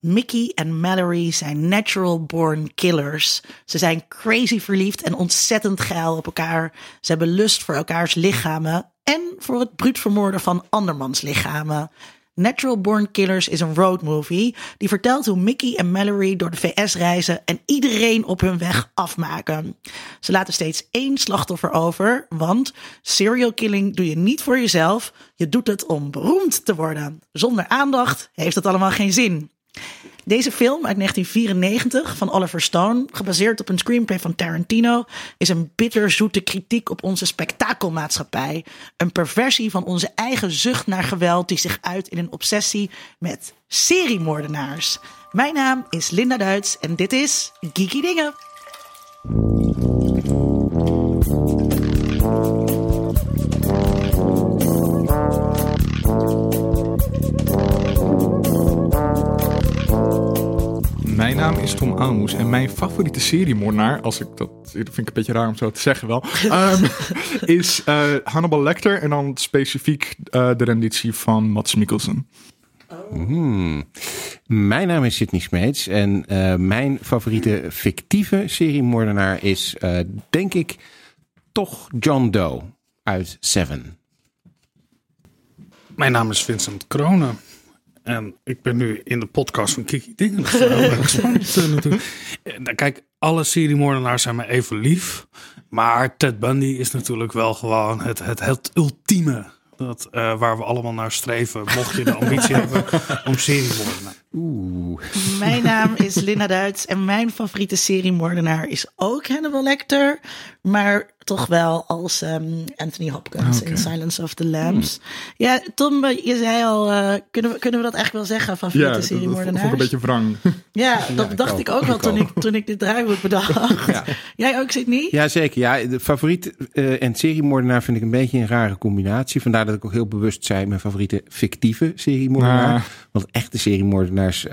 Mickey en Mallory zijn natural born killers. Ze zijn crazy verliefd en ontzettend geil op elkaar. Ze hebben lust voor elkaars lichamen en voor het bruut vermoorden van andermans lichamen. Natural Born Killers is een roadmovie die vertelt hoe Mickey en Mallory door de VS reizen en iedereen op hun weg afmaken. Ze laten steeds 1 slachtoffer over, want serial killing doe je niet voor jezelf. Je doet het om beroemd te worden. Zonder aandacht heeft het allemaal geen zin. Deze film uit 1994 van Oliver Stone, gebaseerd op een screenplay van Tarantino, is een bitterzoete kritiek op onze spektakelmaatschappij. Een perversie van onze eigen zucht naar geweld die zich uit in een obsessie met seriemoordenaars. Mijn naam is Linda Duits en dit is Geeky Dingen. Mijn naam is Tom Aalmoes en mijn favoriete seriemoordenaar, dat vind ik een beetje raar om zo te zeggen wel, is Hannibal Lecter en dan specifiek de renditie van Mads Mikkelsen. Mijn naam is Sidney Smeets en mijn favoriete fictieve seriemoordenaar is denk ik toch John Doe uit Seven. Mijn naam is Vincent Krone. En ik ben nu in de podcast van Kiki Dingen. Dat is wel heel erg spannend natuurlijk. Kijk, alle seriemoordenaars zijn me even lief. Maar Ted Bundy is natuurlijk wel gewoon het ultieme. Waar we allemaal naar streven. Mocht je de ambitie hebben om seriemoordenaar. Mijn naam is Linda Duits en mijn favoriete seriemoordenaar is ook Hannibal Lecter. Maar toch wel als Anthony Hopkins in Silence of the Lambs. Ja, Tom, je zei al, kunnen we dat echt wel zeggen, favoriete seriemoordenaars? Ja, dat vond ik een beetje wrang. Ja, dat dacht ik ook wel toen ik dit draaiboek bedacht. Ja. Jij ook, Sidney? Ja, zeker. Ja, de favoriet en seriemoordenaar vind ik een beetje een rare combinatie. Vandaar dat ik ook heel bewust zei mijn favoriete fictieve seriemoordenaar. Want echte seriemoordenaars,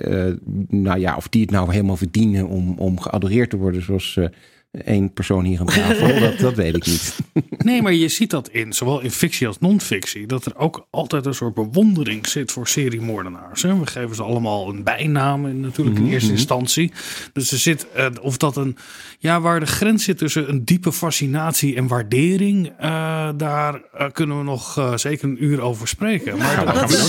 of die het nou helemaal verdienen om geadoreerd te worden zoals één persoon hier aan tafel, dat weet ik niet. Nee, maar je ziet dat zowel in fictie als non-fictie, dat er ook altijd een soort bewondering zit voor seriemoordenaars. We geven ze allemaal een bijnaam natuurlijk in eerste instantie. Dus er zit, waar de grens zit tussen een diepe fascinatie en waardering, daar kunnen we nog zeker een uur over spreken. Maar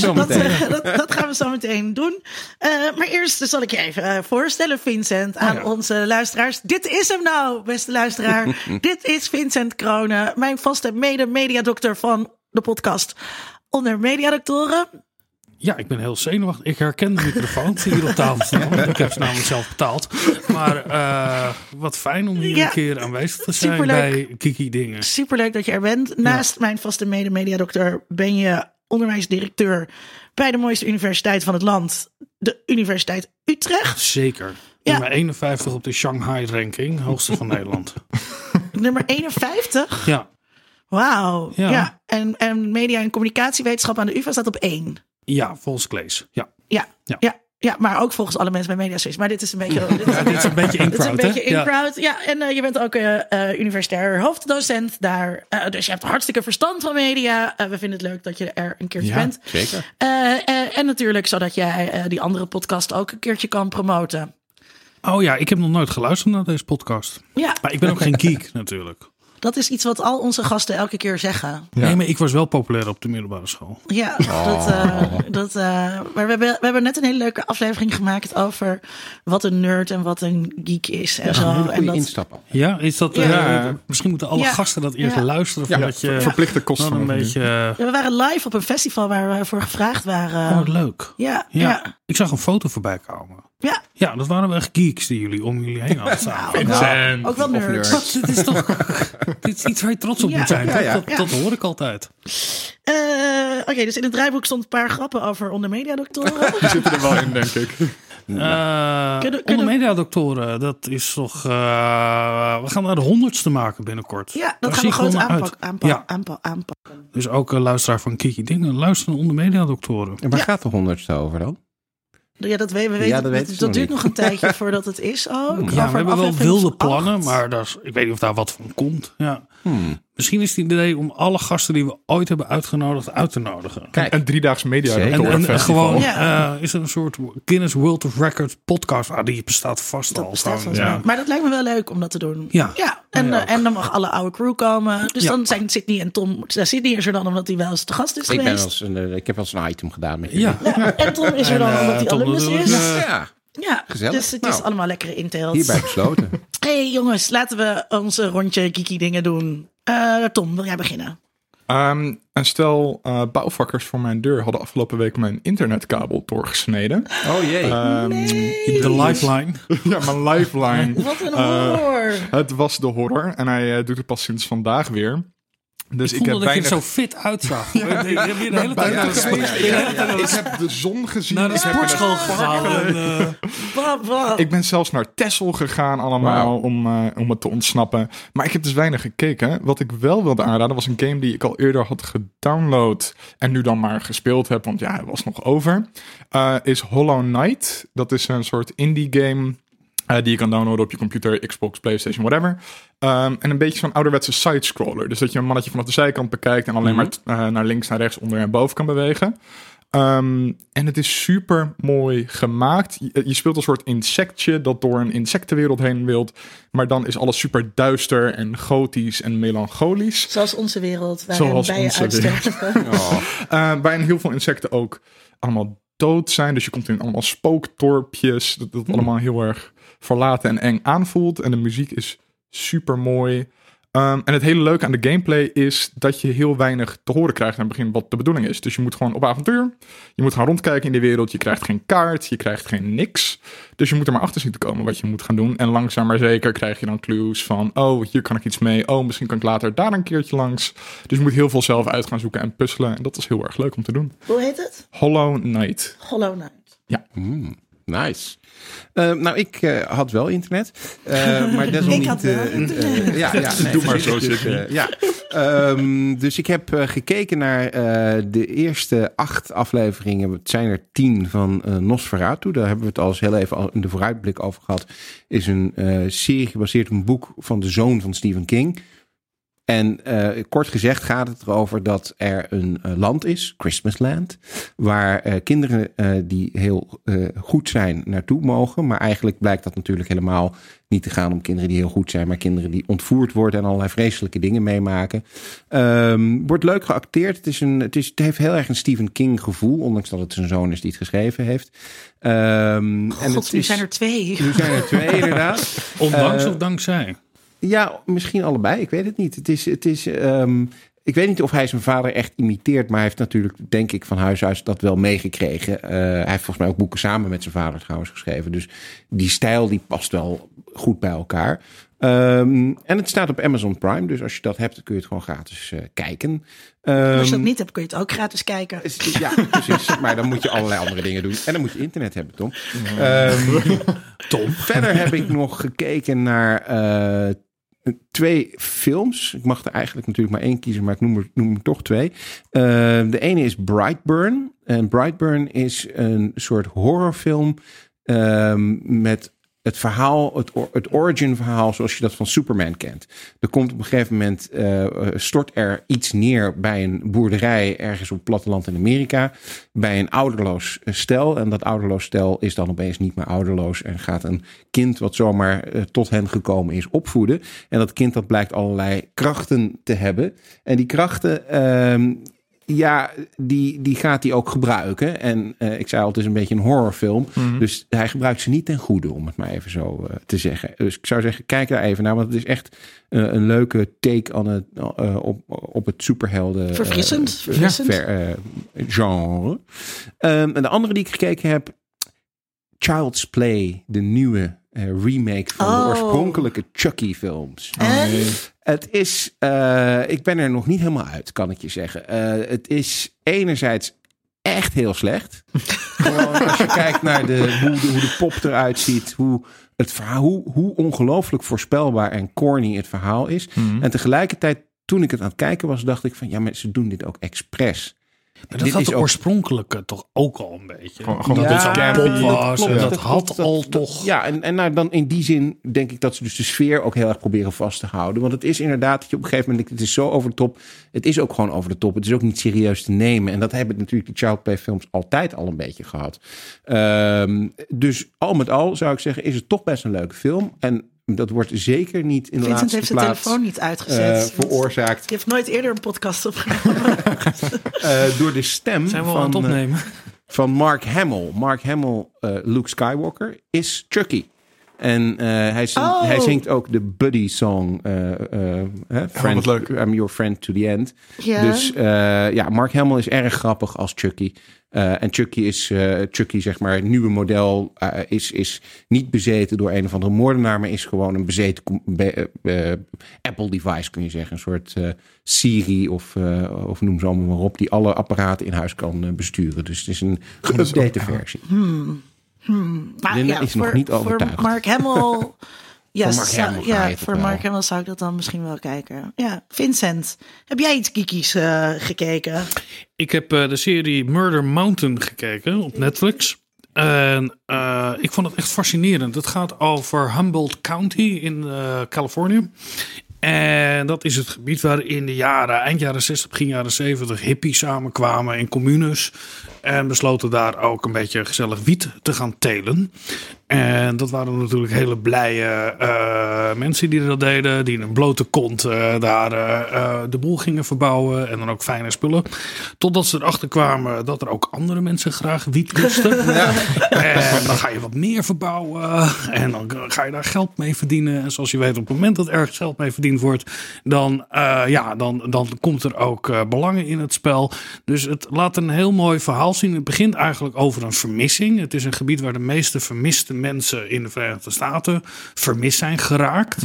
dat gaan we zo meteen doen. Maar eerst zal ik je even voorstellen, Vincent, aan onze luisteraars. Dit is hem nou, beste luisteraar. Dit is Vincent Krone, mijn vaste mediadokter van de podcast Onder Mediadoktoren. Ja, ik ben heel zenuwachtig. Ik herken de microfoon die hier op tafel staan. Ik heb ze namelijk zelf betaald. Maar wat fijn om hier een keer aanwezig te zijn bij Kiki Dingen. Superleuk dat je er bent. Naast mijn vaste mediadokter ben je onderwijsdirecteur bij de mooiste universiteit van het land, de Universiteit Utrecht. Zeker. Nummer 51 op de Shanghai-ranking, hoogste van Nederland. Nummer 51? Ja. Wauw. Ja. En media- en communicatiewetenschap aan de UvA staat op 1. Ja, volgens Klees. Ja, maar ook volgens alle mensen bij Mediaswiss. Maar dit is een beetje... dit is een beetje in-crowd. Ja, en je bent ook universitair hoofddocent daar. Dus je hebt hartstikke verstand van media. We vinden het leuk dat je er een keertje bent. Zeker. En natuurlijk zodat jij die andere podcast ook een keertje kan promoten. Oh ja, ik heb nog nooit geluisterd naar deze podcast. Ja. Maar ik ben ook geen geek natuurlijk. Dat is iets wat al onze gasten elke keer zeggen. Ja. Nee, maar ik was wel populair op de middelbare school. Ja, maar we hebben net een hele leuke aflevering gemaakt over wat een nerd en wat een geek is. En zo. En dat instappen. Ja, is dat? Misschien moeten alle gasten dat eerst luisteren. Voordat je verplichte kosten. Een beetje. We waren live op een festival waar we voor gevraagd waren. Oh, leuk. Ja. Ik zag een foto voorbij komen. Ja, dat waren wel echt geeks die jullie om jullie heen hadden staan. Ook wel nerds. Dit is toch dit is iets waar je trots op moet zijn. Dat hoor ik altijd. Oké, dus in het draaiboek stond een paar grappen over onder mediadoktoren. Die zitten er wel in, denk ik. Onder mediadoktoren, dat is toch... we gaan naar de 100ste maken binnenkort. Ja, dat gaan we groot aanpakken. Dus ook luisteraar van Kiki Dingen, luister naar onder mediadoktoren. En waar gaat de 100ste over dan? Ja, dat weten we. Dat duurt nog een tijdje voordat het is ook. Ja, we hebben wel wilde plannen, maar ik weet niet of daar wat van komt. Ja. Misschien is het idee om alle gasten die we ooit hebben uitgenodigd uit te nodigen. Kijk. Een 3-daags media En gewoon Ja. is er een soort Guinness World of Records podcast. Die bestaat vast Dat al. bestaat Gewoon, wel zo. ja. Maar dat lijkt me wel leuk om dat te doen. Ja. En dan mag alle oude crew komen. Dus Ja. dan zijn Sydney en Tom... Sydney is er dan omdat hij wel eens te gast is Ik geweest. heb wel eens een item gedaan met Ja. Ja, en Tom is er dan omdat hij Tom alumnus natuurlijk, is. Ja, Ja, gezellig. dus het is Nou, allemaal lekkere inteelt. hierbij besloten. Hey jongens, laten we onze rondje kiki dingen doen. Tom, wil jij beginnen? Een stel bouwvakkers voor mijn deur hadden afgelopen week mijn internetkabel doorgesneden. Oh jee. De lifeline. Ja, mijn lifeline. Wat een horror. Het was de horror en hij doet het pas sinds vandaag weer. Dus Ik vond dat je er weinig... zo fit uitzag. Heb je de hele tijd buiten naar de geweest. sport- Ik heb de zon gezien. naar de Ik heb in het sportschool park gegaan. Wat? Ik ben zelfs naar Texel gegaan allemaal om het te ontsnappen. Maar ik heb dus weinig gekeken. Wat ik wel wilde aanraden was een game die ik al eerder had gedownload. En nu dan maar gespeeld heb, want ja, hij was nog over. Is Hollow Knight. Dat is een soort indie game die je kan downloaden op je computer, Xbox, PlayStation, whatever. En een beetje zo'n ouderwetse side-scroller. Dus dat je een mannetje vanaf de zijkant bekijkt en alleen maar naar links, naar rechts, onder en boven kan bewegen. En het is super mooi gemaakt. Je speelt een soort insectje dat door een insectenwereld heen wilt. Maar dan is alles super duister en gotisch en melancholisch. Zoals onze wereld, waarin Zoals bijen onze uitsterven. Waarin heel veel insecten ook allemaal dood zijn. Dus je komt in allemaal spookdorpjes. Dat allemaal heel erg verlaten en eng aanvoelt. En de muziek is super mooi. En het hele leuke aan de gameplay is dat je heel weinig te horen krijgt aan het begin wat de bedoeling is. Dus je moet gewoon op avontuur. Je moet gaan rondkijken in de wereld. Je krijgt geen kaart. Je krijgt geen niks. Dus je moet er maar achter zien te komen wat je moet gaan doen. En langzaam maar zeker krijg je dan clues van... oh, hier kan ik iets mee. Oh, misschien kan ik later daar een keertje langs. Dus je moet heel veel zelf uit gaan zoeken en puzzelen. En dat is heel erg leuk om te doen. Hoe heet het? Hollow Knight. Hollow Knight. Nice. Nou, ik had wel internet. Maar desalniettemin... Ik had wel internet. Doe maar zo, Sidney. Dus ik heb gekeken naar de eerste 8 afleveringen. Het zijn er 10 van Nosferatu. Daar hebben we het al eens heel even in de vooruitblik over gehad. Is een serie gebaseerd op een boek van de zoon van Stephen King. En kort gezegd gaat het erover dat er een land is, Christmasland, waar kinderen die heel goed zijn naartoe mogen. Maar eigenlijk blijkt dat natuurlijk helemaal niet te gaan om kinderen die heel goed zijn, maar kinderen die ontvoerd worden en allerlei vreselijke dingen meemaken. Wordt leuk geacteerd. Het heeft heel erg een Stephen King gevoel, ondanks dat het zijn zoon is die het geschreven heeft. Nu zijn er 2. Nu zijn er 2 inderdaad. Ondanks of dankzij? Ja, misschien allebei. Ik weet het niet. Ik weet niet of hij zijn vader echt imiteert, maar hij heeft natuurlijk, denk ik, van huis uit dat wel meegekregen. Hij heeft volgens mij ook boeken samen met zijn vader trouwens geschreven. Dus die stijl die past wel goed bij elkaar. En het staat op Amazon Prime, dus als je dat hebt, dan kun je het gewoon gratis kijken. Als je dat niet hebt, kun je het ook gratis kijken. Ja, precies. Maar dan moet je allerlei andere dingen doen. En dan moet je internet hebben, Tom. Tom. Verder heb ik nog gekeken naar 2 films. Ik mag er eigenlijk natuurlijk maar 1 kiezen, maar ik noem er toch 2. De ene is Brightburn. En Brightburn is een soort horrorfilm met het verhaal, het origin verhaal zoals je dat van Superman kent. Er komt op een gegeven moment, stort er iets neer bij een boerderij ergens op het platteland in Amerika. Bij een ouderloos stel. En dat ouderloos stel is dan opeens niet meer ouderloos. En gaat een kind wat zomaar tot hen gekomen is opvoeden. En dat kind dat blijkt allerlei krachten te hebben. En die krachten... die gaat hij ook gebruiken. En ik zei al, het is een beetje een horrorfilm. Mm-hmm. Dus hij gebruikt ze niet ten goede, om het maar even zo te zeggen. Dus ik zou zeggen, kijk daar even naar. Want het is echt een leuke take aan op het superhelden Verfrissend. genre. En de andere die ik gekeken heb, Child's Play, de nieuwe remake van de oorspronkelijke Chucky-films. Het is, ik ben er nog niet helemaal uit, kan ik je zeggen. Het is enerzijds echt heel slecht. Gewoon als je kijkt naar hoe de pop eruit ziet, hoe het verhaal, hoe ongelooflijk voorspelbaar en corny het verhaal is. Mm-hmm. En tegelijkertijd, toen ik het aan het kijken was, dacht ik van, ja, maar ze doen dit ook expres. Maar dat had de oorspronkelijke toch ook al een beetje. Gewoon dat het campy was. klopt. Dat had al toch. Ja, en nou, dan in die zin denk ik dat ze dus de sfeer ook heel erg proberen vast te houden. Want het is inderdaad dat je op een gegeven moment, het is zo over de top. Het is ook gewoon over de top. Het is ook niet serieus te nemen. En dat hebben natuurlijk de Childplay films altijd al een beetje gehad. Dus al met al zou ik zeggen, is het toch best een leuke film. En dat wordt zeker niet in de Vincent laatste heeft zijn plaats telefoon niet uitgezet. veroorzaakt. Je heeft nooit eerder een podcast opgenomen. Door de stem Zijn we al aan het opnemen? van Mark Hamill. Mark Hamill, Luke Skywalker, is Chucky. En hij zingt ook de Buddy song. Friend, leuk. I'm your friend to the end. Ja. Dus Mark Hamill is erg grappig als Chucky. En Chucky, zeg maar, het nieuwe model is niet bezeten door een of andere moordenaar, maar is gewoon een bezeten Apple device, kun je zeggen. Een soort Siri of noem ze allemaal maar op, die alle apparaten in huis kan besturen. Dus het is een geüpdate versie. Maar Linda is nog niet overtuigd. Voor Mark Hamill... Ja, voor Mark Hamill zou ik dat dan misschien wel kijken. Ja, Vincent, heb jij iets geekies gekeken? Ik heb de serie Murder Mountain gekeken op Netflix. En ik vond het echt fascinerend. Het gaat over Humboldt County in Californië. En dat is het gebied waar in de eind jaren 60, begin jaren 70 hippies samenkwamen in communes. En besloten daar ook een beetje gezellig wiet te gaan telen. En dat waren natuurlijk hele blije mensen die dat deden. Die in een blote kont daar de boel gingen verbouwen. En dan ook fijne spullen. Totdat ze erachter kwamen dat er ook andere mensen graag wiet lusten. Ja. En dan ga je wat meer verbouwen. En dan ga je daar geld mee verdienen. En zoals je weet, op het moment dat ergens geld mee verdiend wordt. Dan komt er ook belangen in het spel. Dus het laat een heel mooi verhaal zien. Het begint eigenlijk over een vermissing. Het is een gebied waar de meeste vermiste mensen in de Verenigde Staten vermist zijn geraakt.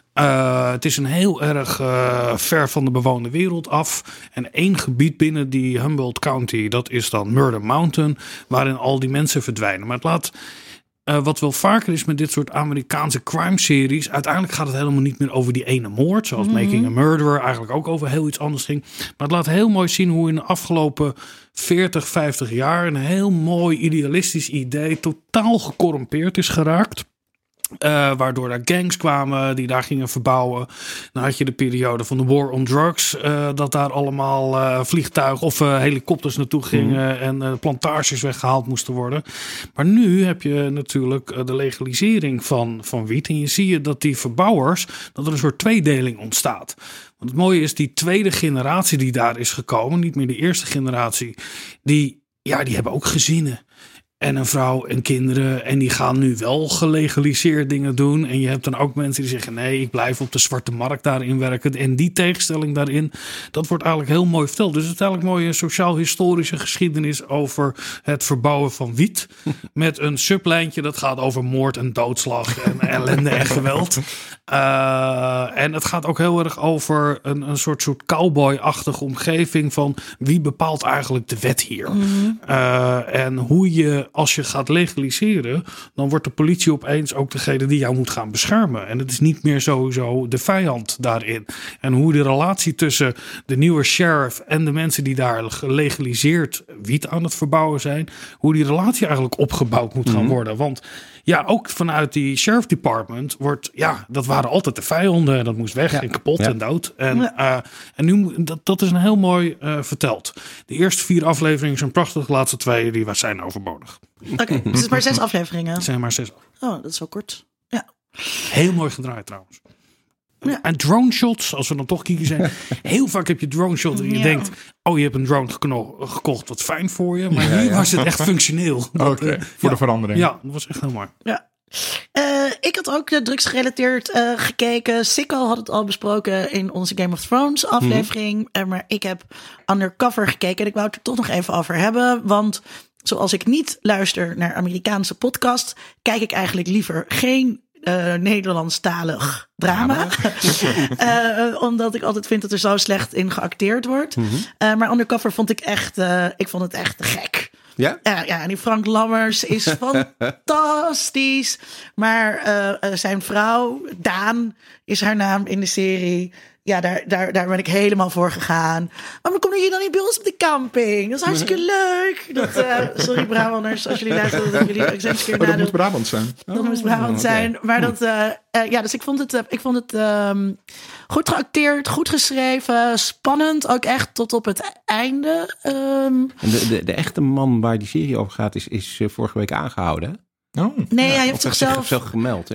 Het is een heel erg ver van de bewoonde wereld af. En één gebied binnen die Humboldt County, dat is dan Murder Mountain, waarin al die mensen verdwijnen. Maar het laat... wat wel vaker is met dit soort Amerikaanse crime-series, uiteindelijk gaat het helemaal niet meer over die ene moord, zoals Making a Murderer eigenlijk ook over heel iets anders ging. Maar het laat heel mooi zien hoe in de afgelopen 40, 50 jaar een heel mooi idealistisch idee totaal gecorrumpeerd is geraakt. Waardoor daar gangs kwamen die daar gingen verbouwen. Dan had je de periode van de War on Drugs. Dat daar allemaal vliegtuigen of helikopters naartoe gingen. En plantages weggehaald moesten worden. Maar nu heb je natuurlijk de legalisering van wiet. En je ziet dat die verbouwers, dat er een soort tweedeling ontstaat. Want het mooie is, die tweede generatie die daar is gekomen, niet meer de eerste generatie, die hebben ook gezinnen. En een vrouw en kinderen. En die gaan nu wel gelegaliseerd dingen doen. En je hebt dan ook mensen die zeggen, nee, ik blijf op de zwarte markt daarin werken. En die tegenstelling daarin, dat wordt eigenlijk heel mooi verteld. Dus het is eigenlijk een mooie sociaal-historische geschiedenis over het verbouwen van wiet. Met een sublijntje dat gaat over moord en doodslag en ellende en geweld. En het gaat ook heel erg over een soort cowboy-achtige omgeving van wie bepaalt eigenlijk de wet hier. En hoe je, als je gaat legaliseren, dan wordt de politie opeens ook degene die jou moet gaan beschermen. En het is niet meer sowieso de vijand daarin. En hoe de relatie tussen de nieuwe sheriff en de mensen die daar gelegaliseerd wiet aan het verbouwen zijn, hoe die relatie eigenlijk opgebouwd moet gaan worden. Want ja, ook vanuit die sheriff department wordt, dat waren altijd de vijanden en dat moest weg en kapot en dood. En nu, dat is een heel mooi verteld. De eerste 4 afleveringen zijn prachtig, de laatste 2 die zijn overbodig. Oké, dus het is maar 6 afleveringen. Het zijn maar 6. Oh, dat is wel kort. Ja. Heel mooi gedraaid trouwens. Ja. En drone shots, als we dan toch kiezen zijn. Heel vaak heb je drone shots en je denkt, oh, je hebt een drone gekocht, wat fijn voor je. Maar nu was het echt functioneel. Oké, voor de verandering. Ja, dat was echt heel mooi. Ja. Ik had ook drugsgerelateerd gekeken. Sikko had het al besproken in onze Game of Thrones aflevering. Maar ik heb Undercover gekeken en ik wou het er toch nog even over hebben. Want zoals ik niet luister naar Amerikaanse podcasts, kijk ik eigenlijk liever geen Nederlandstalig drama. Omdat ik altijd vind dat er zo slecht in geacteerd wordt. Maar Undercover vond ik echt, ik vond het echt te gek. Ja? Ja, en die Frank Lammers is fantastisch. Maar zijn vrouw, Daan is haar naam in de serie. daar ben ik helemaal voor gegaan. Waarom kom je dan niet bij ons op de camping? Dat is hartstikke leuk. Sorry Brabanders, als jullie luisteren dat jullie exempt keer dat moet Brabant zijn. Dat moest Brabant zijn. Maar dus ik vond het goed geacteerd, goed geschreven, spannend. Ook echt tot op het einde. De echte man waar die serie over gaat is vorige week aangehouden, hè? Oh. Nee, hij heeft zichzelf gemeld.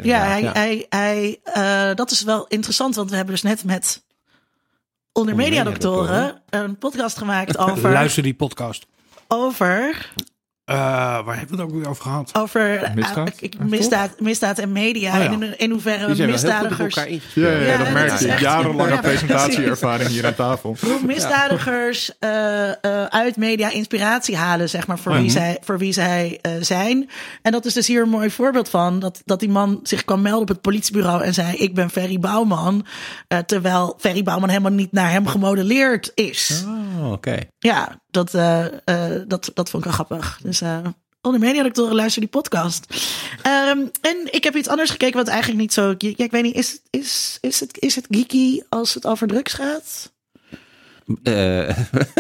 Dat is wel interessant, want we hebben dus net met Onder Mediadoktoren een podcast gemaakt over... Luister die podcast. Over... waar hebben we het ook weer over gehad? Over misdaad en media. Oh, ja. In hoeverre misdadigers... Dat merk je. Jarenlange presentatieervaring hier aan tafel. Hoe misdadigers uit media inspiratie halen, zeg maar, voor wie zij zijn. En dat is dus hier een mooi voorbeeld van. Dat die man zich kwam melden op het politiebureau en zei: ik ben Ferry Bouwman. Terwijl Ferry Bouwman helemaal niet naar hem gemodelleerd is. Oh, oké. Ja, dat vond ik wel grappig. Dus Onder Mediadoktoren, luister die podcast. En ik heb iets anders gekeken wat eigenlijk niet zo... Ja, ik weet niet, is het geeky als het over drugs gaat? Nee,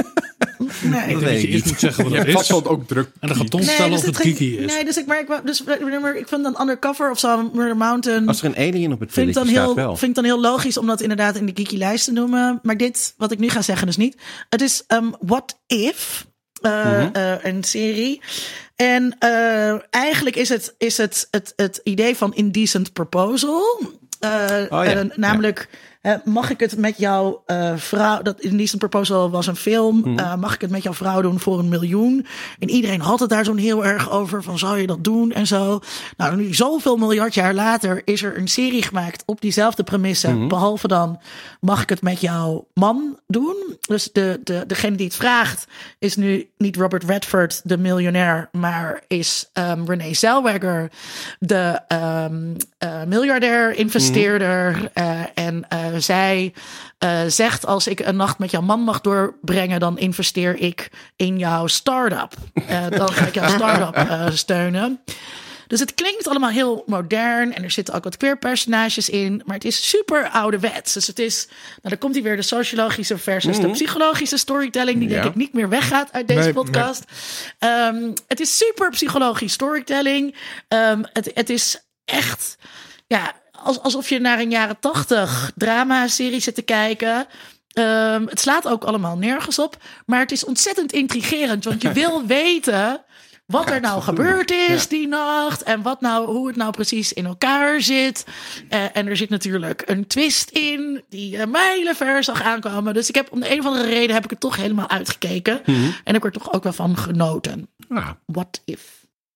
dat weet je eerst moet zeggen wat het is. Vast ook druk. En dan gaat Tom stellen of het geeky is. Nee, dus ik vind dan Undercover of zo, Murder Mountain... Als er een alien op het villetje staat wel. Vind ik dan heel logisch om dat inderdaad in de geeky lijst te noemen. Maar dit, wat ik nu ga zeggen, dus niet. Het is What If... een serie. En eigenlijk is het idee van Indecent Proposal. Namelijk, mag ik het met jouw vrouw... Dat Indecent Proposal was een film. Mag ik het met jouw vrouw doen voor $1 miljoen? En iedereen had het daar zo'n heel erg over. Van, zou je dat doen? En zo. Nou, nu zoveel miljard jaar later is er een serie gemaakt op diezelfde premisse. Behalve dan, mag ik het met jouw man doen? Dus degene die het vraagt is nu niet Robert Redford, de miljonair, maar is Renee Zellweger, de miljardair, investeerder. En zij zegt: als ik een nacht met jouw man mag doorbrengen, dan investeer ik in jouw start-up. Dan ga ik jouw start-up steunen. Dus het klinkt allemaal heel modern en er zitten ook wat queer-personages in, maar het is super ouderwets. Dus het is, dan komt hier weer de sociologische versus de psychologische storytelling, die denk ik niet meer weggaat uit deze podcast. Nee. Het is super psychologisch storytelling. Het is echt, alsof je naar een jaren 80 drama-serie zit te kijken. Het slaat ook allemaal nergens op, maar het is ontzettend intrigerend, want je wil weten wat er nou gebeurd is die nacht en hoe het nou precies in elkaar zit. En er zit natuurlijk een twist in die mijlenver zag aankomen. Dus ik heb om de een of andere reden heb ik het toch helemaal uitgekeken. En heb ik er toch ook wel van genoten. What if?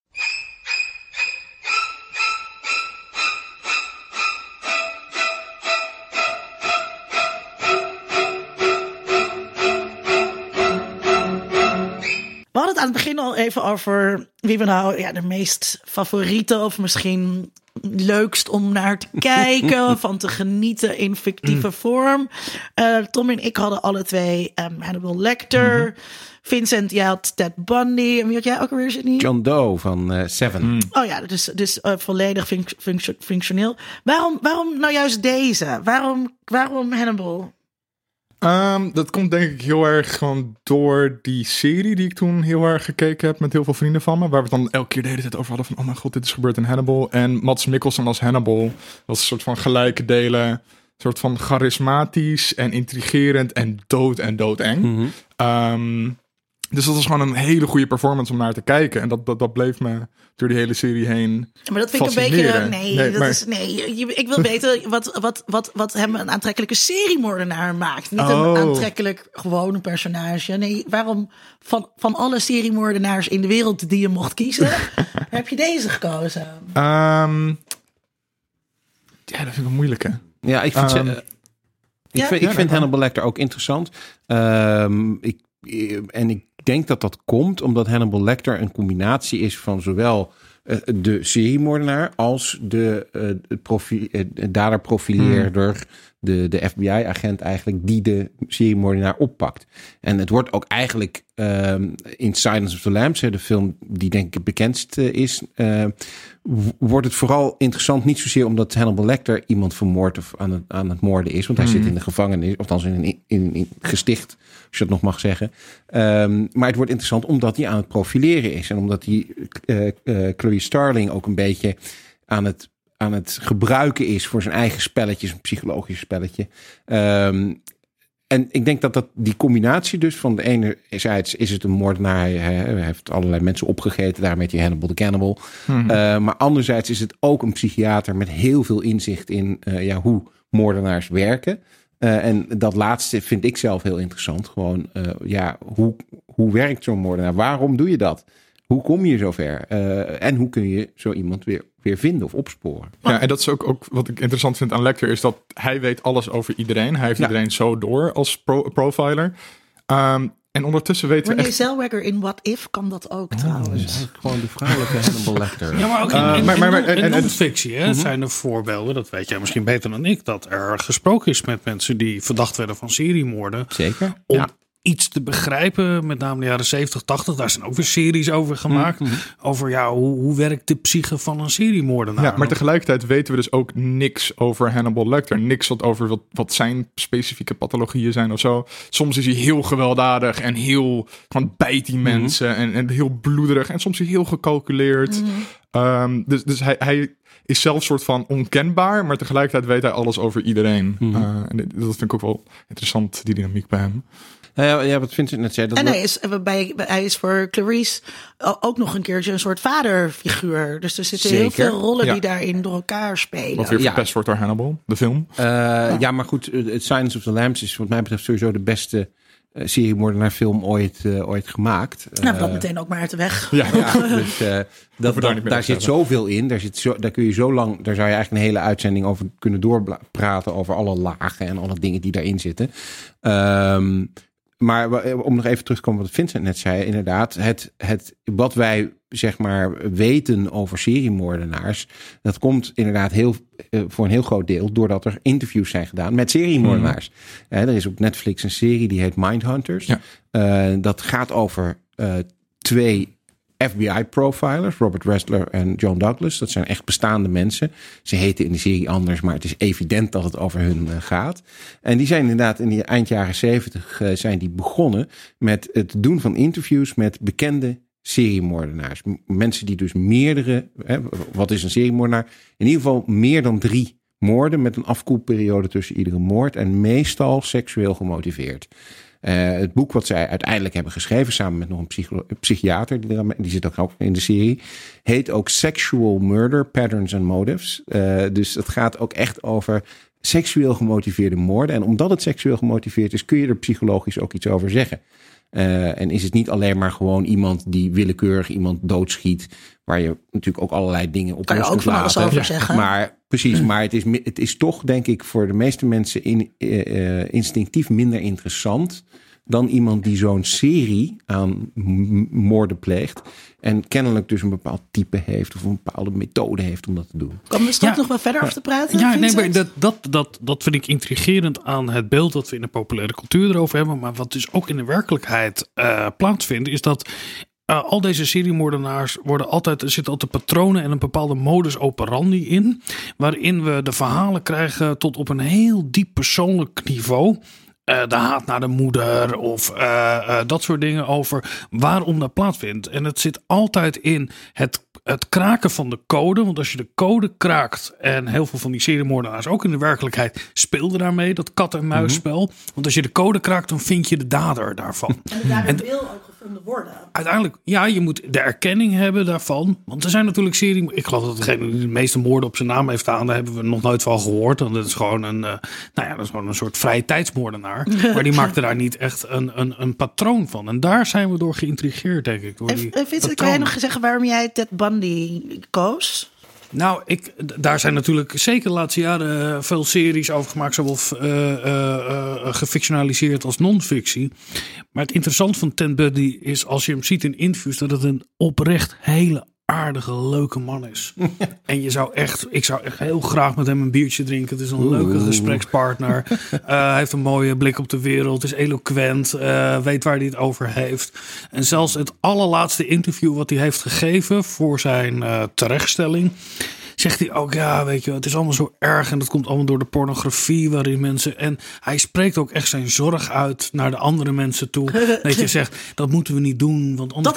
We hadden het aan het begin al even over wie we nou de meest favoriete of misschien leukst om naar te kijken, van te genieten in fictieve vorm. Tom en ik hadden alle twee Hannibal Lecter. Vincent, jij had Ted Bundy. En wie had jij ook alweer, Sydney? John Doe van Seven. Oh ja, dus volledig functioneel. Waarom nou juist deze? Waarom Hannibal? Dat komt denk ik heel erg gewoon door die serie die ik toen heel erg gekeken heb met heel veel vrienden van me. Waar we het dan elke keer de hele tijd over hadden van, oh mijn god, dit is gebeurd in Hannibal. En Mads Mikkelsen als Hannibal was een soort van gelijke delen. Een soort van charismatisch en intrigerend en doodeng. Dus dat was gewoon een hele goede performance om naar te kijken. En dat bleef me door die hele serie heen. Maar dat vind ik een beetje... ik wil weten wat hem een aantrekkelijke seriemoordenaar maakt. Niet een aantrekkelijk gewone personage. Nee, waarom van alle seriemoordenaars in de wereld die je mocht kiezen, heb je deze gekozen? Dat vind ik een moeilijke. Ja, ik vind Hannibal Lecter ook interessant. Ik denk dat komt omdat Hannibal Lecter een combinatie is van zowel de seriemoordenaar als de dader-profileerder de FBI-agent eigenlijk die de seriemoordenaar oppakt. En het wordt ook eigenlijk in Silence of the Lambs, de film die denk ik het bekendst is, wordt het vooral interessant niet zozeer omdat Hannibal Lecter iemand vermoordt of aan het moorden is, want hij zit in de gevangenis, of althans in gesticht, als je dat nog mag zeggen. Maar het wordt interessant omdat hij aan het profileren is en omdat hij Clarice Starling ook een beetje aan het gebruiken is voor zijn eigen spelletjes, een psychologisch spelletje. En ik denk dat die combinatie dus van de enerzijds is het een moordenaar, hij heeft allerlei mensen opgegeten, daarmee heet hij Hannibal the Cannibal. Maar anderzijds is het ook een psychiater met heel veel inzicht in hoe moordenaars werken. En dat laatste vind ik zelf heel interessant. Gewoon, hoe werkt zo'n moordenaar? Waarom doe je dat? Hoe kom je zover? En hoe kun je zo iemand weer vinden of opsporen? Ja, en dat is ook wat ik interessant vind aan Lecter, is dat hij weet alles over iedereen. Hij heeft iedereen zo door als profiler. En ondertussen weten we Renee echt... Zellweger in What If kan dat ook trouwens. Dat is gewoon de vrouwelijke Hannibal Lecter. Ja, maar ook in non-fictie zijn er voorbeelden, dat weet jij misschien beter dan ik, dat er gesproken is met mensen die verdacht werden van seriemoorden. Zeker. Om iets te begrijpen, met name de jaren 70, 80. Daar zijn ook weer series over gemaakt. Over hoe werkt de psyche van een seriemoordenaar. Ja, maar tegelijkertijd weten we dus ook niks over Hannibal Lecter. Niks wat zijn specifieke pathologieën zijn of zo. Soms is hij heel gewelddadig en heel van bijt die mensen en heel bloederig. En soms is hij heel gecalculeerd. Dus hij is zelf soort van onkenbaar, maar tegelijkertijd weet hij alles over iedereen. En dat vind ik ook wel interessant, die dynamiek bij hem. Ja, wat vindt u net zei? En hij is voor Clarice ook nog een keertje een soort vaderfiguur. Dus er zitten heel veel rollen die daarin door elkaar spelen. Wat weer verpest wordt door Hannibal, de film. Ja, maar goed, het Silence of the Lambs is wat mij betreft sowieso de beste seriemoordenaarfilm ooit gemaakt. Nou, dat meteen ook maar uit de weg. Dus daar zit zoveel in. Daar kun je zo lang, daar zou je eigenlijk een hele uitzending over kunnen doorpraten, over alle lagen en alle dingen die daarin zitten. Maar om nog even terug te komen wat Vincent net zei, inderdaad, wat wij zeg maar weten over seriemoordenaars, dat komt inderdaad voor een heel groot deel doordat er interviews zijn gedaan met seriemoordenaars. Er is op Netflix een serie die heet Mindhunters. Ja. Dat gaat over 2 FBI-profilers, Robert Ressler en John Douglas. Dat zijn echt bestaande mensen. Ze heten in de serie anders, maar het is evident dat het over hun gaat. En die zijn inderdaad in de eind jaren 70 zijn die begonnen met het doen van interviews met bekende seriemoordenaars. Mensen die dus wat is een seriemoordenaar? In ieder geval meer dan 3 moorden met een afkoelperiode tussen iedere moord en meestal seksueel gemotiveerd. Het boek wat zij uiteindelijk hebben geschreven, samen met nog een psychiater, die zit ook in de serie, heet ook Sexual Murder, Patterns and Motives. Dus het gaat ook echt over seksueel gemotiveerde moorden. En omdat het seksueel gemotiveerd is, kun je er psychologisch ook iets over zeggen. En is het niet alleen maar gewoon iemand die willekeurig iemand doodschiet, waar je natuurlijk ook allerlei dingen op los kunt laten. Kan je ook van alles over zeggen. Maar precies, maar het is toch denk ik voor de meeste mensen instinctief minder interessant dan iemand die zo'n serie aan moorden pleegt en kennelijk dus een bepaald type heeft of een bepaalde methode heeft om dat te doen. Komen we straks nog wel verder over te praten? Ja, nee, maar dat vind ik intrigerend aan het beeld dat we in de populaire cultuur erover hebben, maar wat dus ook in de werkelijkheid plaatsvindt, is dat al deze seriemoordenaars er zitten altijd patronen en een bepaalde modus operandi in, waarin we de verhalen krijgen tot op een heel diep persoonlijk niveau. De haat naar de moeder of dat soort dingen over waarom dat plaatsvindt. En het zit altijd in het kraken van de code. Want als je de code kraakt, en heel veel van die seriemoordenaars ook in de werkelijkheid speelden daarmee, dat kat-en-muisspel. Want als je de code kraakt, dan vind je de dader daarvan. En de dader wil ook gevonden worden. Uiteindelijk, ja, je moet de erkenning hebben daarvan. Want er zijn natuurlijk ik geloof dat degene die de meeste moorden op zijn naam heeft staan, daar hebben we nog nooit van gehoord. Want dat is gewoon een soort vrije tijdsmoordenaar. Maar die maakte daar niet echt een patroon van. En daar zijn we door geïntrigeerd, denk ik. Vincent, kan jij nog zeggen waarom jij Ted Bundy koos? Nou, daar zijn natuurlijk zeker de laatste jaren veel series over gemaakt, zowel gefictionaliseerd als non-fictie. Maar het interessante van Ted Bundy is, als je hem ziet in interviews, dat het een oprecht hele aardige, leuke man is. En ik zou echt heel graag met hem een biertje drinken. Het is een leuke gesprekspartner. Hij heeft een mooie blik op de wereld. Is eloquent. Weet waar hij het over heeft. En zelfs het allerlaatste interview wat hij heeft gegeven voor zijn terechtstelling, zegt hij ook, ja, weet je, het is allemaal zo erg en dat komt allemaal door de pornografie waarin mensen... En hij spreekt ook echt zijn zorg uit naar de andere mensen toe. Dat je zegt, dat moeten we niet doen, want anders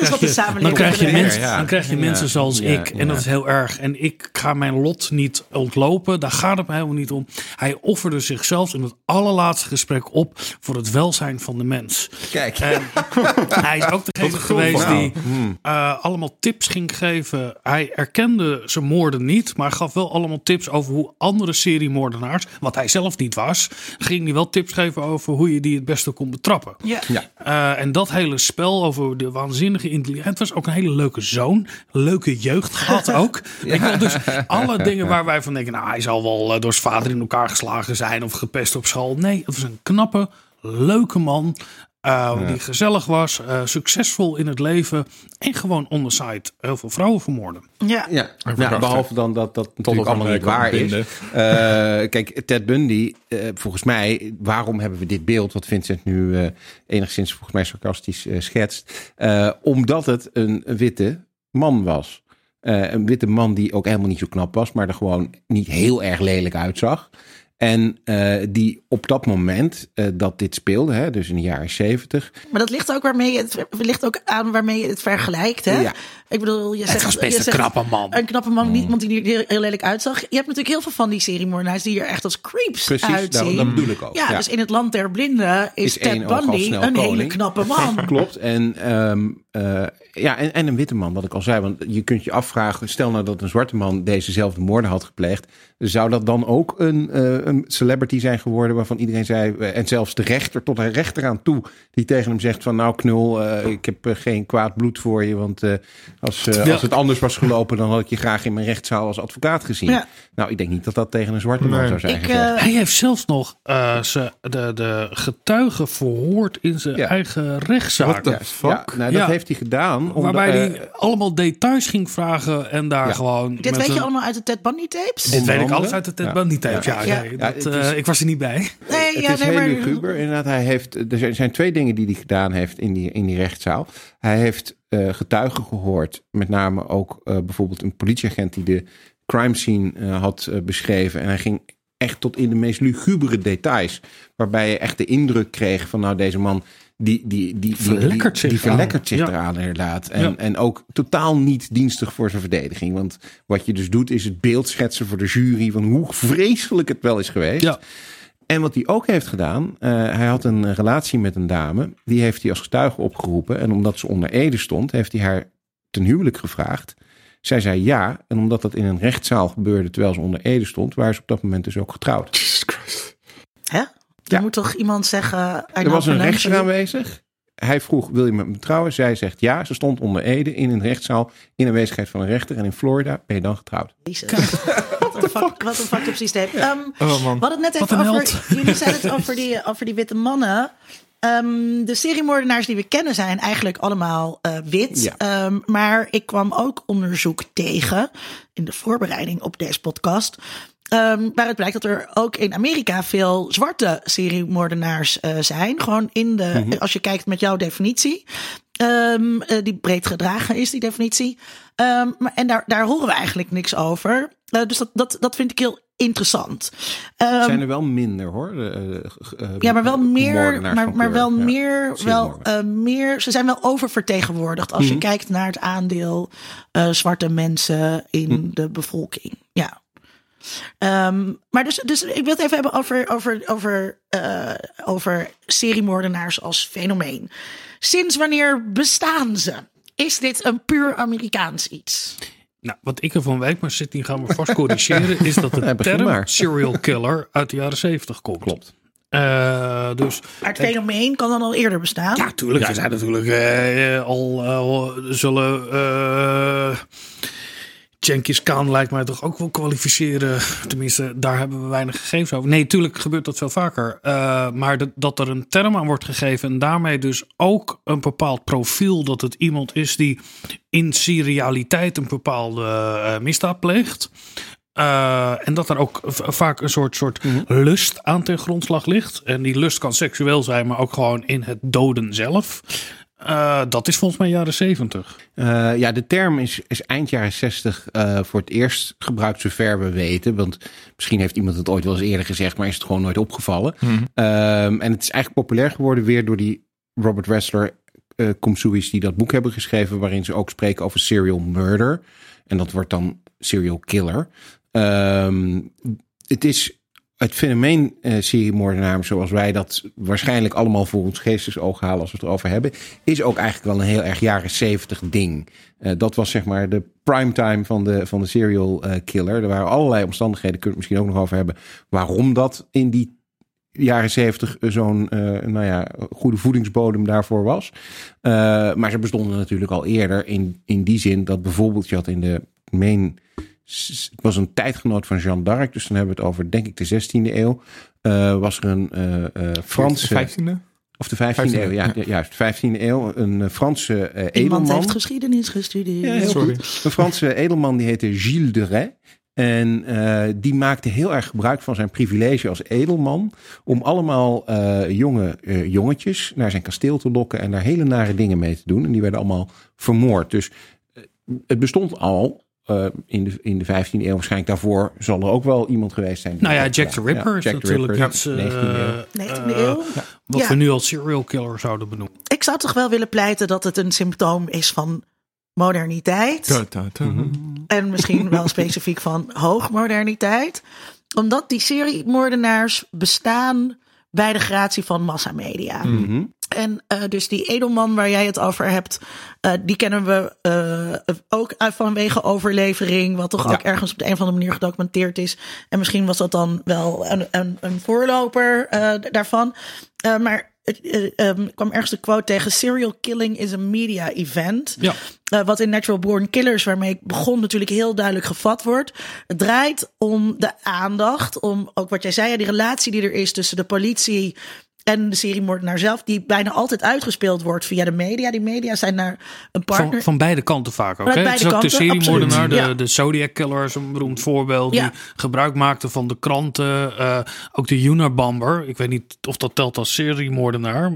krijg je mensen zoals ik. En dat is heel erg. En ik ga mijn lot niet ontlopen. Daar gaat het me helemaal niet om. Hij offerde zichzelf in het allerlaatste gesprek op voor het welzijn van de mens. Kijk. En hij is ook degene geweest die allemaal tips ging geven. Hij erkende zijn moorden niet, maar gaf wel allemaal tips over hoe andere seriemoordenaars, wat hij zelf niet was, ging hij wel tips geven over hoe je die het beste kon betrappen. Ja. En dat hele spel over de waanzinnige intelligentie. Het was ook een hele leuke zoon. Leuke jeugd gehad ook. Dus alle dingen waar wij van denken, nou, hij zal wel door zijn vader in elkaar geslagen zijn of gepest op school. Nee, het was een knappe, leuke man. Die gezellig was, succesvol in het leven en gewoon on the side heel veel vrouwen vermoorden. Ja. Behalve dan dat natuurlijk allemaal niet waar is. Kijk, Ted Bundy, volgens mij, waarom hebben we dit beeld, wat Vincent nu enigszins volgens mij sarcastisch schetst, omdat het een witte man was. Een witte man die ook helemaal niet zo knap was, maar er gewoon niet heel erg lelijk uitzag. En die op dat moment dat dit speelde, hè, dus in de jaren 70. Maar dat ligt ook aan waarmee je het vergelijkt. Hè? Ja. Ik bedoel, het was best een knappe man. Een knappe man, niet iemand die er heel lelijk uitzag. Je hebt natuurlijk heel veel van die seriemoordenaars die er echt als creeps uitzien. Precies, dat bedoel ik ook. Ja, dus in het land der blinden is Ted Bundy een hele knappe man. Klopt. En en een witte man, wat ik al zei. Want je kunt je afvragen, stel nou dat een zwarte man dezezelfde moorden had gepleegd, zou dat dan ook een celebrity zijn geworden waarvan iedereen zei, en zelfs de rechter, tot een rechter aan toe, die tegen hem zegt van, nou knul, ik heb geen kwaad bloed voor je, want als het anders was gelopen, dan had ik je graag in mijn rechtszaal als advocaat gezien. Ja. Nou, ik denk niet dat dat tegen een zwarte man zou zijn gezegd. Hij heeft zelfs nog de getuigen verhoord in zijn eigen rechtszaak. What the fuck? Dat heeft hij gedaan. Waarbij hij allemaal details ging vragen en daar gewoon... Dit weet je allemaal uit de Ted Bundy tapes? Dit weet ik alles uit de Ted Bundy tapes, ik was er niet bij. Het is heel luguber. Inderdaad, er zijn twee dingen die hij gedaan heeft in die rechtszaal. Hij heeft getuigen gehoord, met name ook bijvoorbeeld een politieagent die de crime scene had beschreven. En hij ging echt tot in de meest lugubere details, waarbij je echt de indruk kreeg van, nou, deze man die verlekkert zich eraan inderdaad. En ook totaal niet dienstig voor zijn verdediging. Want wat je dus doet is het beeld schetsen voor de jury van hoe vreselijk het wel is geweest. Ja. En wat hij ook heeft gedaan, hij had een relatie met een dame, die heeft hij als getuige opgeroepen. En omdat ze onder ede stond, heeft hij haar ten huwelijk gevraagd. Zij zei ja, en omdat dat in een rechtszaal gebeurde terwijl ze onder ede stond, waren ze op dat moment dus ook getrouwd. Jesus Christ. Hè? Er moet toch iemand zeggen... Er was een rechter aanwezig. Hij vroeg, wil je met me trouwen? Zij zegt ja. Ze stond onder ede in een rechtszaal in aanwezigheid van een rechter. En in Florida ben je dan getrouwd. Wat een fucked up systeem. We hadden het net even over... Jullie zeiden het over die witte mannen. De seriemoordenaars die we kennen zijn eigenlijk allemaal wit. Ja. Maar ik kwam ook onderzoek tegen in de voorbereiding op deze podcast. Waaruit blijkt dat er ook in Amerika veel zwarte seriemoordenaars zijn. Gewoon in de, als je kijkt met jouw definitie. Die breed gedragen is, die definitie. En daar horen we eigenlijk niks over. Dus dat vind ik heel interessant. Zijn er wel minder hoor. Maar wel meer. Maar wel meer. Meer. Ze zijn wel oververtegenwoordigd als je kijkt naar het aandeel zwarte mensen in de bevolking. Ja. Maar dus ik wil het even hebben over seriemoordenaars als fenomeen. Sinds wanneer bestaan ze? Is dit een puur Amerikaans iets? Nou, wat ik ervan weet, maar Sydney gaan we vast corrigeren, is dat de term serial killer uit de jaren 70 komt. Klopt. Dus het fenomeen kan dan al eerder bestaan? Ja, tuurlijk. Ja, we zijn natuurlijk zullen Genghis Khan lijkt mij toch ook wel kwalificeren. Tenminste, daar hebben we weinig gegevens over. Nee, tuurlijk gebeurt dat veel vaker. Maar dat er een term aan wordt gegeven en daarmee dus ook een bepaald profiel, dat het iemand is die in serialiteit een bepaalde misdaad pleegt. En dat er ook vaak een soort lust aan ten grondslag ligt. En die lust kan seksueel zijn, maar ook gewoon in het doden zelf. Dat is volgens mij jaren 70. De term is eind jaren 60 voor het eerst gebruikt, zover we weten. Want misschien heeft iemand het ooit wel eens eerder gezegd, maar is het gewoon nooit opgevallen. En het is eigenlijk populair geworden weer door die Robert Ressler Kumsuis die dat boek hebben geschreven, waarin ze ook spreken over serial murder. En dat wordt dan serial killer. Het is het fenomeen seriemoordenaar, zoals wij dat waarschijnlijk allemaal voor ons geestesoog halen als we het erover hebben, is ook eigenlijk wel een heel erg jaren 70 ding. Dat was zeg maar de primetime van de serial killer. Er waren allerlei omstandigheden, kunnen we het misschien ook nog over hebben, waarom dat in die jaren 70 zo'n goede voedingsbodem daarvoor was. Maar ze bestonden natuurlijk al eerder in die zin dat bijvoorbeeld je had in de het was een tijdgenoot van Jeanne d'Arc, dus dan hebben we het over, denk ik, de 16e eeuw. Was er een Franse... De 15e? Of de 15e eeuw, ja, juist. De 15e eeuw. Een Franse edelman. Iemand heeft geschiedenis gestudeerd. Ja, heel Sorry. goed. Een Franse edelman, die heette Gilles de Rais. En die maakte heel erg gebruik van zijn privilege als edelman om allemaal jonge jongetjes naar zijn kasteel te lokken en daar hele nare dingen mee te doen. En die werden allemaal vermoord. Dus het bestond al in de 15e eeuw. Waarschijnlijk daarvoor zal er ook wel iemand geweest zijn. Nou ja, Jack the Ripper is Jack the natuurlijk Ripper, iets, 19e eeuw. wat we nu als serial killer zouden benoemen. Ik zou toch wel willen pleiten dat het een symptoom is van moderniteit. En misschien wel specifiek van hoogmoderniteit. Omdat die seriemoordenaars bestaan bij de gratie van massamedia. En dus die edelman waar jij het over hebt, die kennen we ook vanwege overlevering, wat toch ook ergens op de een of andere manier gedocumenteerd is. En misschien was dat dan wel een voorloper daarvan. Maar ik kwam ergens de quote tegen: serial killing is a media event. Ja. Wat in Natural Born Killers, waarmee ik begon, natuurlijk heel duidelijk gevat wordt. Het draait om de aandacht, om ook wat jij zei, die relatie die er is tussen de politie en de seriemoordenaar zelf, die bijna altijd uitgespeeld wordt via de media. Die media zijn naar een partner. Van beide kanten vaak ook. Hè? Het is ook de seriemoordenaar, de Zodiac Killer is een beroemd voorbeeld. Die gebruik maakte van de kranten. Ook de Unabomber. Ik weet niet of dat telt als seriemoordenaar.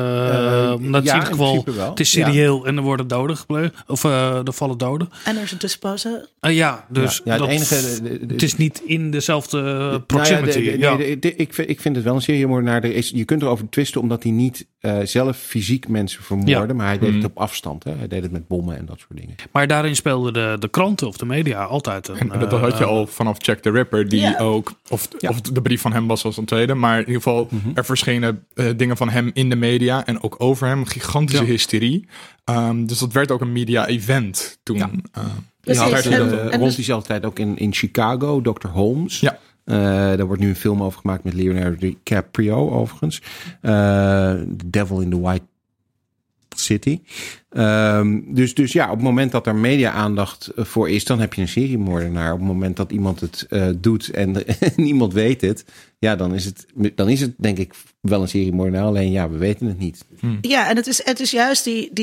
Dat is in ieder geval, het is serieel en er worden doden gepleegd. Of er vallen doden. En er is een tussenpauze. Dus het is niet in dezelfde proximity. Ik vind het wel een seriemoordenaar. Je kunt erover twisten omdat hij niet zelf fysiek mensen vermoordde, maar hij deed het op afstand. Hè? Hij deed het met bommen en dat soort dingen. Maar daarin speelden de kranten of de media altijd een... En dat had je al vanaf Jack the Ripper, die ook... Of de brief van hem was als een tweede, maar in ieder geval er verschenen dingen van hem in de media en ook over hem. Gigantische hysterie. Dus dat werd ook een media-event toen. Rond diezelfde tijd ook in Chicago, Dr. Holmes. Ja. Daar wordt nu een film over gemaakt met Leonardo DiCaprio overigens. The Devil in the White City. Dus ja, op het moment dat er media-aandacht voor is, dan heb je een seriemoordenaar. Op het moment dat iemand het doet en niemand weet het, ja, dan is het denk ik wel een seriemoordenaar. Alleen we weten het niet. Ja, en het is juist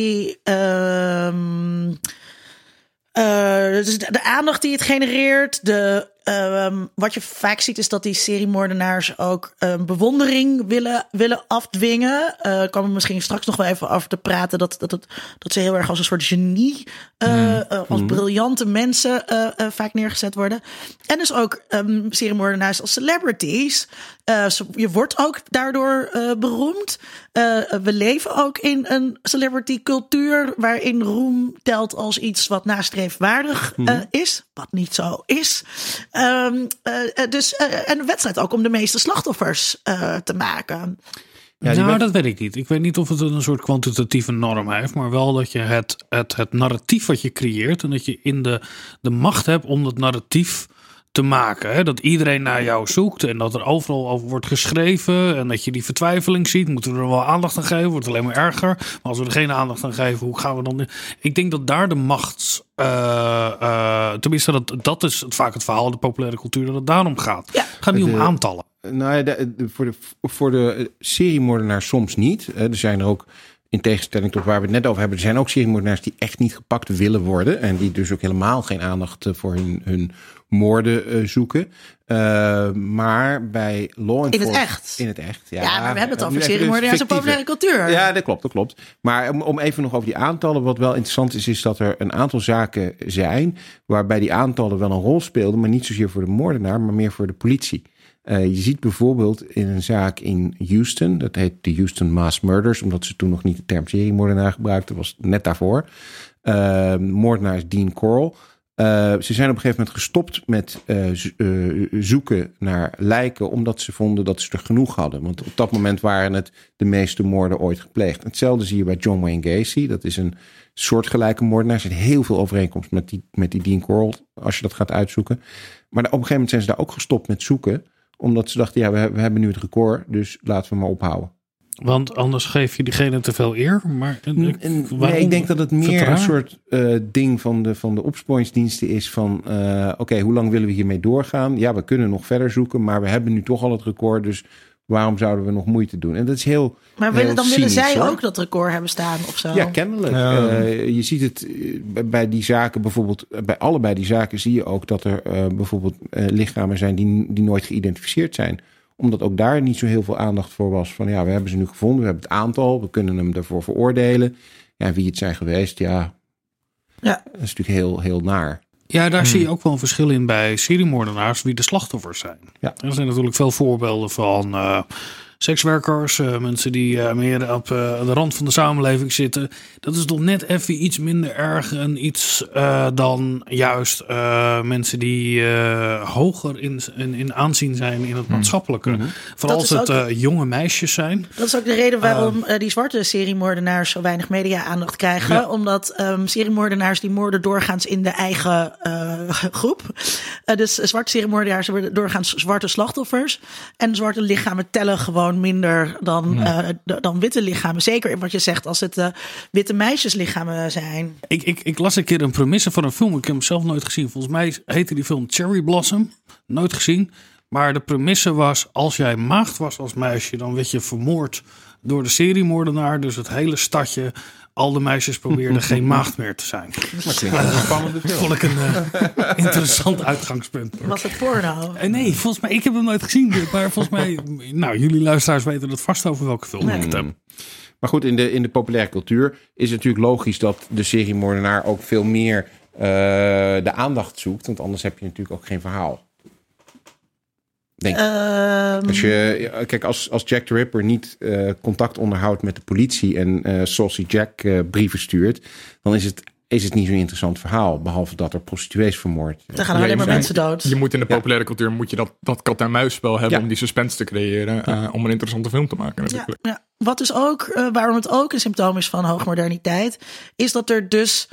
dus de aandacht die het genereert. Wat je vaak ziet is dat die seriemoordenaars ook bewondering willen afdwingen. Komen we misschien straks nog wel even over te praten. Dat ze heel erg als een soort genie, als briljante mensen vaak neergezet worden. En dus ook seriemoordenaars als celebrities. Je wordt ook daardoor beroemd. We leven ook in een celebrity cultuur waarin roem telt als iets wat nastreefwaardig is. Wat niet zo is. En een wedstrijd ook om de meeste slachtoffers te maken. Ja, dat weet ik niet. Ik weet niet of het een soort kwantitatieve norm heeft, maar wel dat je het narratief wat je creëert en dat je in de macht hebt om dat narratief te maken. Hè? Dat iedereen naar jou zoekt en dat er overal over wordt geschreven en dat je die vertwijfeling ziet. Moeten we er wel aandacht aan geven? Wordt het alleen maar erger. Maar als we er geen aandacht aan geven, hoe gaan we dan... Ik denk dat daar de macht... tenminste, dat is vaak het verhaal, de populaire cultuur, dat het daarom gaat. Ja. Het gaat niet om aantallen. Nou ja, voor de seriemoordenaars soms niet. Er zijn er ook, in tegenstelling tot waar we het net over hebben, er zijn ook seriemoordenaars die echt niet gepakt willen worden. En die dus ook helemaal geen aandacht voor hun moorden zoeken. Maar bij law enforcement... In het echt? Ja, maar we hebben het over seriemoordenaars en populaire cultuur. Ja, dat klopt. Maar om even nog over die aantallen. Wat wel interessant is dat er een aantal zaken zijn waarbij die aantallen wel een rol speelden, maar niet zozeer voor de moordenaar, maar meer voor de politie. Je ziet bijvoorbeeld in een zaak in Houston, dat heet de Houston Mass Murders, omdat ze toen nog niet de term seriemoordenaar gebruikten, was net daarvoor. Moordenaar is Dean Corll. Ze zijn op een gegeven moment gestopt met zoeken naar lijken, omdat ze vonden dat ze er genoeg hadden. Want op dat moment waren het de meeste moorden ooit gepleegd. Hetzelfde zie je bij John Wayne Gacy. Dat is een soortgelijke moordenaar. Er zit heel veel overeenkomst met die Dean Corll, als je dat gaat uitzoeken. Maar op een gegeven moment zijn ze daar ook gestopt met zoeken, omdat ze dachten, ja, we hebben nu het record, dus laten we maar ophouden. Want anders geef je diegene te veel eer. Maar ik denk dat het meer een soort ding van de opsporingsdiensten is van... Oké, hoe lang willen we hiermee doorgaan? Ja, we kunnen nog verder zoeken, maar we hebben nu toch al het record, dus waarom zouden we nog moeite doen? En dat is heel Maar willen zij ook dat record hebben staan of zo? Ja, kennelijk. Ja. Je ziet het bij die zaken bijvoorbeeld, bij allebei die zaken zie je ook dat er bijvoorbeeld lichamen zijn die nooit geïdentificeerd zijn. Omdat ook daar niet zo heel veel aandacht voor was. Van ja, we hebben ze nu gevonden, we hebben het aantal, we kunnen hem daarvoor veroordelen. Ja, en wie het zijn geweest, ja. Dat is natuurlijk heel, heel naar. Ja, daar zie je ook wel een verschil in bij seriemoordenaars wie de slachtoffers zijn. Ja. Er zijn natuurlijk veel voorbeelden van sekswerkers, mensen die meer op de rand van de samenleving zitten. Dat is toch net even iets minder erg en iets dan juist mensen die hoger in aanzien zijn in het maatschappelijke. Mm-hmm. Vooral als het jonge meisjes zijn. Dat is ook de reden waarom die zwarte seriemoordenaars zo weinig media-aandacht krijgen. Ja. Omdat seriemoordenaars die moorden doorgaans in de eigen groep. Dus zwarte seriemoordenaars worden doorgaans zwarte slachtoffers. En zwarte lichamen tellen gewoon minder dan witte lichamen. Zeker in wat je zegt als het witte meisjeslichamen zijn. Ik las een keer een premisse van een film. Ik heb hem zelf nooit gezien. Volgens mij heette die film Cherry Blossom. Nooit gezien. Maar de premisse was, als jij maagd was als meisje, dan werd je vermoord door de seriemoordenaar. Dus het hele stadje, al de meisjes probeerden geen maagd meer te zijn. Dat spannende film. Vond ik een interessant uitgangspunt. Was het porno? Nee, volgens mij, ik heb hem nooit gezien. Maar volgens mij, jullie luisteraars weten het vast over welke film ik het heb. Maar goed, in de populaire cultuur is het natuurlijk logisch dat de seriemoordenaar ook veel meer de aandacht zoekt. Want anders heb je natuurlijk ook geen verhaal. Denk als Jack the Ripper niet contact onderhoudt met de politie en Saucy Jack brieven stuurt, dan is het niet zo'n interessant verhaal, behalve dat er prostituees vermoord. Dan gaan er alleen maar mensen dood. Je moet in de populaire cultuur dat kat-en-muisspel hebben om die suspense te creëren, om een interessante film te maken natuurlijk. Ja. Wat dus ook, waarom het ook een symptoom is van hoogmoderniteit, is dat er dus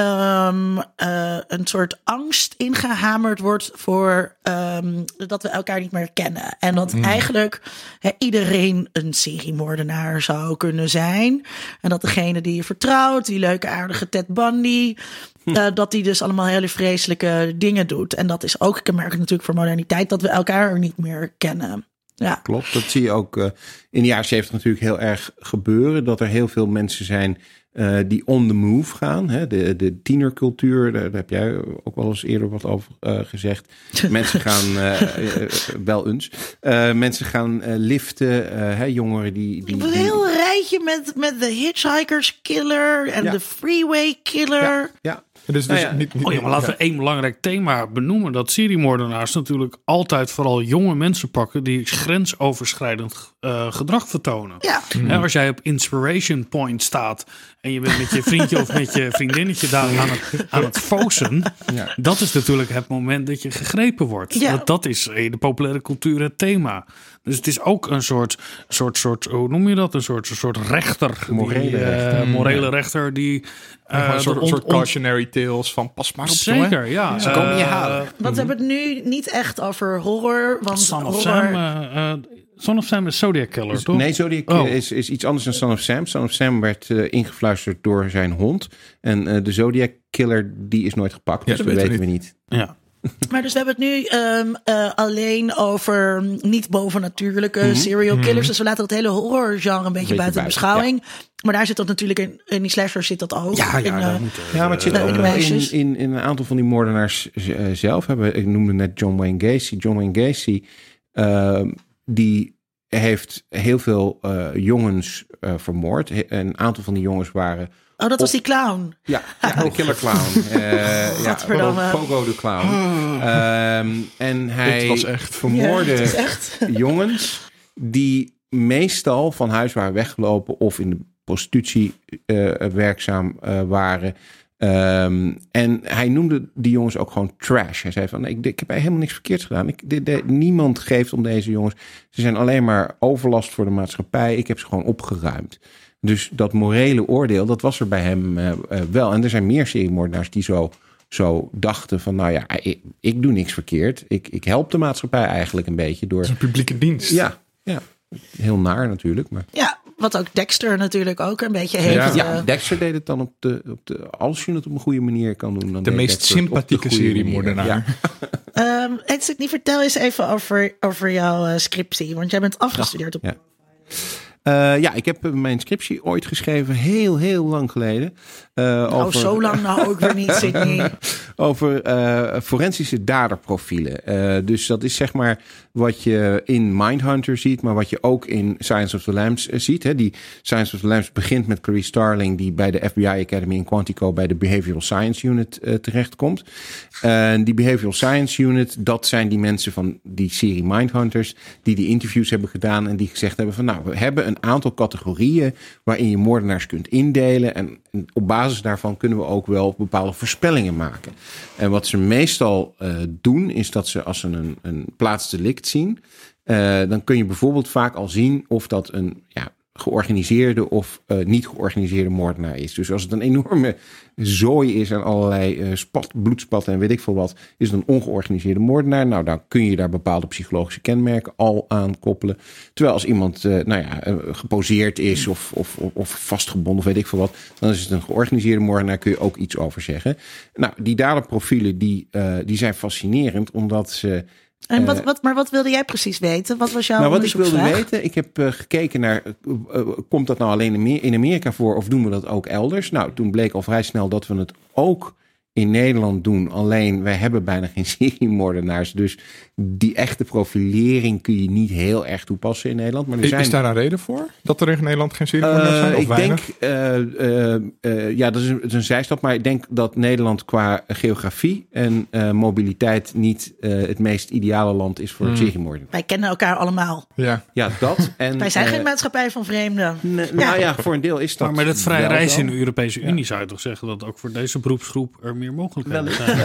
een soort angst ingehamerd wordt voor dat we elkaar niet meer kennen. En dat eigenlijk iedereen een seriemoordenaar zou kunnen zijn. En dat degene die je vertrouwt, die leuke aardige Ted Bundy, dat die dus allemaal hele vreselijke dingen doet. En dat is ook kenmerkend natuurlijk voor moderniteit, dat we elkaar niet meer kennen. Ja. Klopt, dat zie je ook in de jaren 70 natuurlijk heel erg gebeuren. Dat er heel veel mensen zijn die on the move gaan. Hè? De tienercultuur, daar heb jij ook wel eens eerder wat over gezegd. Mensen gaan, wel eens, mensen gaan liften. Jongeren die een heel rijtje met de Hitchhiker's Killer en de Freeway Killer. Ja. Dus niet, maar laten we één belangrijk thema benoemen. Dat seriemoordenaars natuurlijk altijd vooral jonge mensen pakken die grensoverschrijdend gedrag vertonen. Ja. Als jij op Inspiration Point staat en je bent met je vriendje of met je vriendinnetje daar aan het focussen. Ja. Dat is natuurlijk het moment dat je gegrepen wordt. Ja. Dat is in de populaire cultuur het thema. Dus het is ook een soort hoe noem je dat? Een soort rechter. Morele rechter. Morele rechter die een soort cautionary Tales van pas maar op, Zeker, jongen. ja. Ze komen je halen. Want we hebben het nu niet echt over horror. Want Son of horror... Sam. Son of Sam is Zodiac Killer, toch? Nee, Zodiac is iets anders dan Son of Sam. Son of Sam werd ingefluisterd door zijn hond. En de Zodiac Killer, die is nooit gepakt. Dus dat weten we niet. Ja. Maar dus we hebben het nu alleen over niet bovennatuurlijke serial killers. Dus we laten het hele horrorgenre een beetje buiten beschouwing. Ja. Maar daar zit dat natuurlijk in die slashers zit dat ook. Maar het zit ook wel in een aantal van die moordenaars zelf. Ik noemde net John Wayne Gacy. John Wayne Gacy, die heeft heel veel jongens vermoord. Een aantal van die jongens waren... Oh, dat was die clown. Ja, de killer clown. Pogo de clown. En hij vermoordde jongens die meestal van huis waren weggelopen of in de prostitutie werkzaam waren. En hij noemde die jongens ook gewoon trash. Hij zei van, ik heb helemaal niks verkeerds gedaan. Niemand geeft om deze jongens. Ze zijn alleen maar overlast voor de maatschappij. Ik heb ze gewoon opgeruimd. Dus dat morele oordeel, dat was er bij hem wel. En er zijn meer seriemoordenaars die zo dachten van... nou ja, ik doe niks verkeerd. Ik help de maatschappij eigenlijk een beetje door... Het is een publieke dienst. Ja. Heel naar natuurlijk. Maar... Ja, wat ook Dexter natuurlijk ook een beetje heeft. Ja, Dexter deed het dan op de als je het op een goede manier kan doen. Dan de meest sympathieke seriemoordenaar. Ja. Niet vertel eens even over jouw scriptie. Want jij bent afgestudeerd op... Ja. Ik heb mijn scriptie ooit geschreven, heel, heel lang geleden. Zo lang nou ook weer niet, Sydney. Over forensische daderprofielen. Dus dat is zeg maar wat je in Mindhunter ziet, maar wat je ook in Silence of the Lambs ziet. Hè. Die Silence of the Lambs begint met Clarice Starling, die bij de FBI Academy in Quantico bij de Behavioral Science Unit terechtkomt. Die Behavioral Science Unit, dat zijn die mensen van die serie Mindhunters, die interviews hebben gedaan en die gezegd hebben van nou, we hebben een aantal categorieën waarin je moordenaars kunt indelen. En op basis daarvan kunnen we ook wel bepaalde voorspellingen maken. En wat ze meestal doen, is dat ze als ze een plaatsdelict zien, dan kun je bijvoorbeeld vaak al zien of dat een georganiseerde of niet georganiseerde moordenaar is. Dus als het een enorme zooi is en allerlei bloedspatten en weet ik veel wat, is het een ongeorganiseerde moordenaar. Nou, dan kun je daar bepaalde psychologische kenmerken al aan koppelen. Terwijl als iemand geposeerd is of vastgebonden of weet ik veel wat, dan is het een georganiseerde moordenaar, kun je ook iets over zeggen. Nou, die daderprofielen die zijn fascinerend, omdat ze... En wat wilde jij precies weten? Wat was jouw onderzoeksvraag? Wat ik wilde weten, ik heb gekeken naar, komt dat nou alleen in Amerika voor of doen we dat ook elders? Nou, toen bleek al vrij snel dat we het ook in Nederland doen. Alleen, wij hebben bijna geen seriemoordenaars. Dus die echte profilering kun je niet heel erg toepassen in Nederland. Maar is daar een reden voor? Dat er in Nederland geen seriemoordenaars zijn? Of ik denk, dat is een zijstap. Maar ik denk dat Nederland qua geografie en mobiliteit niet het meest ideale land is voor seriemoorden. Wij kennen elkaar allemaal. Ja, dat. En, wij zijn geen maatschappij van vreemden. Nou ja, voor een deel is dat. Maar met het vrije reizen in de Europese Unie zou je toch zeggen dat ook voor deze beroepsgroep er meer mogelijkheden zijn.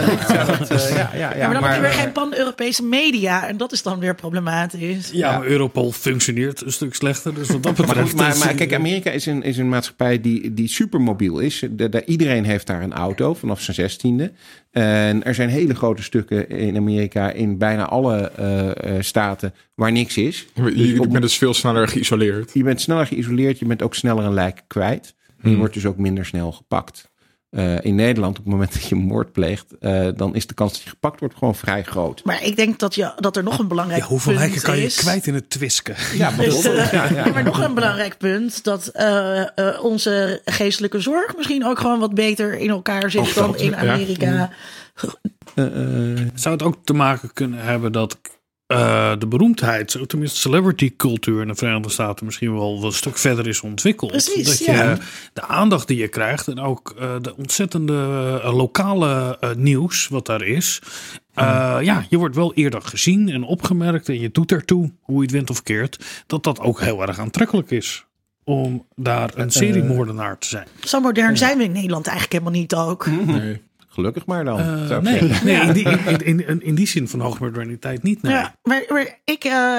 Maar dan heb je weer geen pan-Europese media en dat is dan weer problematisch. Ja, maar Europol functioneert een stuk slechter. Dus wat dat betreft. Maar kijk, Amerika is een maatschappij die supermobiel is. Iedereen heeft daar een auto vanaf zijn 16e. En er zijn hele grote stukken in Amerika, in bijna alle staten, waar niks is. Je bent dus veel sneller geïsoleerd. Je bent sneller geïsoleerd, je bent ook sneller een lijk kwijt. Je wordt dus ook minder snel gepakt. In Nederland, op het moment dat je moord pleegt, dan is de kans dat je gepakt wordt gewoon vrij groot. Maar ik denk dat er nog een belangrijk punt is. Hoeveel lijken kan je kwijt in het twisken? Ja, bijvoorbeeld. Maar nog een belangrijk punt, dat onze geestelijke zorg misschien ook gewoon wat beter in elkaar zit dan in Amerika. Zou het ook te maken kunnen hebben dat de beroemdheid, tenminste celebrity cultuur in de Verenigde Staten misschien wel een stuk verder is ontwikkeld. Precies, dat je de aandacht die je krijgt en ook de ontzettende lokale nieuws wat daar is. Je wordt wel eerder gezien en opgemerkt en je doet ertoe, hoe je het wint of keert, dat ook heel erg aantrekkelijk is om daar een seriemoordenaar te zijn. Zo modern zijn we in Nederland eigenlijk helemaal niet ook. Nee. Gelukkig maar dan. In die zin van hoogmoderniteit niet. Nee. Ja, maar ik...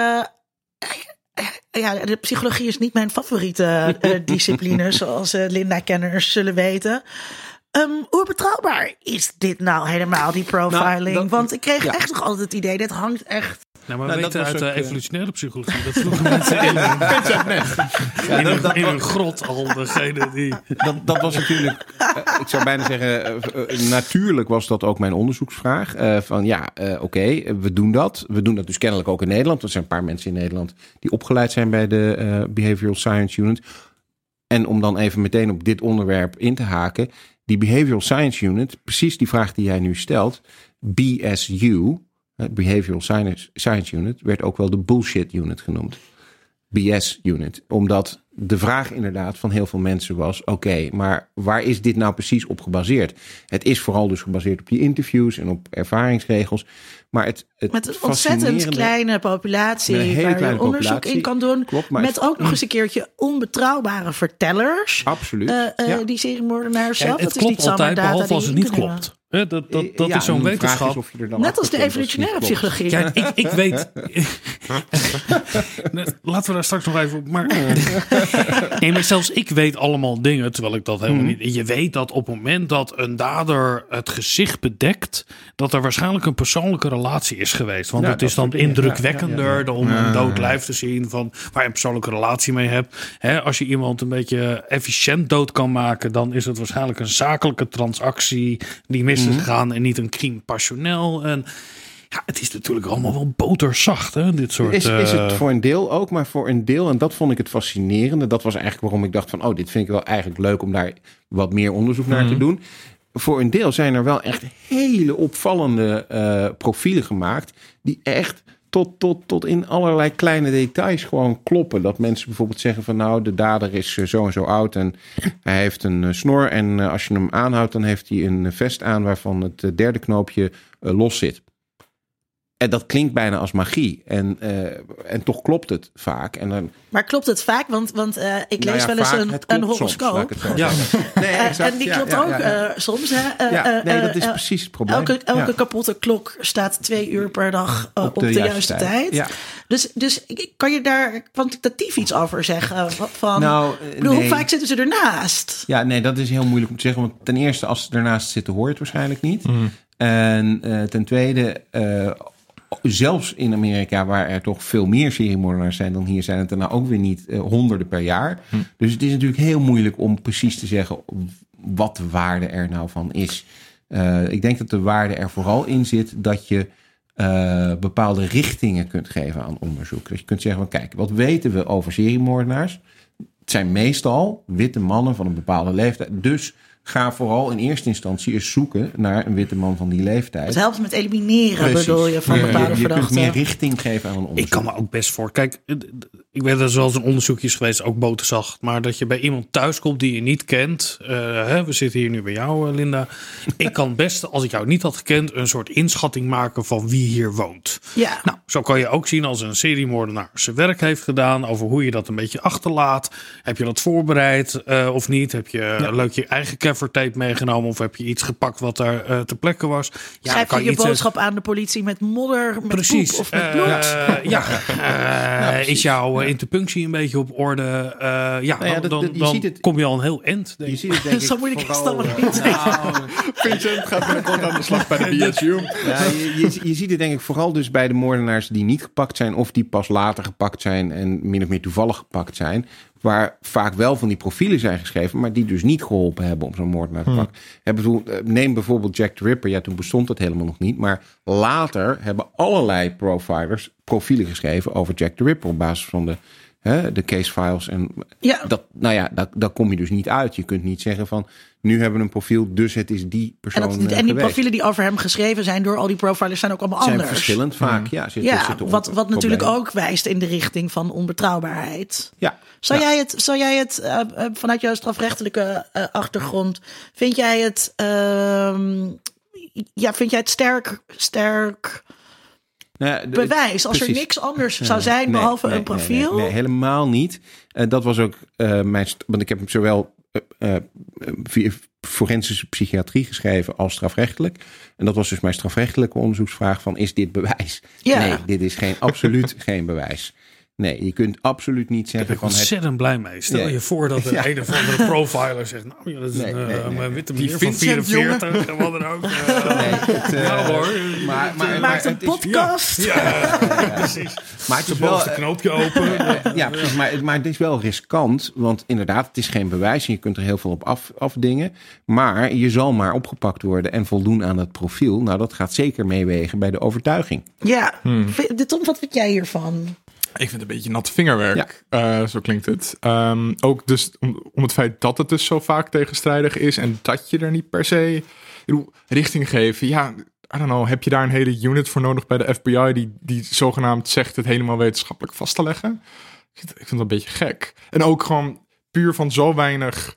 de psychologie is niet mijn favoriete discipline, zoals Linda-kenners zullen weten. Hoe betrouwbaar is dit nou helemaal, die profiling? Want ik kreeg echt nog altijd het idee, dit hangt echt... Nou, maar we weten uit evolutionaire psychologie dat vroeger mensen in een grot al degene die... Dat was natuurlijk, ik zou bijna zeggen, natuurlijk was dat ook mijn onderzoeksvraag. Oké, we doen dat. We doen dat dus kennelijk ook in Nederland. Er zijn een paar mensen in Nederland die opgeleid zijn bij de Behavioral Science Unit. En om dan even meteen op dit onderwerp in te haken. Die Behavioral Science Unit, precies die vraag die jij nu stelt, BSU... Behavioral Science Unit werd ook wel de Bullshit Unit genoemd. BS Unit. Omdat de vraag inderdaad van heel veel mensen was... oké, maar waar is dit nou precies op gebaseerd? Het is vooral dus gebaseerd op je interviews en op ervaringsregels. Maar het met een ontzettend kleine populatie waar je onderzoek in kan doen. Klopt, met ook nog eens een keertje onbetrouwbare vertellers. Absoluut. Die seriemoordenaars zelf. Het klopt altijd, behalve als het niet klopt. Dat is zo'n wetenschap. Net als de evolutionaire psychologie. Ja, ik weet... Laten we daar straks nog even op... Maar zelfs ik weet allemaal dingen, terwijl ik dat helemaal niet... Je weet dat op het moment dat een dader het gezicht bedekt... dat er waarschijnlijk een persoonlijke relatie is geweest. Want het is dan indrukwekkender om een dood lijf te zien... van waar je een persoonlijke relatie mee hebt. Als je iemand een beetje efficiënt dood kan maken... dan is het waarschijnlijk een zakelijke transactie... die mis is gegaan en niet een crime passionnel. En ja, het is natuurlijk allemaal wel boterzacht, hè, dit soort... Is het voor een deel ook, maar voor een deel... en dat vond ik het fascinerende. Dat was eigenlijk waarom ik dacht van... dit vind ik wel eigenlijk leuk om daar wat meer onderzoek naar te doen. Voor een deel zijn er wel echt hele opvallende profielen gemaakt... die echt tot in allerlei kleine details gewoon kloppen. Dat mensen bijvoorbeeld zeggen van de dader is zo en zo oud... en hij heeft een snor en als je hem aanhoudt... dan heeft hij een vest aan waarvan het derde knoopje los zit. En dat klinkt bijna als magie. En toch klopt het vaak. Maar klopt het vaak? Want ik lees wel eens een horoscoop. En die klopt ook soms. Dat is precies het probleem. Elke kapotte klok staat 2 uur per dag op de juiste tijd. Ja. Dus kan je daar kwantitatief iets over zeggen? Hoe vaak zitten ze ernaast? Ja, nee, dat is heel moeilijk om te zeggen. Want ten eerste, als ze ernaast zitten, hoor je het waarschijnlijk niet. En ten tweede... zelfs in Amerika, waar er toch veel meer seriemoordenaars zijn dan hier, zijn het er nou ook weer niet honderden per jaar. Dus het is natuurlijk heel moeilijk om precies te zeggen wat de waarde er nou van is. Ik denk dat de waarde er vooral in zit dat je bepaalde richtingen kunt geven aan onderzoek. Dus je kunt zeggen van kijk, wat weten we over seriemoordenaars? Het zijn meestal witte mannen van een bepaalde leeftijd. Dus ga vooral in eerste instantie eens zoeken naar een witte man van die leeftijd. Het helpt met elimineren, bedoel je, van bepaalde verdachten. Je kunt meer richting geven aan een onderzoek. Ik kan me ook best voor... Kijk, ik weet dat er zoals een onderzoekje is geweest, ook boterzacht. Maar dat je bij iemand thuis komt die je niet kent. We zitten hier nu bij jou, Linda. Ik kan best, als ik jou niet had gekend, een soort inschatting maken van wie hier woont. Ja. Nou, zo kan je ook zien als een seriemoordenaar zijn werk heeft gedaan, over hoe je dat een beetje achterlaat. Heb je dat voorbereid of niet? Heb je leuk je eigen covertape meegenomen of heb je iets gepakt wat daar ter plekke was? Ja, schrijf je je boodschap aan de politie met modder, met poep of met bloed? Is jouw interpunctie een beetje op orde? Dan kom je al een heel eind. Je ziet het denk ik zo moeilijk is het allemaal niet. Vincent gaat binnenkort aan de slag bij de BSU. Je ziet het denk ik vooral dus bij de moordenaars die niet gepakt zijn of die pas later gepakt zijn en min of meer toevallig gepakt zijn. Waar vaak wel van die profielen zijn geschreven, maar die dus niet geholpen hebben om zo'n moordenaar te pakken. Neem bijvoorbeeld Jack the Ripper. Ja, toen bestond dat helemaal nog niet. Maar later hebben allerlei profilers profielen geschreven over Jack the Ripper op basis van de case files. En daar kom je dus niet uit. Je kunt niet zeggen van, nu hebben we een profiel, dus het is die persoon en die profielen die over hem geschreven zijn door al die profilers zijn ook allemaal anders. Zijn verschillend vaak, wat natuurlijk ook wijst in de richting van onbetrouwbaarheid. Ja. Zou jij het vanuit jouw strafrechtelijke achtergrond, vind jij het sterk bewijs als er niks anders zou zijn behalve een profiel? Nee, helemaal niet. Dat was ook want ik heb hem zowel forensische psychiatrie geschreven als strafrechtelijk. En dat was dus mijn strafrechtelijke onderzoeksvraag van, is dit bewijs? Ja. Nee, dit is absoluut geen bewijs. Nee, je kunt absoluut niet zeggen Ik ben ontzettend blij mee. Stel je voor dat een of andere profiler zegt... nou, dat is een witte meneer van 44. En wat dan ook. Hoor. Maakt een podcast. Ja, precies. Maar het is wel wel een knoopje open. Ja, precies. Maar het is wel riskant. Want inderdaad, het is geen bewijs. En je kunt er heel veel op afdingen. Maar je zal maar opgepakt worden en voldoen aan het profiel. Nou, dat gaat zeker meewegen bij de overtuiging. Ja, Tom, wat vind jij hiervan? Ik vind het een beetje nat vingerwerk. Zo klinkt het. Ook dus om het feit dat het dus zo vaak tegenstrijdig is en dat je er niet per se richting geven. Ja, I don't know. Heb je daar een hele unit voor nodig bij de FBI die zogenaamd zegt het helemaal wetenschappelijk vast te leggen? Ik vind het een beetje gek. En ook gewoon puur van zo weinig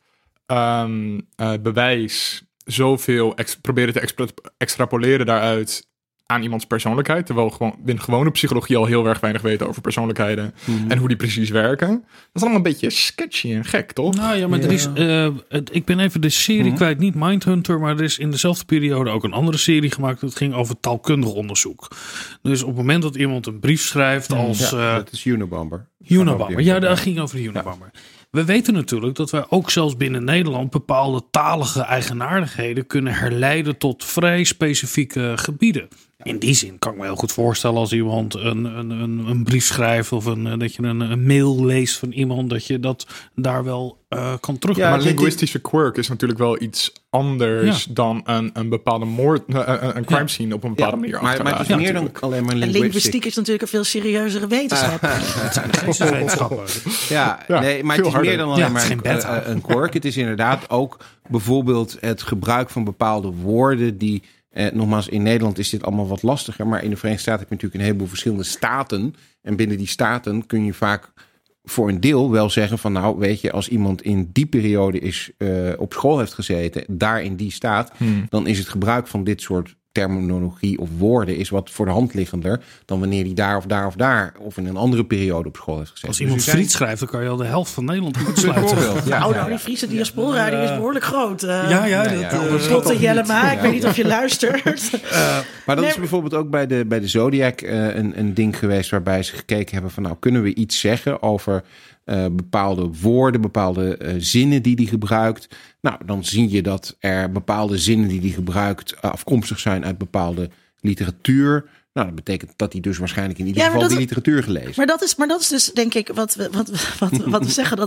bewijs, zoveel proberen te extrapoleren daaruit aan iemands persoonlijkheid. Terwijl we in gewone psychologie al heel erg weinig weten over persoonlijkheden en hoe die precies werken. Dat is allemaal een beetje sketchy en gek, toch? Nou ja, maar er is, ik ben even de serie kwijt, niet Mindhunter, maar er is in dezelfde periode ook een andere serie gemaakt. Dat ging over taalkundig onderzoek. Dus op het moment dat iemand een brief schrijft als... dat is Unabomber. Ja, daar ging over de Unabomber. Ja. We weten natuurlijk dat wij ook zelfs binnen Nederland bepaalde talige eigenaardigheden kunnen herleiden tot vrij specifieke gebieden. In die zin kan ik me heel goed voorstellen als iemand een brief schrijft of dat je een mail leest van iemand, dat je dat daar wel kan terug. Ja, maar linguïstische quirk is natuurlijk wel iets anders dan een bepaalde moord, een crime scene op een bepaalde manier. Maar het is meer dan alleen maar linguïstiek. Linguïstiek is natuurlijk een veel serieuzere wetenschap. Het zijn de geesteswetenschappen. Nee, maar het is meer dan alleen maar een quirk. Het is inderdaad ook bijvoorbeeld het gebruik van bepaalde woorden die... nogmaals, in Nederland is dit allemaal wat lastiger. Maar in de Verenigde Staten heb je natuurlijk een heleboel verschillende staten. En binnen die staten kun je vaak voor een deel wel zeggen van... nou, weet je, als iemand in die periode op school heeft gezeten... daar in die staat, dan is het gebruik van dit soort terminologie of woorden... is wat voor de hand liggender dan wanneer hij daar of daar of daar... of in een andere periode op school heeft gezeten. Als iemand Friet schrijft, dan kan je al de helft van Nederland uitsluiten. Die Friese diaspora die is behoorlijk groot. Lotte Jellema, ik weet niet of je luistert. Maar dat is bijvoorbeeld ook bij de Zodiac een ding geweest... waarbij ze gekeken hebben van... nou, kunnen we iets zeggen over... bepaalde woorden, bepaalde zinnen die hij gebruikt. Nou, dan zie je dat er bepaalde zinnen die hij gebruikt... afkomstig zijn uit bepaalde literatuur. Nou, dat betekent dat hij dus waarschijnlijk in ieder geval die literatuur gelezen. Maar dat is dus denk ik wat we zeggen...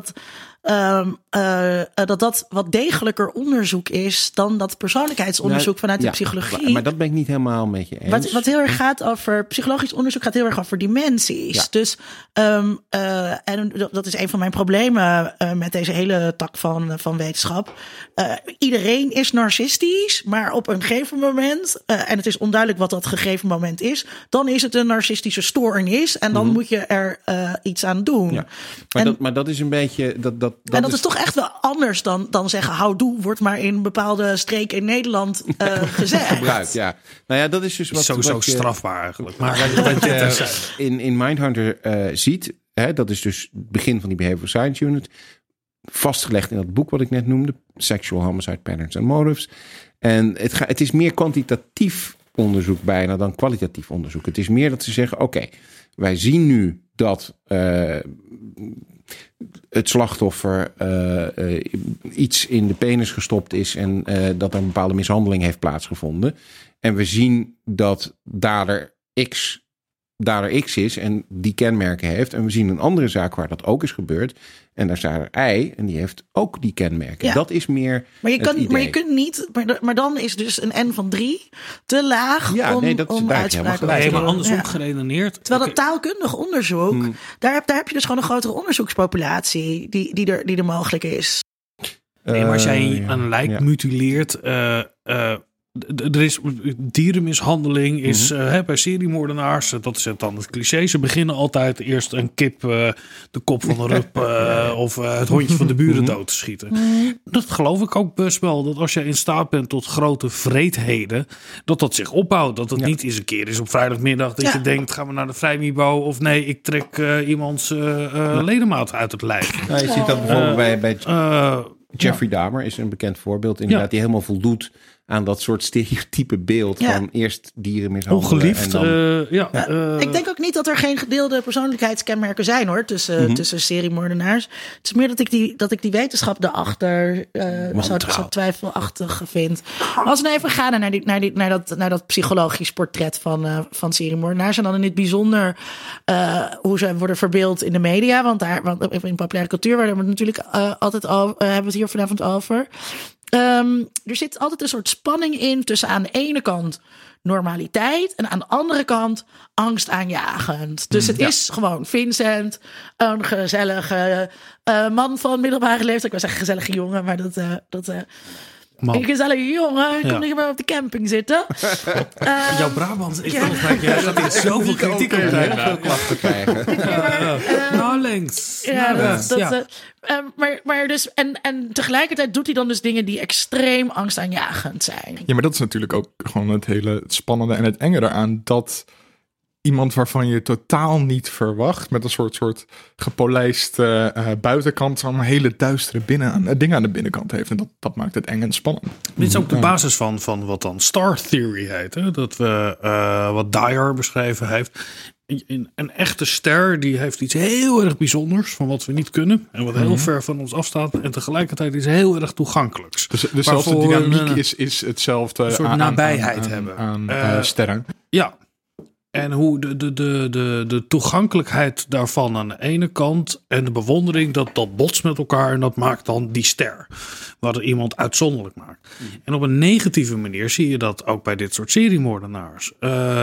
dat wat degelijker onderzoek is... dan dat persoonlijkheidsonderzoek vanuit de psychologie. Maar dat ben ik niet helemaal met je eens. Wat heel erg gaat over... psychologisch onderzoek gaat heel erg over dimensies. Ja. Dus, en dat is een van mijn problemen... met deze hele tak van wetenschap. Iedereen is narcistisch, maar op een gegeven moment... en het is onduidelijk wat dat gegeven moment is... dan is het een narcistische stoornis... en dan moet je er iets aan doen. Ja. Maar dat is een beetje... Dat is toch echt wel anders dan zeggen... houdoe wordt maar in bepaalde streken in Nederland gezegd. Gebruikt, ja. Nou ja, dat is dus wat strafbaar eigenlijk. Maar wat je in Mindhunter ziet... dat is dus het begin van die Behavioral Science Unit... vastgelegd in dat boek wat ik net noemde... Sexual Homicide Patterns and Motives. En het is meer kwantitatief onderzoek bijna dan kwalitatief onderzoek. Het is meer dat ze zeggen... oké, wij zien nu dat... het slachtoffer iets in de penis gestopt is... en dat er een bepaalde mishandeling heeft plaatsgevonden. En we zien dat dader X is en die kenmerken heeft. En we zien een andere zaak waar dat ook is gebeurd. En daar staat er Y en die heeft ook die kenmerken. Ja. Dat is meer maar je kunt niet... Maar dan is dus een N van 3 te laag om uitspraak te doen. Maar andersom geredeneerd. Terwijl dat taalkundig onderzoek... Daar heb je dus gewoon een grotere onderzoekspopulatie... die er mogelijk is. Nee, maar als jij een lijk mutileert... er is dierenmishandeling is bij seriemoordenaars, dat is dan het cliché. Ze beginnen altijd eerst een kip de kop van een rup of het hondje van de buren dood te schieten. Dat geloof ik ook best wel, dat als je in staat bent tot grote vreedheden, dat zich opbouwt. Dat het niet eens een keer is op vrijdagmiddag dat je denkt, gaan we naar de vrijmibo of nee, ik trek iemands ledemaat uit het lijf. Nou, je ziet dat bijvoorbeeld bij Jeffrey Dahmer is een bekend voorbeeld. Inderdaad, die helemaal voldoet aan dat soort stereotype beeld van eerst dieren mishandelen. Ongeliefd. En dan... Ik denk ook niet dat er geen gedeelde persoonlijkheidskenmerken zijn hoor tussen seriemoordenaars. Het is meer dat ik die wetenschap daarachter zo twijfelachtig vind. Als we nou even gaan naar dat psychologisch portret van seriemoordenaars en dan in het bijzonder hoe ze worden verbeeld in de media, want in populaire cultuur waar we het natuurlijk altijd over hebben we het hier vanavond over. Er zit altijd een soort spanning in tussen aan de ene kant normaliteit en aan de andere kant angstaanjagend. Dus het is gewoon Vincent, een gezellige man van middelbare leeftijd. Ik wil zeggen gezellige jongen, maar een gezellige jongen, kom niet meer op de camping zitten. Jouw Brabant is volgens mij dat hij zoveel kritiek op heel veel klachten krijgen. Nou, links. Maar dus en tegelijkertijd doet hij dan dus dingen die extreem angstaanjagend zijn. Ja, maar dat is natuurlijk ook gewoon het hele spannende en het enge eraan dat iemand waarvan je totaal niet verwacht, met een soort gepolijste buitenkant, zo'n hele duistere ding aan de binnenkant heeft. En dat maakt het eng en spannend. Dit is ook de basis van wat dan Star Theory heet. Hè? Dat we wat Dyer beschreven heeft. Een echte ster die heeft iets heel erg bijzonders van wat we niet kunnen. En wat heel ver van ons afstaat. En tegelijkertijd is heel erg toegankelijks. Dus dezelfde dynamiek is hetzelfde een soort nabijheid hebben aan sterren. Ja. En hoe de toegankelijkheid daarvan aan de ene kant en de bewondering dat botst met elkaar en dat maakt dan die ster. Wat er iemand uitzonderlijk maakt. En op een negatieve manier zie je dat ook bij dit soort seriemoordenaars.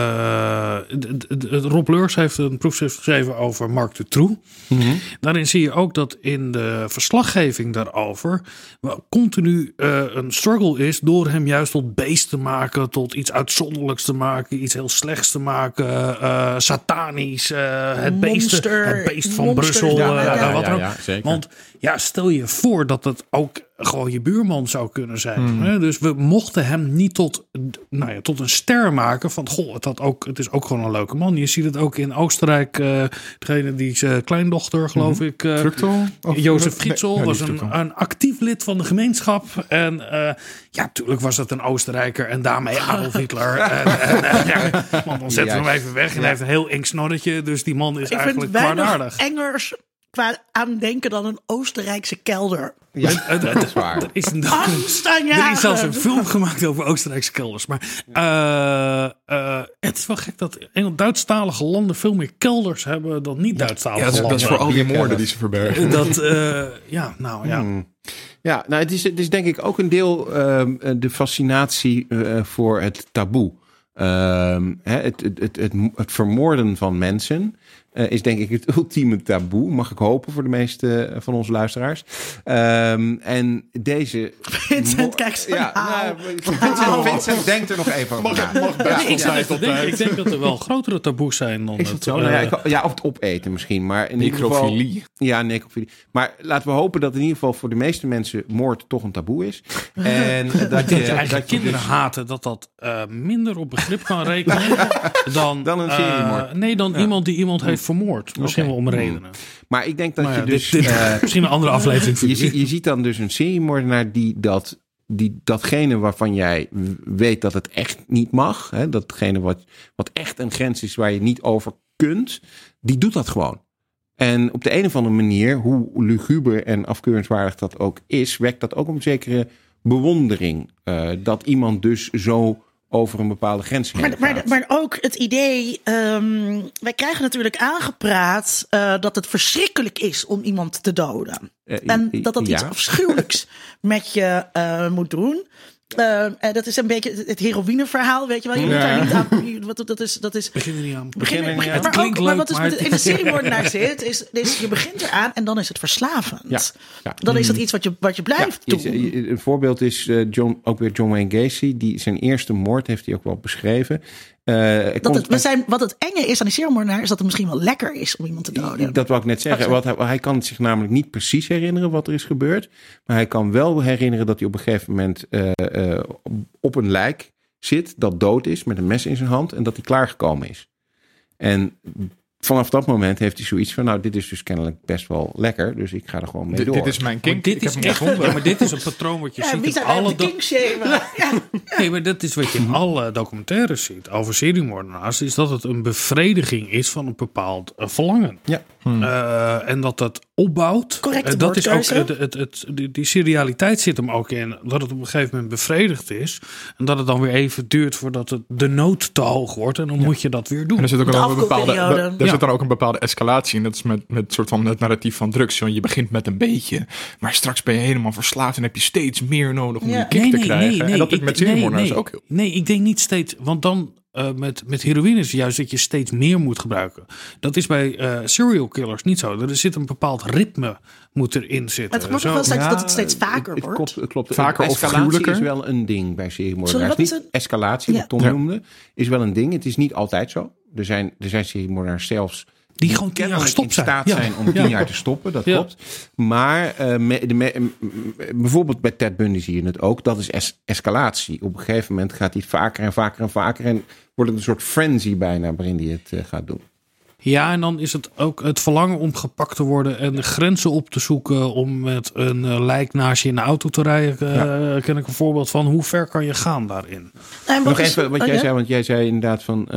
Rob Leurs heeft een proefschrift geschreven over Marc Dutroux. Daarin zie je ook dat in de verslaggeving daarover continu een struggle is door hem juist tot beest te maken, tot iets uitzonderlijks te maken, iets heel slechts te maken. Satanisch, het beest van Brussel. Want stel je voor dat het ook gewoon je buurman zou kunnen zijn. Hè? Dus we mochten hem niet tot een ster maken van het is ook gewoon een leuke man. Je ziet het ook in Oostenrijk. Degene die zijn kleindochter, geloof ik. Jozef Fritzl was een actief lid van de gemeenschap. En natuurlijk was het een Oostenrijker en daarmee Adolf Hitler. Want dan zetten we hem even weg en hij heeft een heel eng snorretje. Dus die man is eigenlijk kwaadaardig. Engers qua aandenken dan een Oostenrijkse kelder. Ja, dat is waar. Er is zelfs een film gemaakt over Oostenrijkse kelders. Maar het is wel gek dat Duitsstalige landen veel meer kelders hebben dan niet Duitsstalige landen. Dat is voor al die moorden die ze verbergen. Ja, het is denk ik ook een deel de fascinatie voor het taboe. Het vermoorden van mensen is denk ik het ultieme taboe. Mag ik hopen voor de meeste van onze luisteraars. En deze... Vincent, kijk zo. Vincent denkt er nog even over na. Ik denk dat er wel grotere taboes zijn dan is het zo? Of het opeten misschien. Maar in necrofilie. Ieder geval, necrofilie. Maar laten we hopen dat in ieder geval voor de meeste mensen moord toch een taboe is. En dat je kinderen haten dat minder op begrip kan rekenen dan een seriemoord. Dan iemand die iemand heeft vermoord. Misschien wel om redenen. Maar ik denk dat je dus... misschien een andere aflevering. Je ziet dan dus een seriemoordenaar die datgene waarvan jij weet dat het echt niet mag. Hè, datgene wat echt een grens is waar je niet over kunt. Die doet dat gewoon. En op de een of andere manier, hoe luguber en afkeurenswaardig dat ook is, wekt dat ook een zekere bewondering. Dat iemand dus zo over een bepaalde grens heen gaat. Maar ook het idee, wij krijgen natuurlijk aangepraat dat het verschrikkelijk is om iemand te doden. En dat iets afschuwelijks met je moet doen. Dat is een beetje het heroïneverhaal, weet je wel. Je moet daar niet aan... Dat is begin er niet aan. Maar wat dus in de seriemoordenaar zit, is je begint eraan en dan is het verslavend. Ja. Dan is dat iets wat je blijft doen. Een voorbeeld is ook weer John Wayne Gacy. Zijn eerste moord heeft hij ook wel beschreven. Wat het enge is aan die seriemoordenaar is dat het misschien wel lekker is om iemand te doden. Dat wou ik net zeggen. Hij kan zich namelijk niet precies herinneren wat er is gebeurd. Maar hij kan wel herinneren dat hij op een gegeven moment op een lijk zit dat dood is met een mes in zijn hand en dat hij klaargekomen is. En vanaf dat moment heeft hij zoiets van... nou, dit is dus kennelijk best wel lekker. Dus ik ga er gewoon mee door. Dit is mijn kink. Dit is echt, maar dit is een patroon wat je ziet wie in zijn alle... Nee, maar dat is wat je in alle documentaires ziet over seriemoordenaars. Is dat het een bevrediging is van een bepaald verlangen. Ja. En dat dat opbouwt. Correcte Dat is ook woordkeuze. die serialiteit zit hem ook in. Dat het op een gegeven moment bevredigd is. En dat het dan weer even duurt voordat het de nood te hoog wordt. En dan moet je dat weer doen. En er zit ook een bepaalde, Ja. zit dan ook een bepaalde escalatie. En dat is met soort van het narratief van drugs. Want je begint met een beetje. Maar straks ben je helemaal verslaafd. En heb je steeds meer nodig om die kick te krijgen. En dat is met seriemoordenaars ook heel. Nee, ik denk niet steeds. Want dan met heroïne is juist dat je steeds meer moet gebruiken. Dat is bij serial killers niet zo. Er zit een bepaald ritme moet erin zitten. Het moet toch wel steeds dat het steeds vaker het wordt. Klopt. Vaker of escalatie gruwelijker. is wel een ding bij seriemoordenaars. Sorry, wat is Niet het? escalatie, Ja. wat Tom noemde, is wel een ding. Het is niet altijd zo. Er zijn seriemoordenaars zelfs Die gewoon 10 jaar kennelijk gestopt in zijn. staat zijn om 10 jaar te stoppen. Dat klopt. Maar bijvoorbeeld bij Ted Bundy zie je het ook. Dat is escalatie. Op een gegeven moment gaat hij het vaker en vaker en vaker. En wordt het een soort frenzy bijna waarin hij het gaat doen. Ja, en dan is het ook het verlangen om gepakt te worden en de grenzen op te zoeken om met een lijk naast je in de auto te rijden. Ken ik een voorbeeld van hoe ver kan je gaan daarin? En Nog even wat jij zei, want jij zei inderdaad van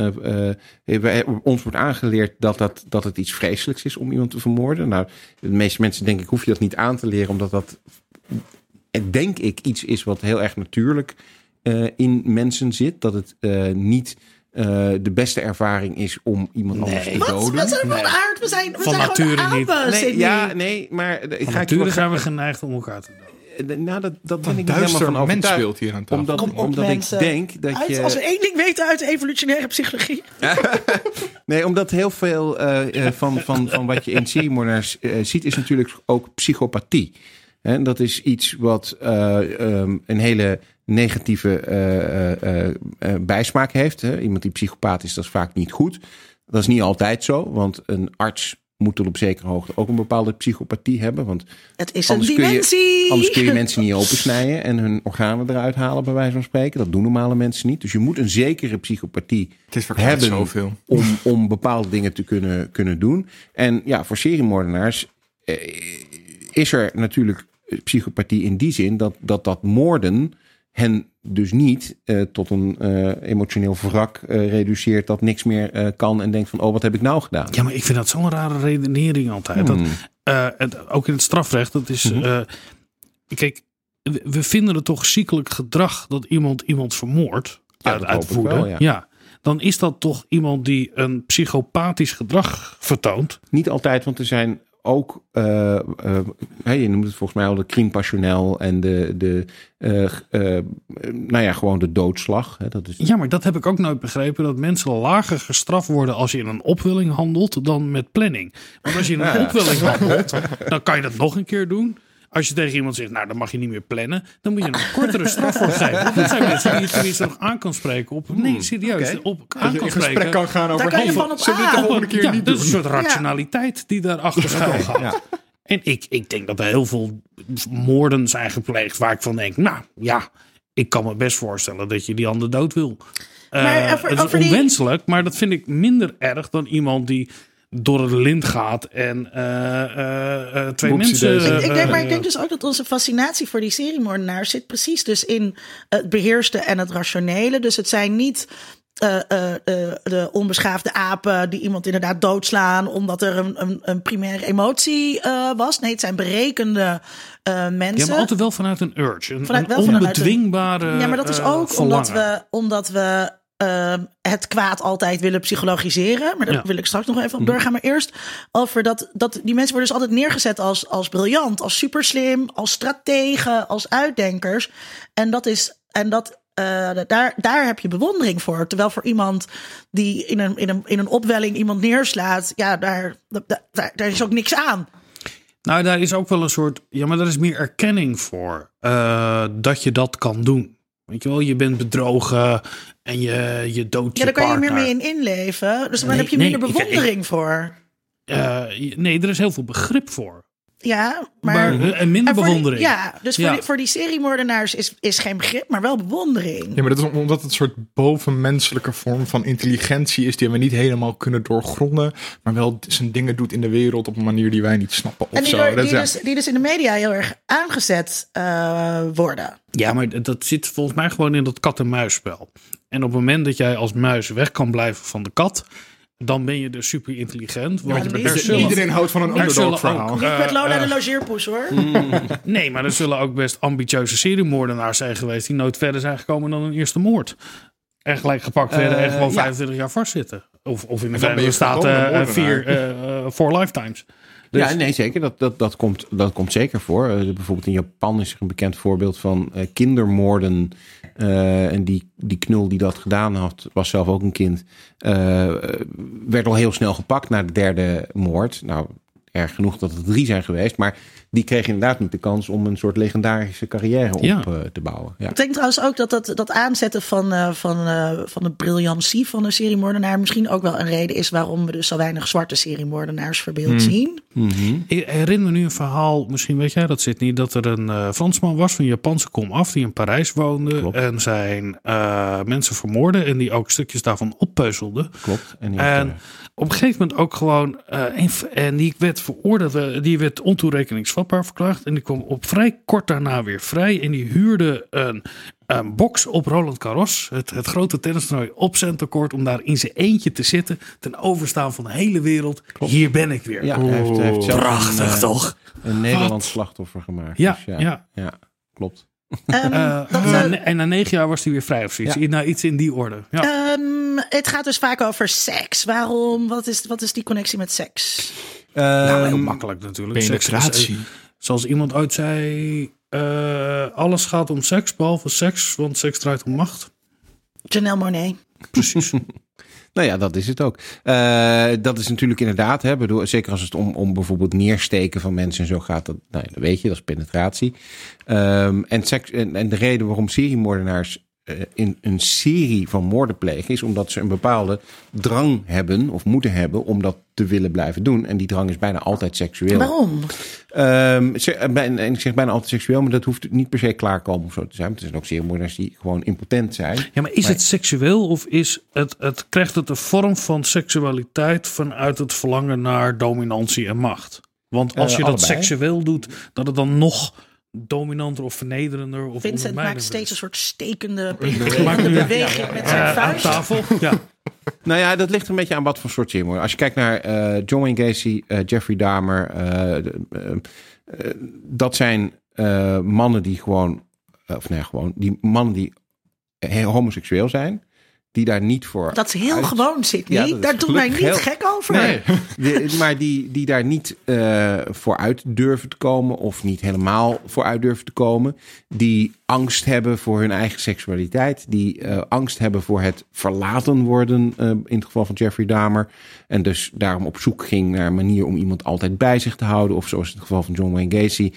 ons wordt aangeleerd dat het iets vreselijks is om iemand te vermoorden. Nou, de meeste mensen denk ik hoef je dat niet aan te leren, omdat dat denk ik iets is wat heel erg natuurlijk in mensen zit. Dat het niet de beste ervaring is om iemand anders te doden. Wat zijn we van aard? We zijn Van nature gewoon niet. apen. Nee, maar Van nature zijn we geneigd om elkaar te doden. Nou, dat ben ik niet Duister helemaal van mens overtuigd. speelt hier aan tafel. Omdat ik mensen. denk dat je... Als we één ding weten uit de evolutionaire psychologie. Nee, omdat heel veel van wat je in seriemoordenaars ziet, is natuurlijk ook psychopathie. En dat is iets wat een hele negatieve bijsmaak heeft. Hè. Iemand die psychopaat is, dat is vaak niet goed. Dat is niet altijd zo, want een arts moet tot op zekere hoogte ook een bepaalde psychopathie hebben. Want Het is een anders dimensie. anders kun je mensen niet opensnijden en hun organen eruit halen, bij wijze van spreken. Dat doen normale mensen niet. Dus je moet een zekere psychopathie Het is verklaard hebben zoveel. om bepaalde dingen te kunnen doen. En ja, voor seriemoordenaars is er natuurlijk psychopathie in die zin dat moorden hen dus niet tot een emotioneel wrak reduceert dat niks meer kan en denkt van wat heb ik nou gedaan? Ja, maar ik vind dat zo'n rare redenering altijd. Ook in het strafrecht, dat is... kijk, we vinden het toch ziekelijk gedrag dat iemand vermoordt uit woede. Wel, ja. Dan is dat toch iemand die een psychopathisch gedrag vertoont. Niet altijd, want er zijn ook, je noemt het volgens mij al de crime passionnel en gewoon de doodslag. Hè, dat is... Ja, maar dat heb ik ook nooit begrepen. Dat mensen lager gestraft worden als je in een opwelling handelt dan met planning. Want als je in een opwelling handelt, dan kan je dat nog een keer doen. Als je tegen iemand zegt, nou, dan mag je niet meer plannen. Dan moet je een kortere straf voor geven. Dat zijn mensen die je tenminste nog aan kan spreken op. Nee, serieus. Op aan kan spreken. Gesprek kan gaan over Daar kan je van op zullen we dit de aan. volgende keer niet dat doen? is een soort rationaliteit die daarachter schuil gaat. Ja. En ik denk dat er heel veel moorden zijn gepleegd waar ik van denk, nou ja, ik kan me best voorstellen dat je die ander dood wil. Het is onwenselijk, maar dat vind ik minder erg dan iemand die door het lint gaat en twee mensen... Ik denk dus ook dat onze fascinatie voor die seriemoordenaars zit precies dus in het beheerste en het rationele. Dus het zijn niet de onbeschaafde apen die iemand inderdaad doodslaan omdat er een primaire emotie was. Nee, het zijn berekende mensen. Ja, maar altijd wel vanuit een urge. Een onbedwingbare... onbedwingbare Ja, maar dat is ook omdat we het kwaad altijd willen psychologiseren. Maar daar wil ik straks nog even op doorgaan. Maar eerst over dat die mensen worden dus altijd neergezet als briljant, als superslim, als strategen, als uitdenkers. Daar heb je bewondering voor. Terwijl voor iemand die in een opwelling iemand neerslaat, ja, daar is ook niks aan. Nou, daar is ook wel een soort... Ja, maar daar is meer erkenning voor dat je dat kan doen. Weet je wel, je bent bedrogen en je doodt je Ja, daar kan je partner. meer mee in inleven. Dus daar heb je minder bewondering voor. Nee, er is heel veel begrip voor. Ja, maar en minder bewondering. Dus voor die seriemoordenaars is geen begrip, maar wel bewondering. Ja, maar dat is omdat het een soort bovenmenselijke vorm van intelligentie is die we niet helemaal kunnen doorgronden, maar wel zijn dingen doet in de wereld op een manier die wij niet snappen. En die dus in de media heel erg aangezet worden. Ja, maar dat zit volgens mij gewoon in dat kat-en-muisspel. En op het moment dat jij als muis weg kan blijven van de kat, dan ben je dus super intelligent. Want iedereen houdt van een underdog verhaal. Niet met Lola de logeerpoes, hoor. Nee, maar er zullen ook best ambitieuze seriemoordenaars zijn geweest die nooit verder zijn gekomen dan een eerste moord. En gelijk gepakt werden en gewoon 25 jaar vastzitten. Of in de Verenigde Staten 4 lifetimes. Dus. Ja, nee, zeker. Dat komt zeker voor. Bijvoorbeeld in Japan is er een bekend voorbeeld van kindermoorden. En die knul die dat gedaan had, was zelf ook een kind. Werd al heel snel gepakt na de derde moord. Nou, erg genoeg dat er 3 zijn geweest. Maar die kreeg inderdaad niet de kans om een soort legendarische carrière op te bouwen. Ja. Ik denk trouwens ook dat aanzetten van de briljantie van een seriemoordenaar misschien ook wel een reden is waarom we dus zo weinig zwarte seriemoordenaars verbeeld zien. Mm-hmm. Ik herinner me nu een verhaal, misschien weet jij dat, Sydney, dat er een Fransman was van Japanse komaf die in Parijs woonde. Klopt. En zijn mensen vermoordde en die ook stukjes daarvan oppeuzelde. Klopt. En op een gegeven moment ook gewoon en die werd veroordeeld, die werd ontoerekeningsvatbaar verklaard en die kwam op vrij kort daarna weer vrij en die huurde een box op Roland Garros, het grote tennistoernooi op Center Court, om daar in zijn eentje te zitten ten overstaan van de hele wereld. Klopt. Hier ben ik weer. Ja, hij heeft zelf prachtig toch? Een Nederlands slachtoffer gemaakt. Ja, dus ja, klopt. En na 9 jaar was hij weer vrij of zoiets. Ja. Nou, iets in die orde. Ja. Het gaat dus vaak over seks. Waarom? Wat is die connectie met seks? Nou, heel makkelijk natuurlijk. Penetratie. Zoals iemand ooit zei, alles gaat om seks, behalve seks, want seks draait om macht. Janelle Monáe. Precies. Nou ja, dat is het ook. Dat is natuurlijk inderdaad, zeker als het om bijvoorbeeld neersteken van mensen en zo gaat, dat weet je, dat is penetratie. En de reden waarom seriemoordenaars in een serie van moorden plegen is omdat ze een bepaalde drang hebben of moeten hebben om dat te willen blijven doen. En die drang is bijna altijd seksueel. Waarom? Ik zeg bijna altijd seksueel, maar dat hoeft niet per se klaarkomen of zo te zijn. Er zijn ook seriemoordenaars die gewoon impotent zijn. Ja, maar is het seksueel of is krijgt het een vorm van seksualiteit vanuit het verlangen naar dominantie en macht? Want als je dat seksueel doet, dat het dan nog dominanter of vernederender of Vincent maakt steeds een soort stekende beweging met zijn vuist. Aan tafel. Ja. Nou ja, dat ligt een beetje aan wat voor soort seriemoord. Als je kijkt naar John Wayne Gacy, Jeffrey Dahmer, dat zijn mannen die die mannen die homoseksueel zijn. Die daar niet voor. Dat is heel gewoon, Sydney. Ja, daar doen wij niet gek over. Nee. Maar die daar niet voor uit durven te komen. Of niet helemaal voor uit durven te komen. Die angst hebben voor hun eigen seksualiteit. Die angst hebben voor het verlaten worden. In het geval van Jeffrey Dahmer. En dus daarom op zoek ging naar een manier om iemand altijd bij zich te houden. Of zoals in het geval van John Wayne Gacy.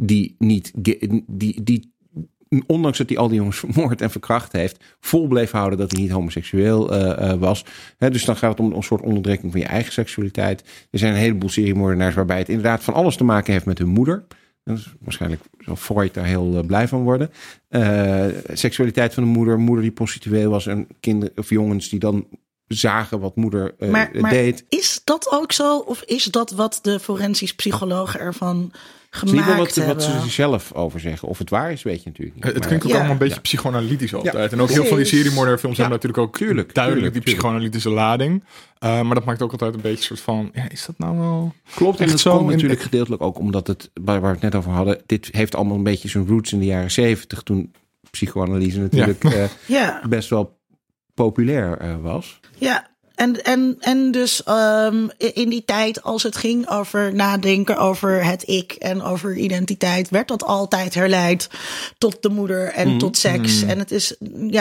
Die ondanks dat hij al die jongens vermoord en verkracht heeft, vol bleef houden dat hij niet homoseksueel was. Dus dan gaat het om een soort onderdrukking van je eigen seksualiteit. Er zijn een heleboel seriemoordenaars waarbij het inderdaad van alles te maken heeft met hun moeder. Dus waarschijnlijk zal Freud daar heel blij van worden. Seksualiteit van de moeder die prostituee was en kinderen of jongens die dan zagen wat moeder deed. Is dat ook zo? Of is dat wat de forensisch psychologen ervan gemaakt hebben? Wat ze er zelf over zeggen. Of het waar is, weet je natuurlijk niet. Het klinkt ook allemaal een beetje psychoanalytisch altijd. Ja. En ook heel veel die seriemoorderfilms hebben natuurlijk ook duidelijk die psychoanalytische lading. Maar dat maakt ook altijd een beetje een soort van, is dat nou wel? Klopt, en dat komt natuurlijk gedeeltelijk ook omdat het, waar we het net over hadden, dit heeft allemaal een beetje zijn roots in de jaren 70, toen psychoanalyse natuurlijk best wel populair was. Ja. En dus in die tijd, als het ging over nadenken over het ik en over identiteit, werd dat altijd herleid tot de moeder en tot seks. En het is,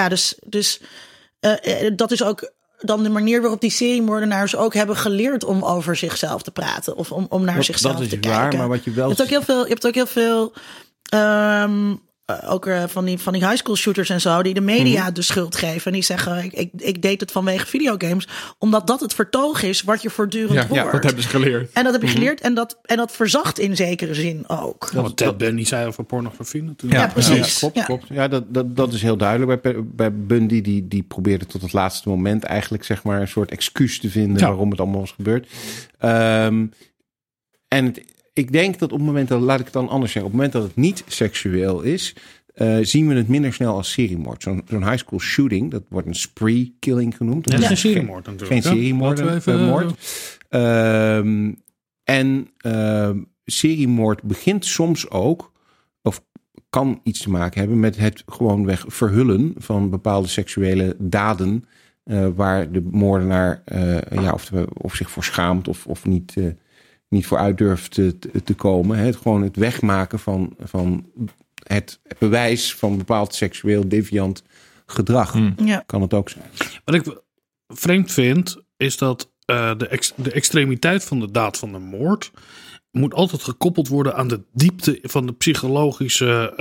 dat is ook dan de manier waarop die seriemoordenaars ook hebben geleerd om over zichzelf te praten of om naar zichzelf te kijken. Waar, maar wat je wel... Je hebt ook heel veel van die high school shooters en zo, die de media de schuld geven. En die zeggen, ik deed het vanwege videogames, omdat dat het vertoog is wat je voortdurend hoort. Ja, dat hebben ze geleerd. En dat heb ik geleerd en dat verzacht in zekere zin ook. Ja, wat Ted Bundy zei over pornografie natuurlijk. Ja, precies. Klopt. Ja, dat is heel duidelijk. Bij Bundy, die probeerde tot het laatste moment eigenlijk zeg maar een soort excuus te vinden waarom het allemaal was gebeurd. Ik denk dat op het moment dat, laat ik het dan anders zeggen, op het moment dat het niet seksueel is, zien we het minder snel als seriemoord. Zo'n high school shooting, dat wordt een spree killing genoemd. Dat is geen seriemoord natuurlijk. Geen seriemoord. Seriemoord begint soms ook, of kan iets te maken hebben met het gewoonweg verhullen van bepaalde seksuele daden, waar de moordenaar of zich voor schaamt of niet voor uit durft te komen. Gewoon het wegmaken van het bewijs van bepaald seksueel deviant gedrag. Kan het ook zijn. Wat ik vreemd vind, is dat de extremiteit van de daad van de moord moet altijd gekoppeld worden aan de diepte van de psychologische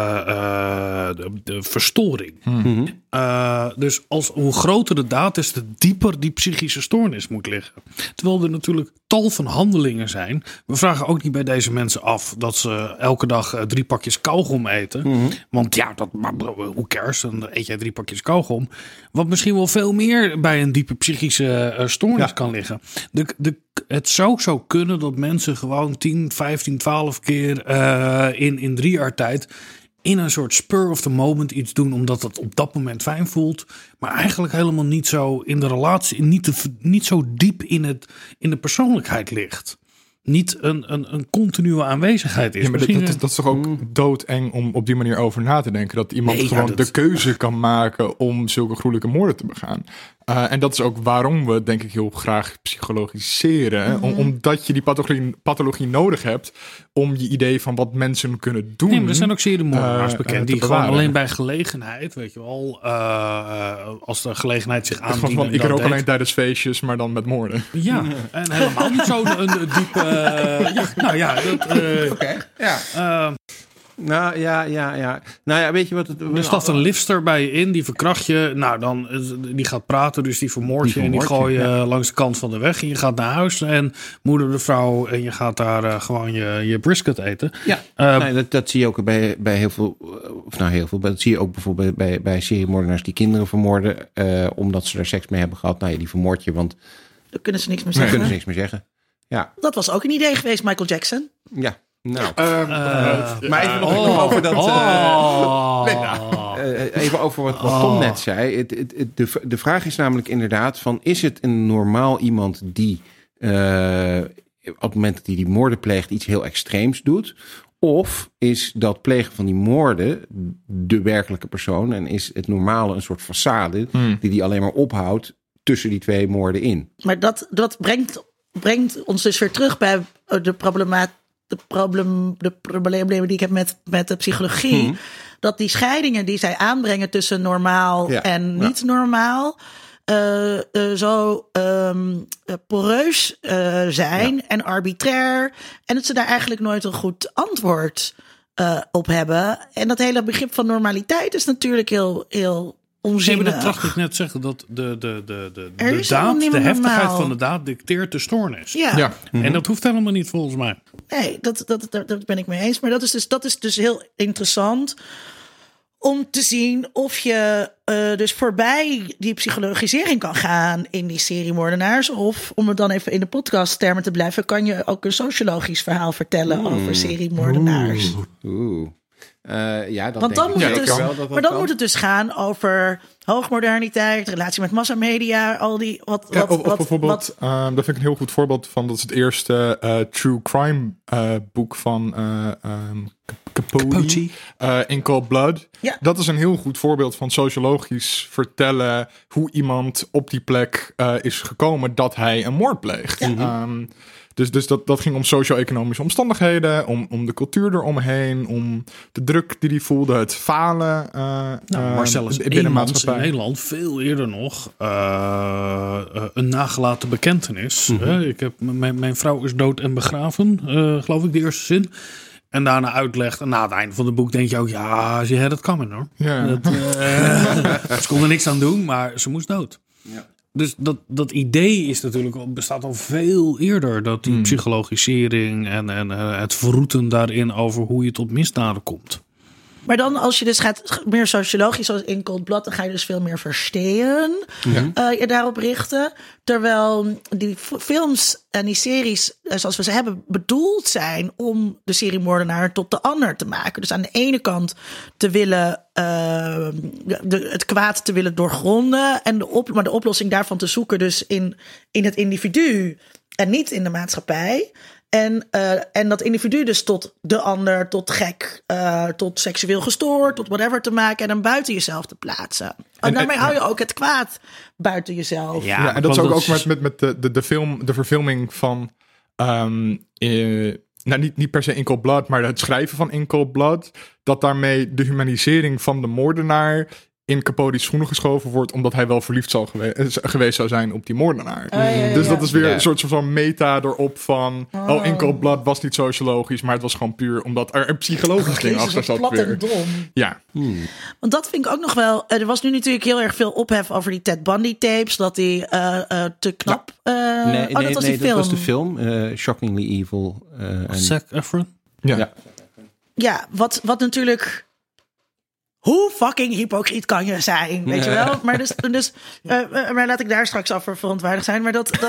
de verstoring. Dus hoe groter de daad is, te dieper die psychische stoornis moet liggen. Terwijl er natuurlijk tal van handelingen zijn. We vragen ook niet bij deze mensen af dat ze elke dag 3 pakjes kauwgom eten. Want hoe cares, dan eet jij 3 pakjes kauwgom. Wat misschien wel veel meer bij een diepe psychische stoornis kan liggen. Het zou zo kunnen dat mensen gewoon 10, 15, 12 keer in 3 jaar tijd in een soort spur of the moment iets doen, omdat het op dat moment fijn voelt, maar eigenlijk helemaal niet zo in de relatie, niet zo diep in de persoonlijkheid ligt. Niet een continue aanwezigheid is. Ja, maar dat is toch ook doodeng om op die manier over na te denken. Dat iemand de keuze kan maken om zulke gruwelijke moorden te begaan. En dat is ook waarom we denk ik heel graag psychologiseren. Omdat je die pathologie nodig hebt om je idee van wat mensen kunnen doen. Nee, maar er zijn ook seriemoordenaars bekend die gewoon alleen bij gelegenheid, weet je wel, als de gelegenheid zich aandient. Ik rook alleen tijdens feestjes, maar dan met moorden. Ja, en helemaal niet zo een diepe... Nou ja, weet je wat het... Er staat een lifter bij je in, die verkracht je. Nou, dan, die gaat praten, dus die vermoord je en die gooi je langs de kant van de weg. En je gaat naar huis en moeder de vrouw en je gaat daar gewoon je brisket eten. Ja, dat zie je ook bij heel veel, dat zie je ook bijvoorbeeld bij seriemoordenaars die kinderen vermoorden, omdat ze er seks mee hebben gehad. Nou ja, die vermoord je, want... Dan kunnen ze niks meer zeggen. Ja. Dat was ook een idee geweest, Michael Jackson. Ja. Nou, maar even nog over dat. Even over wat Tom net zei. De vraag is namelijk inderdaad van: is het een normaal iemand die op het moment dat hij die moorden pleegt iets heel extreems doet? Of is dat plegen van die moorden de werkelijke persoon en is het normale een soort façade die alleen maar ophoudt tussen die 2 moorden in? Maar dat brengt ons dus weer terug bij de problemen die ik heb met de psychologie. Dat die scheidingen die zij aanbrengen tussen normaal en niet normaal zo poreus zijn en arbitrair. En dat ze daar eigenlijk nooit een goed antwoord op hebben. En dat hele begrip van normaliteit is natuurlijk heel onzinnig. Nee, maar dat tracht ik net te zeggen, dat de heftigheid van de daad dicteert de stoornis. Ja. En dat hoeft helemaal niet volgens mij. Nee, dat ben ik mee eens. Maar dat is dus heel interessant om te zien of je dus voorbij die psychologisering kan gaan in die seriemoordenaars. Of, om het dan even in de podcasttermen te blijven, kan je ook een sociologisch verhaal vertellen over seriemoordenaars. Want dan moet het dus gaan over hoogmoderniteit, relatie met massamedia, al die... Bijvoorbeeld, dat vind ik een heel goed voorbeeld van, dat is het eerste true crime boek van Capote. In Cold Blood. Ja. Dat is een heel goed voorbeeld van sociologisch vertellen hoe iemand op die plek is gekomen dat hij een moord pleegt. Ja. Dus dat ging om socio-economische omstandigheden, om de cultuur eromheen, om de druk die hij voelde, het falen maar zelfs binnen maatschappij. In Nederland veel eerder nog een nagelaten bekentenis. Ik heb, mijn vrouw is dood en begraven, geloof ik, de eerste zin. en daarna uitlegt. En na het einde van het boek denk je ook, ja, ze had het coming hoor. Ja. Ze kon er niks aan doen, maar ze moest dood. Ja. Dus dat idee is natuurlijk bestaat al veel eerder. Dat die psychologisering en het verroeten daarin over hoe je tot misdaden komt. Maar dan als je dus gaat meer sociologisch zoals in Cold Blood, dan ga je dus veel meer verstehen. Je daarop richten. Terwijl die films en die series zoals we ze hebben bedoeld zijn om de seriemoordenaar tot de ander te maken. Dus aan de ene kant te willen het kwaad te willen doorgronden en maar de oplossing daarvan te zoeken dus in het individu en niet in de maatschappij. En dat individu dus tot de ander, tot gek, tot seksueel gestoord, tot whatever te maken en dan buiten jezelf te plaatsen. En daarmee hou je ook het kwaad buiten jezelf. Ja, en dat is ook met de verfilming van, niet per se In Cold Blood, maar het schrijven van In Cold Blood, dat daarmee de humanisering van de moordenaar in Capote's schoenen geschoven wordt, omdat hij wel verliefd geweest zou zijn op die moordenaar. Dus dat is weer een soort van meta erop van, In Cold Blood was niet sociologisch, maar het was gewoon puur omdat er een psychologisch ding achter zat. Plat en dom. Ja. Want dat vind ik ook nog wel, er was nu natuurlijk heel erg veel ophef over die Ted Bundy tapes, dat die te knap... dat was die film. Dat was de film, Shockingly Evil. Zac Efron? Ja, wat natuurlijk... Hoe fucking hypocriet kan je zijn, weet je wel? Maar laat ik daar straks af voor verontwaardigd zijn. Maar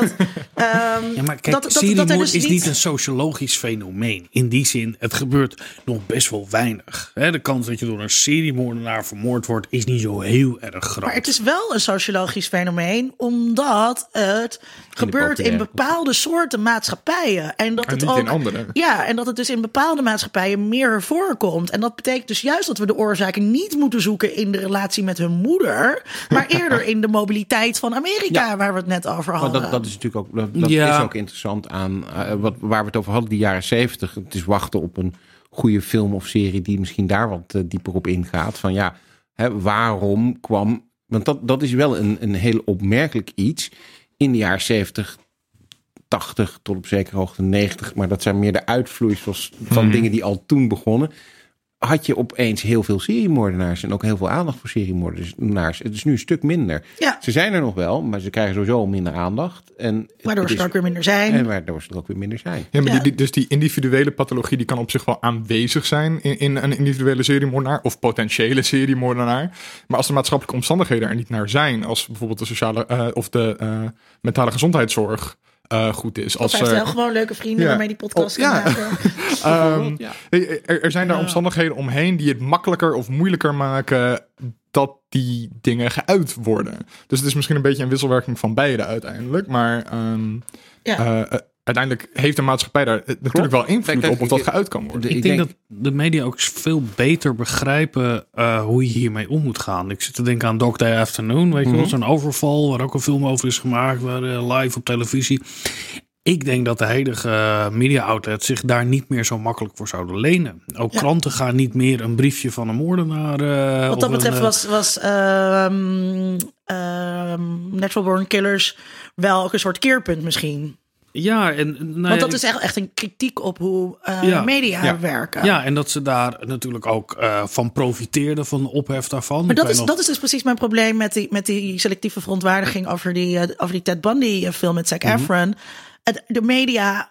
maar kijk, seriemoord is niet een sociologisch fenomeen. In die zin, het gebeurt nog best wel weinig. De kans dat je door een seriemoordenaar vermoord wordt is niet zo heel erg groot. Maar het is wel een sociologisch fenomeen, omdat het gebeurt in bepaalde soorten maatschappijen. En dat het niet ook in andere. Ja, en dat het dus in bepaalde maatschappijen meer voorkomt. En dat betekent dus juist dat we de oorzaken niet moeten zoeken in de relatie met hun moeder, maar eerder in de mobiliteit van Amerika, waar we het net over hadden. Maar dat is natuurlijk ook, dat is ook interessant aan waar we het over hadden, die jaren 70. Het is wachten op een goede film of serie die misschien daar wat dieper op ingaat. Van waarom kwam... Want dat is wel een heel opmerkelijk iets. In de jaren 70, 80 tot op zekere hoogte 90, maar dat zijn meer de uitvloeisels van dingen die al toen begonnen. Had je opeens heel veel seriemoordenaars en ook heel veel aandacht voor seriemoordenaars. Het is nu een stuk minder. Ja. Ze zijn er nog wel, maar ze krijgen sowieso minder aandacht. Waardoor ze er ook weer minder zijn. En waardoor ze er ook weer minder zijn. Ja, maar dus die individuele pathologie die kan op zich wel aanwezig zijn in een individuele seriemoordenaar of potentiële seriemoordenaar. Maar als de maatschappelijke omstandigheden er niet naar zijn, als bijvoorbeeld de sociale of de mentale gezondheidszorg goed is. Of hij heeft wel gewoon leuke vrienden waarmee die podcast kan maken. Er zijn daar omstandigheden omheen die het makkelijker of moeilijker maken dat die dingen geuit worden. Dus het is misschien een beetje een wisselwerking van beide uiteindelijk. Maar uiteindelijk heeft de maatschappij daar natuurlijk wel invloed op of dat geuit kan worden. Ik denk dat de media ook veel beter begrijpen hoe je hiermee om moet gaan. Ik zit te denken aan Dog Day Afternoon, weet je wel, zo'n overval waar ook een film over is gemaakt, live op televisie. Ik denk dat de huidige media-outlets zich daar niet meer zo makkelijk voor zouden lenen. Ook kranten gaan niet meer een briefje van een moordenaar. Wat dat betreft was Natural Born Killers wel ook een soort keerpunt misschien. Ja, want dat is echt een kritiek op hoe media werken. Ja, en dat ze daar natuurlijk ook van profiteerden, van de ophef daarvan. Maar dat is dus precies mijn probleem met die selectieve verontwaardiging over die Ted Bundy film met Zac Efron. De media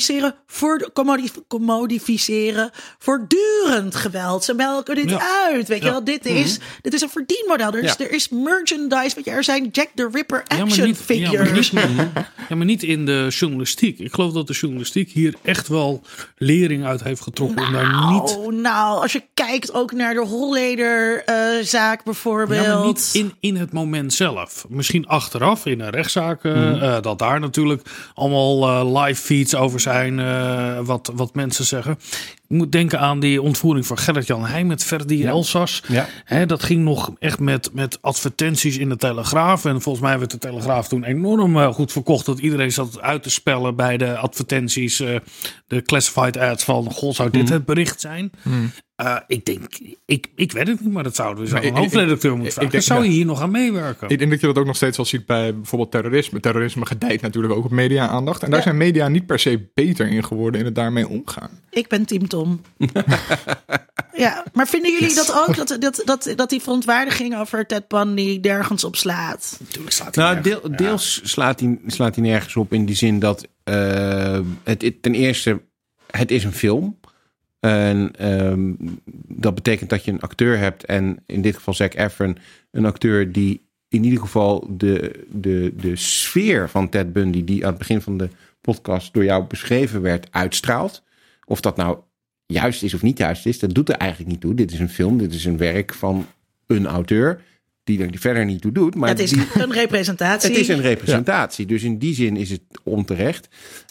commodificeren voortdurend geweld. Ze melken dit uit. Weet je wel, dit is een verdienmodel. Er is merchandise. Weet je, er zijn Jack the Ripper action figures. Maar niet in de journalistiek. Ik geloof dat de journalistiek hier echt wel lering uit heeft getrokken. Nou, als je kijkt ook naar de Holleder-zaak bijvoorbeeld. Ja, maar niet in het moment zelf. Misschien achteraf in een rechtszaak. Dat daar natuurlijk allemaal live feeds over zijn, wat mensen zeggen. Ik moet denken aan die ontvoering van Gerrit-Jan Heijn met Verdi Elsas. Ja. Dat ging nog echt met advertenties in de Telegraaf. En volgens mij werd de Telegraaf toen enorm goed verkocht. Dat iedereen zat uit te spellen bij de advertenties. De classified ads van, goh, zou dit het bericht zijn? Ik weet het niet, maar dat zouden we Maar een hoofdredacteur moeten vragen. Zou je hier nog aan meewerken? Ik denk dat je dat ook nog steeds wel ziet bij bijvoorbeeld terrorisme. Terrorisme gedijt natuurlijk ook op media-aandacht. En daar zijn media niet per se beter in geworden in het daarmee omgaan. Ik ben Team Tom. Ja, maar vinden jullie dat ook? Dat die verontwaardiging over Ted Bundy nergens op slaat? Natuurlijk slaat hij nergens. Deels slaat hij nergens op in die zin dat ten eerste, het is een film. En dat betekent dat je een acteur hebt. En in dit geval Zac Efron, een acteur die in ieder geval de sfeer van Ted Bundy, die aan het begin van de podcast door jou beschreven werd, uitstraalt. Of dat nou juist is of niet juist is, dat doet er eigenlijk niet toe. Dit is een film, dit is een werk van een auteur die er verder niet toe doet. Maar het is een representatie. Het is een representatie, dus in die zin is het onterecht.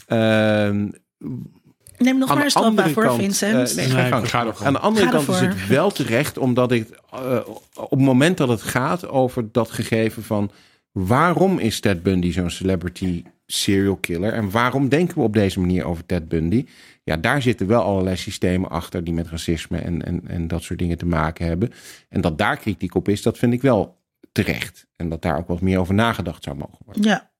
Neem nog maar een strafbaar voor, Vincent. Aan de andere kant is het wel terecht, omdat ik op het moment dat het gaat over dat gegeven van waarom is Ted Bundy zo'n celebrity serial killer en waarom denken we op deze manier over Ted Bundy? Ja, daar zitten wel allerlei systemen achter die met racisme en dat soort dingen te maken hebben. En dat daar kritiek op is, dat vind ik wel terecht. En dat daar ook wat meer over nagedacht zou mogen worden. Ja.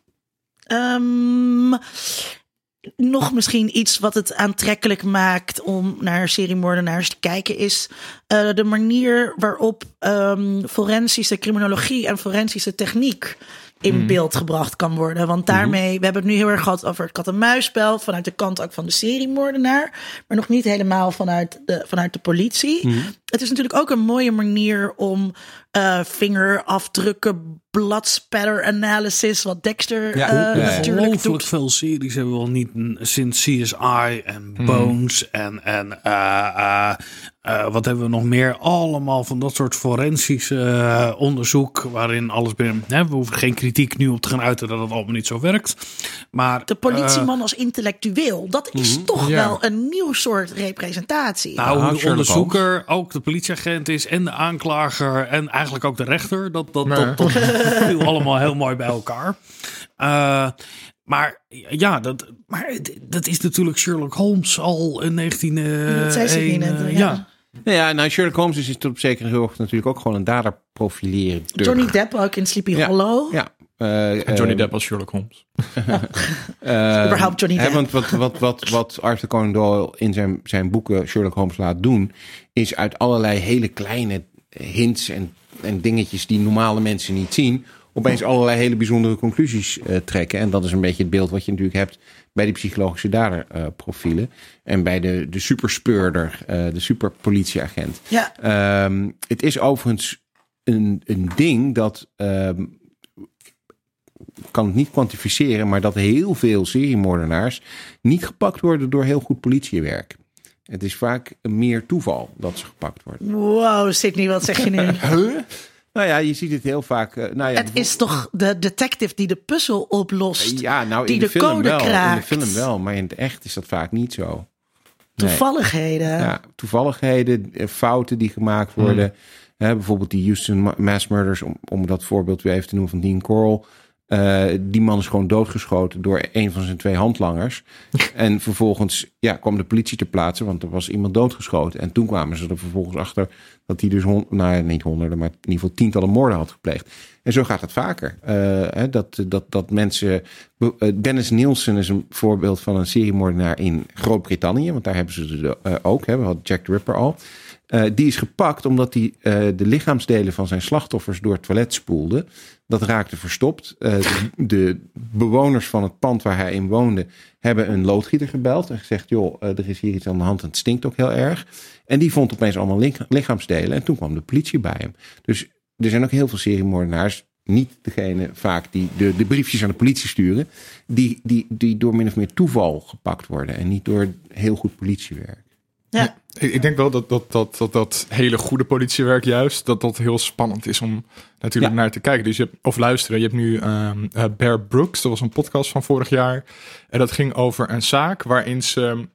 Nog misschien iets wat het aantrekkelijk maakt om naar seriemoordenaars te kijken is de manier waarop forensische criminologie en forensische techniek in beeld gebracht kan worden. Want daarmee, we hebben het nu heel erg gehad over het kat-en-muisspel vanuit de kant ook van de seriemoordenaar, maar nog niet helemaal vanuit de politie. Het is natuurlijk ook een mooie manier om vingerafdrukken, blood-spatter analysis, wat Dexter natuurlijk doet. Ongelooflijk veel series hebben we al niet sinds CSI en Bones en wat hebben we nog meer? Allemaal van dat soort forensische onderzoek waarin alles binnen. We hoeven geen kritiek nu op te gaan uiten dat het allemaal niet zo werkt. Maar de politieman als intellectueel, dat is toch wel een nieuw soort representatie. Nou, hoe de onderzoeker ook de politieagent is en de aanklager en eigenlijk ook de rechter. Dat viel allemaal heel mooi bij elkaar. Maar dat is natuurlijk Sherlock Holmes al in 1901. Ja, nou Sherlock Holmes is tot op zekere hoogte natuurlijk ook gewoon een daderprofilering. Johnny Depp ook in Sleepy Hollow. Ja. Johnny Depp als Sherlock Holmes. Überhaupt Johnny Depp. Want wat Arthur Conan Doyle in zijn boeken Sherlock Holmes laat doen, is uit allerlei hele kleine hints en dingetjes die normale mensen niet zien, opeens allerlei hele bijzondere conclusies trekken. En dat is een beetje het beeld wat je natuurlijk hebt bij die psychologische daderprofielen. En bij de superspeurder, de superpolitieagent. Ja. Het is overigens een ding dat kan het niet kwantificeren, maar dat heel veel seriemoordenaars niet gepakt worden door heel goed politiewerk. Het is vaak meer toeval dat ze gepakt worden. Wow, Sydney, wat zeg je nu? Nou ja, je ziet het heel vaak. Het is toch de detective die de puzzel oplost, ja, nou, die in de code film wel, kraakt. In de film wel, maar in het echt is dat vaak niet zo. Toevalligheden. Nee. Ja, toevalligheden, fouten die gemaakt worden. Bijvoorbeeld die Houston mass murders, om dat voorbeeld weer even te noemen van Dean Corll. Die man is gewoon doodgeschoten door een van zijn 2 handlangers. En vervolgens kwam de politie ter plaatse, want er was iemand doodgeschoten. En toen kwamen ze er vervolgens achter dat hij dus niet honderden, maar in ieder geval tientallen moorden had gepleegd. En zo gaat het vaker. Dat mensen. Dennis Nielsen is een voorbeeld van een seriemoordenaar in Groot-Brittannië, want daar hebben ze ook. We hadden Jack the Ripper al. Die is gepakt omdat hij de lichaamsdelen van zijn slachtoffers door het toilet spoelde. Dat raakte verstopt. De bewoners van het pand waar hij in woonde hebben een loodgieter gebeld en gezegd, joh, er is hier iets aan de hand en het stinkt ook heel erg. En die vond opeens allemaal lichaamsdelen en toen kwam de politie bij hem. Dus er zijn ook heel veel seriemoordenaars, niet degene vaak die de briefjes aan de politie sturen, die door min of meer toeval gepakt worden en niet door heel goed politiewerk. Ja. Ik denk wel dat hele goede politiewerk juist, dat heel spannend is om natuurlijk naar te kijken. Dus of luisteren. Je hebt nu Bear Brooks, dat was een podcast van vorig jaar. En dat ging over een zaak waarin ze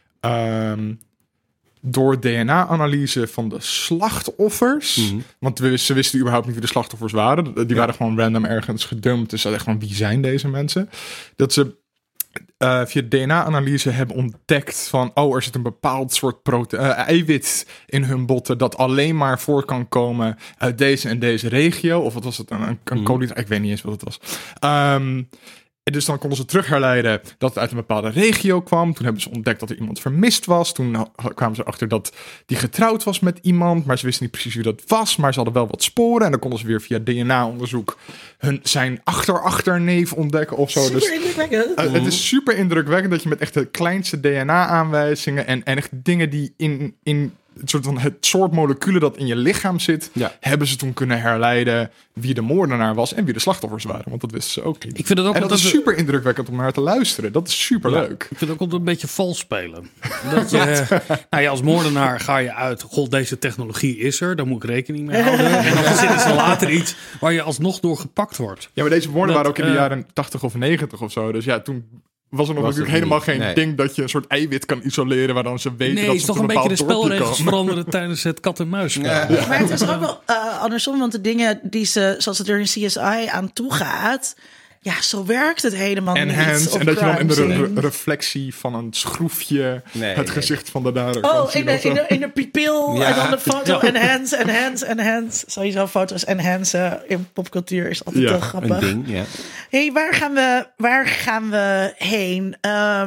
door DNA-analyse van de slachtoffers, want ze wisten überhaupt niet wie de slachtoffers waren. Die waren gewoon random ergens gedumpt. Dus dat echt van, wie zijn deze mensen? Dat ze via DNA-analyse hebben ontdekt van... er zit een bepaald soort eiwit in hun botten... dat alleen maar voor kan komen uit deze en deze regio. Of wat was het? Een koolhydraat? Ik weet niet eens wat het was. En dus dan konden ze terug herleiden dat het uit een bepaalde regio kwam. Toen hebben ze ontdekt dat er iemand vermist was. Toen kwamen ze achter dat die getrouwd was met iemand. Maar ze wisten niet precies wie dat was. Maar ze hadden wel wat sporen. En dan konden ze weer via DNA-onderzoek zijn achterneef ontdekken of zo. Super indrukwekkend. Het is super indrukwekkend dat je met echt de kleinste DNA-aanwijzingen... en echt dingen die in het soort moleculen dat in je lichaam zit... hebben ze toen kunnen herleiden wie de moordenaar was... en wie de slachtoffers waren. Want dat wisten ze ook niet. Ik vind het ook en dat is super indrukwekkend om naar te luisteren. Dat is super leuk. Ik vind het ook altijd een beetje vals spelen. Dat je, als moordenaar ga je uit... God, deze technologie is er. Daar moet ik rekening mee houden. En dan verzinnen ze later iets... waar je alsnog door gepakt wordt. Ja, maar deze moorden waren ook in de jaren 80 of 90 of zo. Dus ja, toen... was er nog natuurlijk helemaal geen ding dat je een soort eiwit kan isoleren... waar dan ze weten dat ze toch een beetje de spelregels veranderen tijdens het kat-en-muis. Maar het is ook wel andersom, want de dingen die ze, zoals het er in CSI aan toe gaat... Ja, zo werkt het helemaal niet. En dat je dan in de reflectie van een schroefje... het gezicht van de dader kan zien. In de pupil en dan de foto enhance. Sowieso foto's enhancen in popcultuur is altijd heel grappig. Een ding, ja. Hey, waar gaan we heen?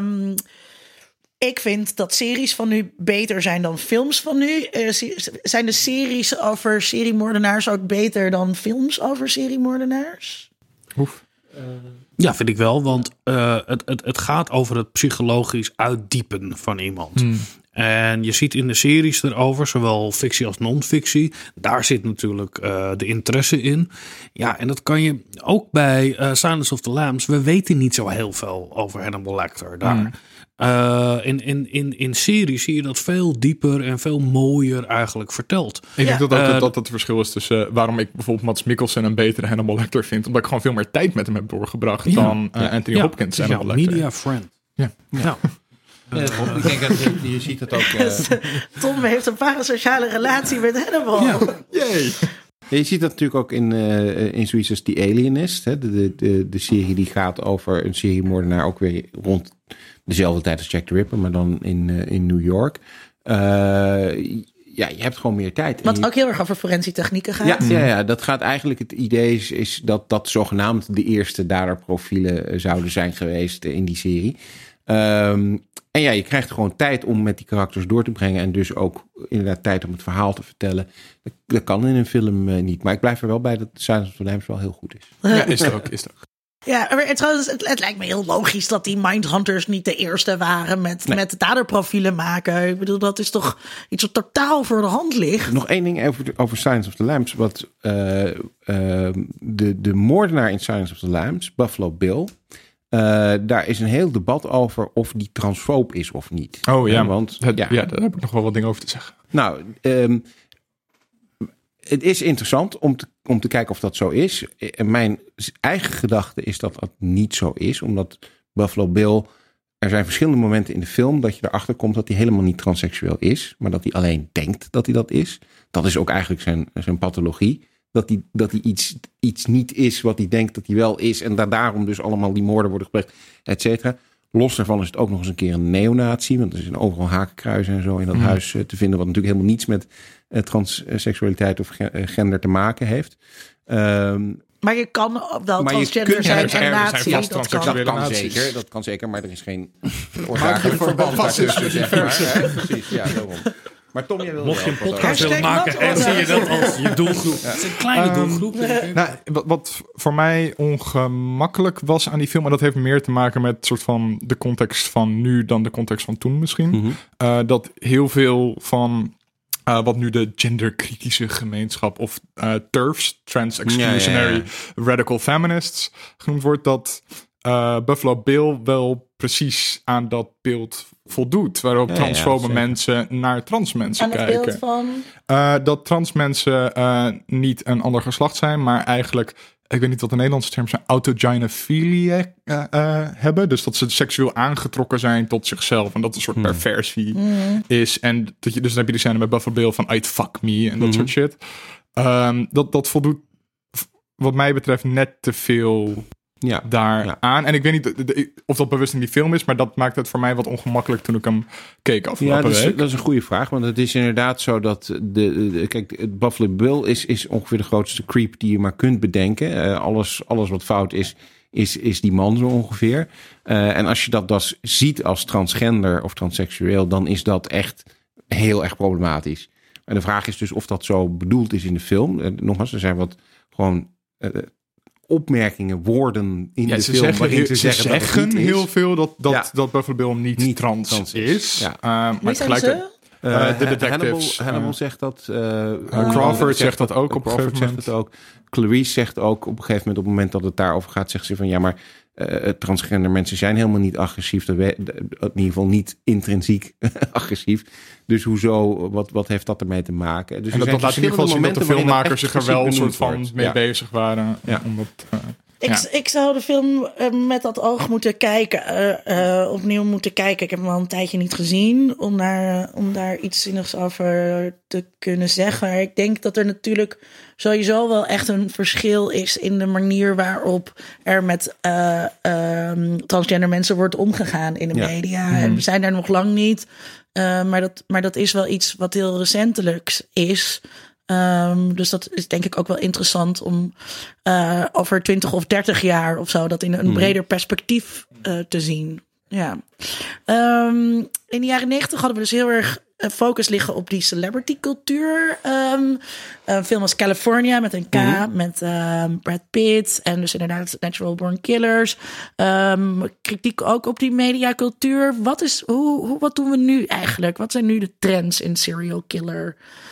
Ik vind dat series van nu beter zijn dan films van nu. Zijn de series over seriemoordenaars ook beter dan films over seriemoordenaars? Oef. Ja, vind ik wel. Want het gaat over het psychologisch uitdiepen van iemand. En je ziet in de series erover, zowel fictie als non-fictie. Daar zit natuurlijk de interesse in. Ja, en dat kan je ook bij Silence of the Lambs. We weten niet zo heel veel over Hannibal Lecter daar. In series zie je dat veel dieper en veel mooier eigenlijk verteld. Ik denk dat ook dat het verschil is tussen waarom ik bijvoorbeeld Mads Mikkelsen een betere Hannibal Lecter vind. Omdat ik gewoon veel meer tijd met hem heb doorgebracht dan Anthony Hopkins Hannibal Lecter. Media friend. Ja. Ik denk dat je ziet het ook... Tom heeft een parasociale relatie met Hannibal. Ja. Yay. Je ziet dat natuurlijk ook in zoiets als The Alienist. Hè? De serie die gaat over een seriemoordenaar ook weer rond dezelfde tijd als Jack the Ripper, maar dan in New York. Je hebt gewoon meer tijd. Wat ook heel erg over forensiektechnieken gaat. Ja, dat gaat eigenlijk, het idee is dat zogenaamd de eerste daderprofielen zouden zijn geweest in die serie. En je krijgt gewoon tijd om met die karakters door te brengen. En dus ook inderdaad tijd om het verhaal te vertellen. Dat kan in een film niet. Maar ik blijf er wel bij dat Silence of the Lambs wel heel goed is. Ja, is het ook. Ja, maar trouwens, het lijkt me heel logisch dat die Mindhunters niet de eerste waren met daderprofielen maken. Ik bedoel, dat is toch iets wat totaal voor de hand ligt. Nog één ding over Silence of the Lambs. Wat de moordenaar in Silence of the Lambs, Buffalo Bill... daar is een heel debat over of die transfoob is of niet. Oh ja, want daar heb ik nog wel wat dingen over te zeggen. Nou, het is interessant om te kijken of dat zo is. Mijn eigen gedachte is dat dat niet zo is. Omdat Buffalo Bill... Er zijn verschillende momenten in de film dat je erachter komt dat hij helemaal niet transseksueel is. Maar dat hij alleen denkt dat hij dat is. Dat is ook eigenlijk zijn pathologie. Dat hij iets niet is wat hij denkt dat hij wel is. En daarom dus allemaal die moorden worden gepleegd, et cetera. Los daarvan is het ook nog eens een keer een neonazi. Want er zijn overal hakenkruisen en zo in dat huis te vinden. Wat natuurlijk helemaal niets met transseksualiteit of gender te maken heeft. Maar je kan wel transgender zijn en nazi. Dat kan zeker, maar er is geen oorzakelijk verband daartussen, zeg maar. Precies, ja, daarom. Maar Tom, jij wil mocht je een podcast willen maken en zie je dat als je doelgroep. Het is een kleine doelgroep. Wat voor mij ongemakkelijk was aan die film, en dat heeft meer te maken met soort van de context van nu dan de context van toen misschien. Dat heel veel van wat nu de genderkritische gemeenschap of TERFs, Trans Exclusionary Radical Feminists genoemd wordt, dat Buffalo Bill wel precies aan dat beeld voldoet, waarop transfobe mensen naar trans mensen kijken. Aan het beeld van? Dat trans mensen niet een ander geslacht zijn, maar eigenlijk, ik weet niet wat de Nederlandse term zijn, autogynephilie hebben. Dus dat ze seksueel aangetrokken zijn tot zichzelf en dat een soort perversie is. En dus dan heb je die scène met Buffalo Bill van I'd fuck me en dat soort shit. Dat voldoet wat mij betreft net te veel daar aan. En ik weet niet of dat bewust in die film is, maar dat maakt het voor mij wat ongemakkelijk toen ik hem keek afgelopen week. Dat is een goede vraag, want het is inderdaad zo dat kijk, Buffalo Bill is ongeveer de grootste creep die je maar kunt bedenken. Alles wat fout is die man zo ongeveer. En als je dat dus ziet als transgender of transseksueel, dan is dat echt heel erg problematisch. En de vraag is dus of dat zo bedoeld is in de film. Nogmaals, er zijn wat gewoon opmerkingen, woorden in de film waarin ze zeggen dat het niet is. Heel veel dat Buffalo Bill niet trans is. Ja. Maar tegelijkertijd de detectives. Hannibal zegt dat. Crawford zegt dat ook op een gegeven moment. Zegt het ook. Clarice zegt ook op een gegeven moment, op het moment dat het daarover gaat, zegt ze van ja, maar transgender mensen zijn helemaal niet agressief. In ieder geval niet intrinsiek agressief. Dus hoezo, wat heeft dat ermee te maken? Dus en dat laat in ieder geval zien dat de filmmakers zich er wel een soort van mee bezig waren. Ja. Ik zou de film met dat oog moeten kijken, opnieuw moeten kijken. Ik heb hem al een tijdje niet gezien om daar iets zinnigs over te kunnen zeggen. Maar ik denk dat er natuurlijk sowieso wel echt een verschil is in de manier waarop er met transgender mensen wordt omgegaan in de media. En we zijn daar nog lang niet. Maar dat is wel iets wat heel recentelijks is. Dus dat is denk ik ook wel interessant om over 20 of 30 jaar of zo dat in een breder perspectief te zien. Ja. In de jaren 90 hadden we dus heel erg focus liggen op die celebrity cultuur. Een film als California met een K, met Brad Pitt en dus inderdaad Natural Born Killers. Kritiek ook op die mediacultuur. Wat doen we nu eigenlijk? Wat zijn nu de trends in serial killer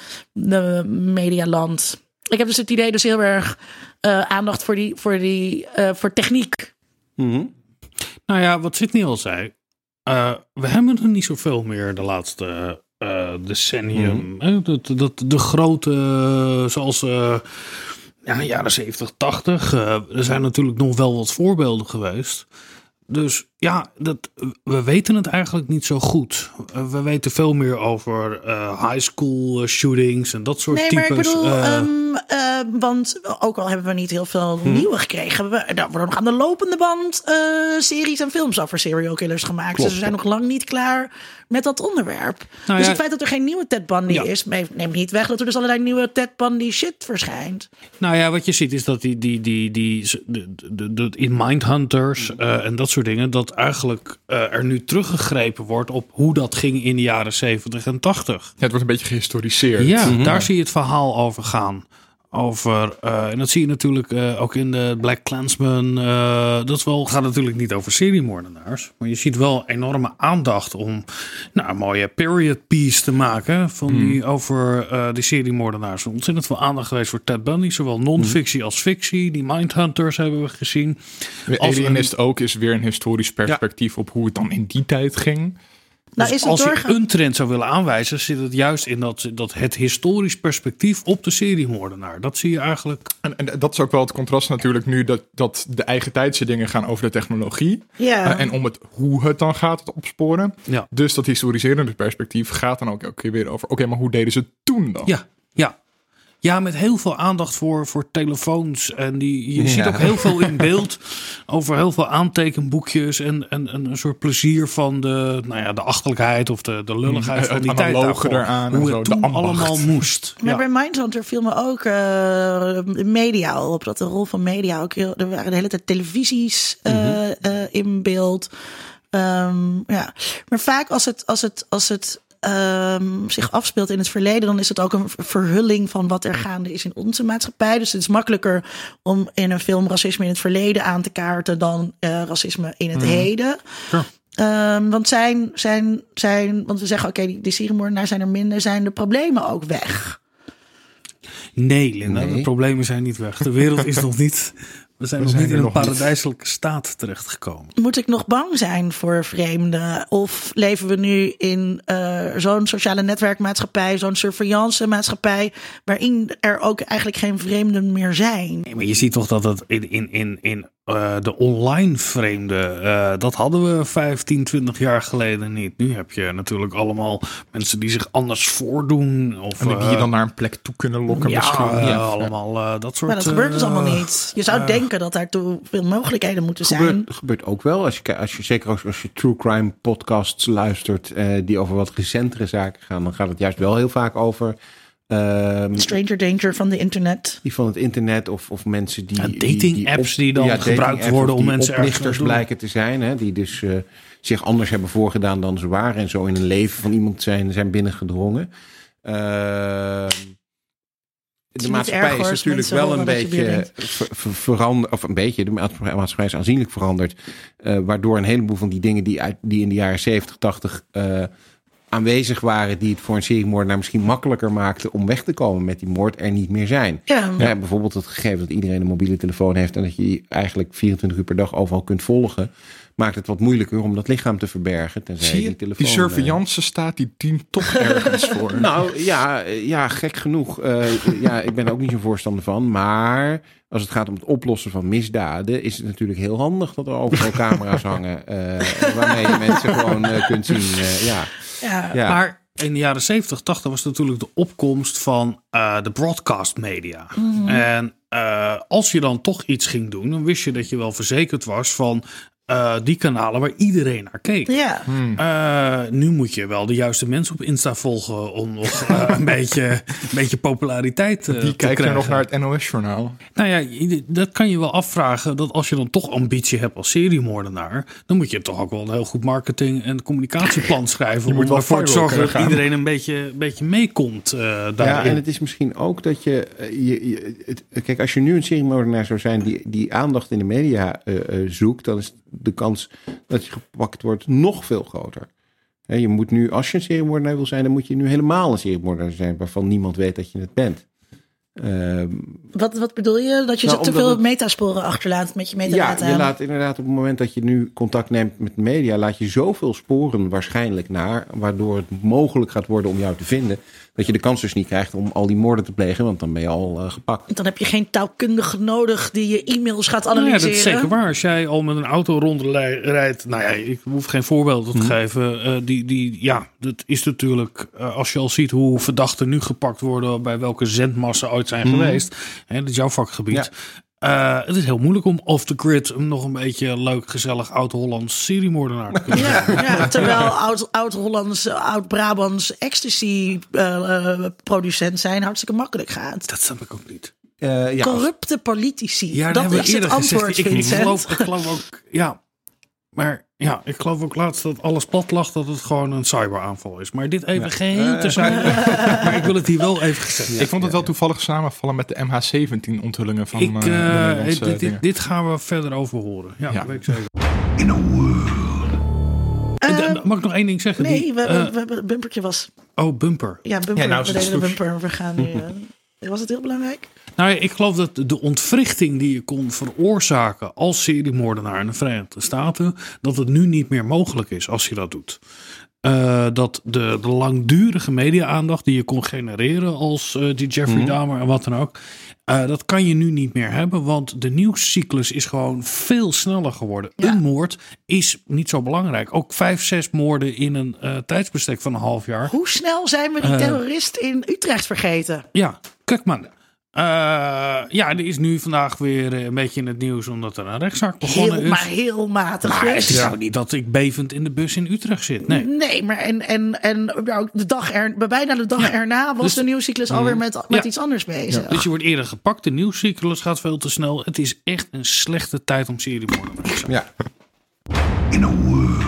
medialand? Ik heb dus het idee dus heel erg aandacht voor techniek. Mm-hmm. Nou ja, wat Sydney al zei. We hebben er niet zoveel meer de laatste decennium. De grote, zoals jaren 70, 80. Er zijn natuurlijk nog wel wat voorbeelden geweest. Dus ja, we weten het eigenlijk niet zo goed. We weten veel meer over high school shootings en dat soort types. Maar ik bedoel, want ook al hebben we niet heel veel nieuwe gekregen. Er worden nog aan de lopende band series en films over serial killers gemaakt. Klopt. Dus we zijn nog lang niet klaar met dat onderwerp. Nou, dus het feit dat er geen nieuwe Ted Bundy is, neemt niet weg dat er dus allerlei nieuwe Ted Bundy shit verschijnt. Nou ja, wat je ziet is dat in Mindhunters en dat soort dingen, dat eigenlijk er nu teruggegrepen wordt op hoe dat ging in de jaren 70 en 80. Ja, het wordt een beetje gehistoriseerd. Ja, daar zie je het verhaal over gaan. En dat zie je natuurlijk ook in de Black Klansman. Gaat natuurlijk niet over seriemoordenaars. Maar je ziet wel enorme aandacht om een mooie period piece te maken over die seriemoordenaars. Er is ontzettend veel aandacht geweest voor Ted Bundy. Zowel non-fictie als fictie. Die Mindhunters hebben we gezien. Alienist ook is weer een historisch perspectief op hoe het dan in die tijd ging. Nou, dus als je een trend zou willen aanwijzen, zit het juist in dat het historisch perspectief op de seriemoordenaar. Dat zie je eigenlijk. En dat is ook wel het contrast natuurlijk nu dat de eigen tijdse dingen gaan over de technologie. Ja. En om hoe het dan gaat, het opsporen. Ja. Dus dat historiserende perspectief gaat dan ook elke keer weer over, oké, maar hoe deden ze het toen dan? Ja, met heel veel aandacht voor telefoons. En je ziet ook heel veel in beeld over heel veel aantekenboekjes. En een soort plezier van de achterlijkheid of de lulligheid van die tijd daarvoor. Hoe het toen allemaal moest. Maar bij Mindhunter viel me ook media op. Dat de rol van media ook er waren de hele tijd televisies in beeld. Maar vaak als het zich afspeelt in het verleden, dan is het ook een verhulling van wat er gaande is in onze maatschappij. Dus het is makkelijker om in een film racisme in het verleden aan te kaarten dan racisme in het heden. Sure. Want we zeggen, oké, die seriemoordenaars zijn er minder, zijn de problemen ook weg? Nee, Linda, de problemen zijn niet weg. De wereld is nog niet. We zijn nog niet in een paradijselijke staat terechtgekomen. Moet ik nog bang zijn voor vreemden? Of leven we nu in zo'n sociale netwerkmaatschappij, zo'n surveillance maatschappij, waarin er ook eigenlijk geen vreemden meer zijn? Nee, maar je ziet toch dat het in de online vreemde, dat hadden we 15, 20 jaar geleden niet. Nu heb je natuurlijk allemaal mensen die zich anders voordoen. Of, en die je dan naar een plek toe kunnen lokken misschien. Allemaal dat soort. Maar dat gebeurt dus allemaal niet. Je zou denken denken dat daartoe veel mogelijkheden moeten zijn. Gebeurt ook wel. Zeker als je true crime podcasts luistert die over wat recentere zaken gaan, dan gaat het juist wel heel vaak over Stranger danger van de internet. Die van het internet of mensen die dating apps die dan gebruikt worden om mensen oplichters blijken te zijn, hè, die dus zich anders hebben voorgedaan dan ze waren en zo in een leven van iemand zijn binnengedrongen. De maatschappij is natuurlijk wel een beetje veranderd, of een beetje, de maatschappij is aanzienlijk veranderd, waardoor een heleboel van die dingen die in de jaren 70, 80 aanwezig waren, die het voor een seriemoordenaar misschien makkelijker maakten om weg te komen met die moord, er niet meer zijn. Ja, bijvoorbeeld het gegeven dat iedereen een mobiele telefoon heeft en dat je die eigenlijk 24 uur per dag overal kunt volgen, maakt het wat moeilijker om dat lichaam te verbergen. Zie je, die surveillance staat, die dient toch ergens voor. Nou ja, gek genoeg. Ik ben er ook niet zo'n voorstander van. Maar als het gaat om het oplossen van misdaden, is het natuurlijk heel handig dat er overal camera's hangen. Waarmee je mensen gewoon kunt zien. Ja. Maar in de jaren 70, 80 was natuurlijk de opkomst van de broadcast media. Mm-hmm. En als je dan toch iets ging doen, dan wist je dat je wel verzekerd was van die kanalen waar iedereen naar keek. Ja. Nu moet je wel de juiste mensen op Insta volgen om nog een beetje populariteit te krijgen. Die kijkt er nog naar het NOS-journaal. Nou ja, dat kan je wel afvragen. Dat als je dan toch ambitie hebt als seriemoordenaar, dan moet je toch ook wel een heel goed marketing- en communicatieplan schrijven. Om ervoor te zorgen dat iedereen een beetje meekomt daarin. Ja, en het is misschien ook dat kijk, als je nu een seriemoordenaar zou zijn die aandacht in de media zoekt, dan is de kans dat je gepakt wordt nog veel groter. Je moet nu, als je een seriemoordenaar wil zijn, dan moet je nu helemaal een seriemoordenaar zijn waarvan niemand weet dat je het bent. Wat bedoel je? Dat je te veel metasporen achterlaat met je metadata? Ja, je laat inderdaad op het moment dat je nu contact neemt met de media, laat je zoveel sporen waarschijnlijk naar, waardoor het mogelijk gaat worden om jou te vinden, dat je de kans dus niet krijgt om al die moorden te plegen, want dan ben je al gepakt. Dan heb je geen taalkundige nodig die je e-mails gaat analyseren. Ja, dat is zeker waar. Als jij al met een auto rondrijdt, ik hoef geen voorbeelden te geven. Dat is natuurlijk, als je al ziet hoe verdachten nu gepakt worden, bij welke zendmassa ooit zijn geweest. Dat is jouw vakgebied. Ja. Het is heel moeilijk om off the grid nog een beetje leuk, gezellig oud-Hollands seriemoordenaar te kunnen zijn. Ja, terwijl oud-Hollands, oud-Brabants ecstasy producent zijn hartstikke makkelijk gaat. Dat snap ik ook niet. Corrupte politici. Ja, dat is het antwoord, Vincent. Ik geloof ook, ik geloof ook laatst dat alles plat lag, dat het gewoon een cyberaanval is. Maar dit even geheel te zijn. Maar ik wil het hier wel even gezegd. Ik vond het wel toevallig samenvallen met de MH17 onthullingen van dit gaan we verder over horen. Ja. Weet ik zeker. In a world. Mag ik nog één ding zeggen? Nee, we hebben bumpertje was. Oh, bumper. Ja, bumper. Nou, we deden de bumper. We gaan nu. Was het heel belangrijk? Nou, ik geloof dat de ontwrichting die je kon veroorzaken als seriemoordenaar in de Verenigde Staten, dat het nu niet meer mogelijk is als je dat doet. Dat de langdurige media-aandacht die je kon genereren als die Jeffrey Dahmer en wat dan ook, dat kan je nu niet meer hebben, want de nieuwscyclus is gewoon veel sneller geworden. Ja. Een moord is niet zo belangrijk. Ook 5-6 moorden in een tijdsbestek van een half jaar. Hoe snel zijn we die terrorist in Utrecht vergeten? Ja, kijk man. Die is nu vandaag weer een beetje in het nieuws omdat er een rechtszaak begonnen is. Maar heel matig. Maar het is ook niet dat ik bevend in de bus in Utrecht zit. Nee, maar bijna de dag erna was de nieuwscyclus alweer met iets anders bezig. Ja. Dus je wordt eerder gepakt. De nieuwscyclus gaat veel te snel. Het is echt een slechte tijd om seriemoordenaar te zijn. Ja. In a world.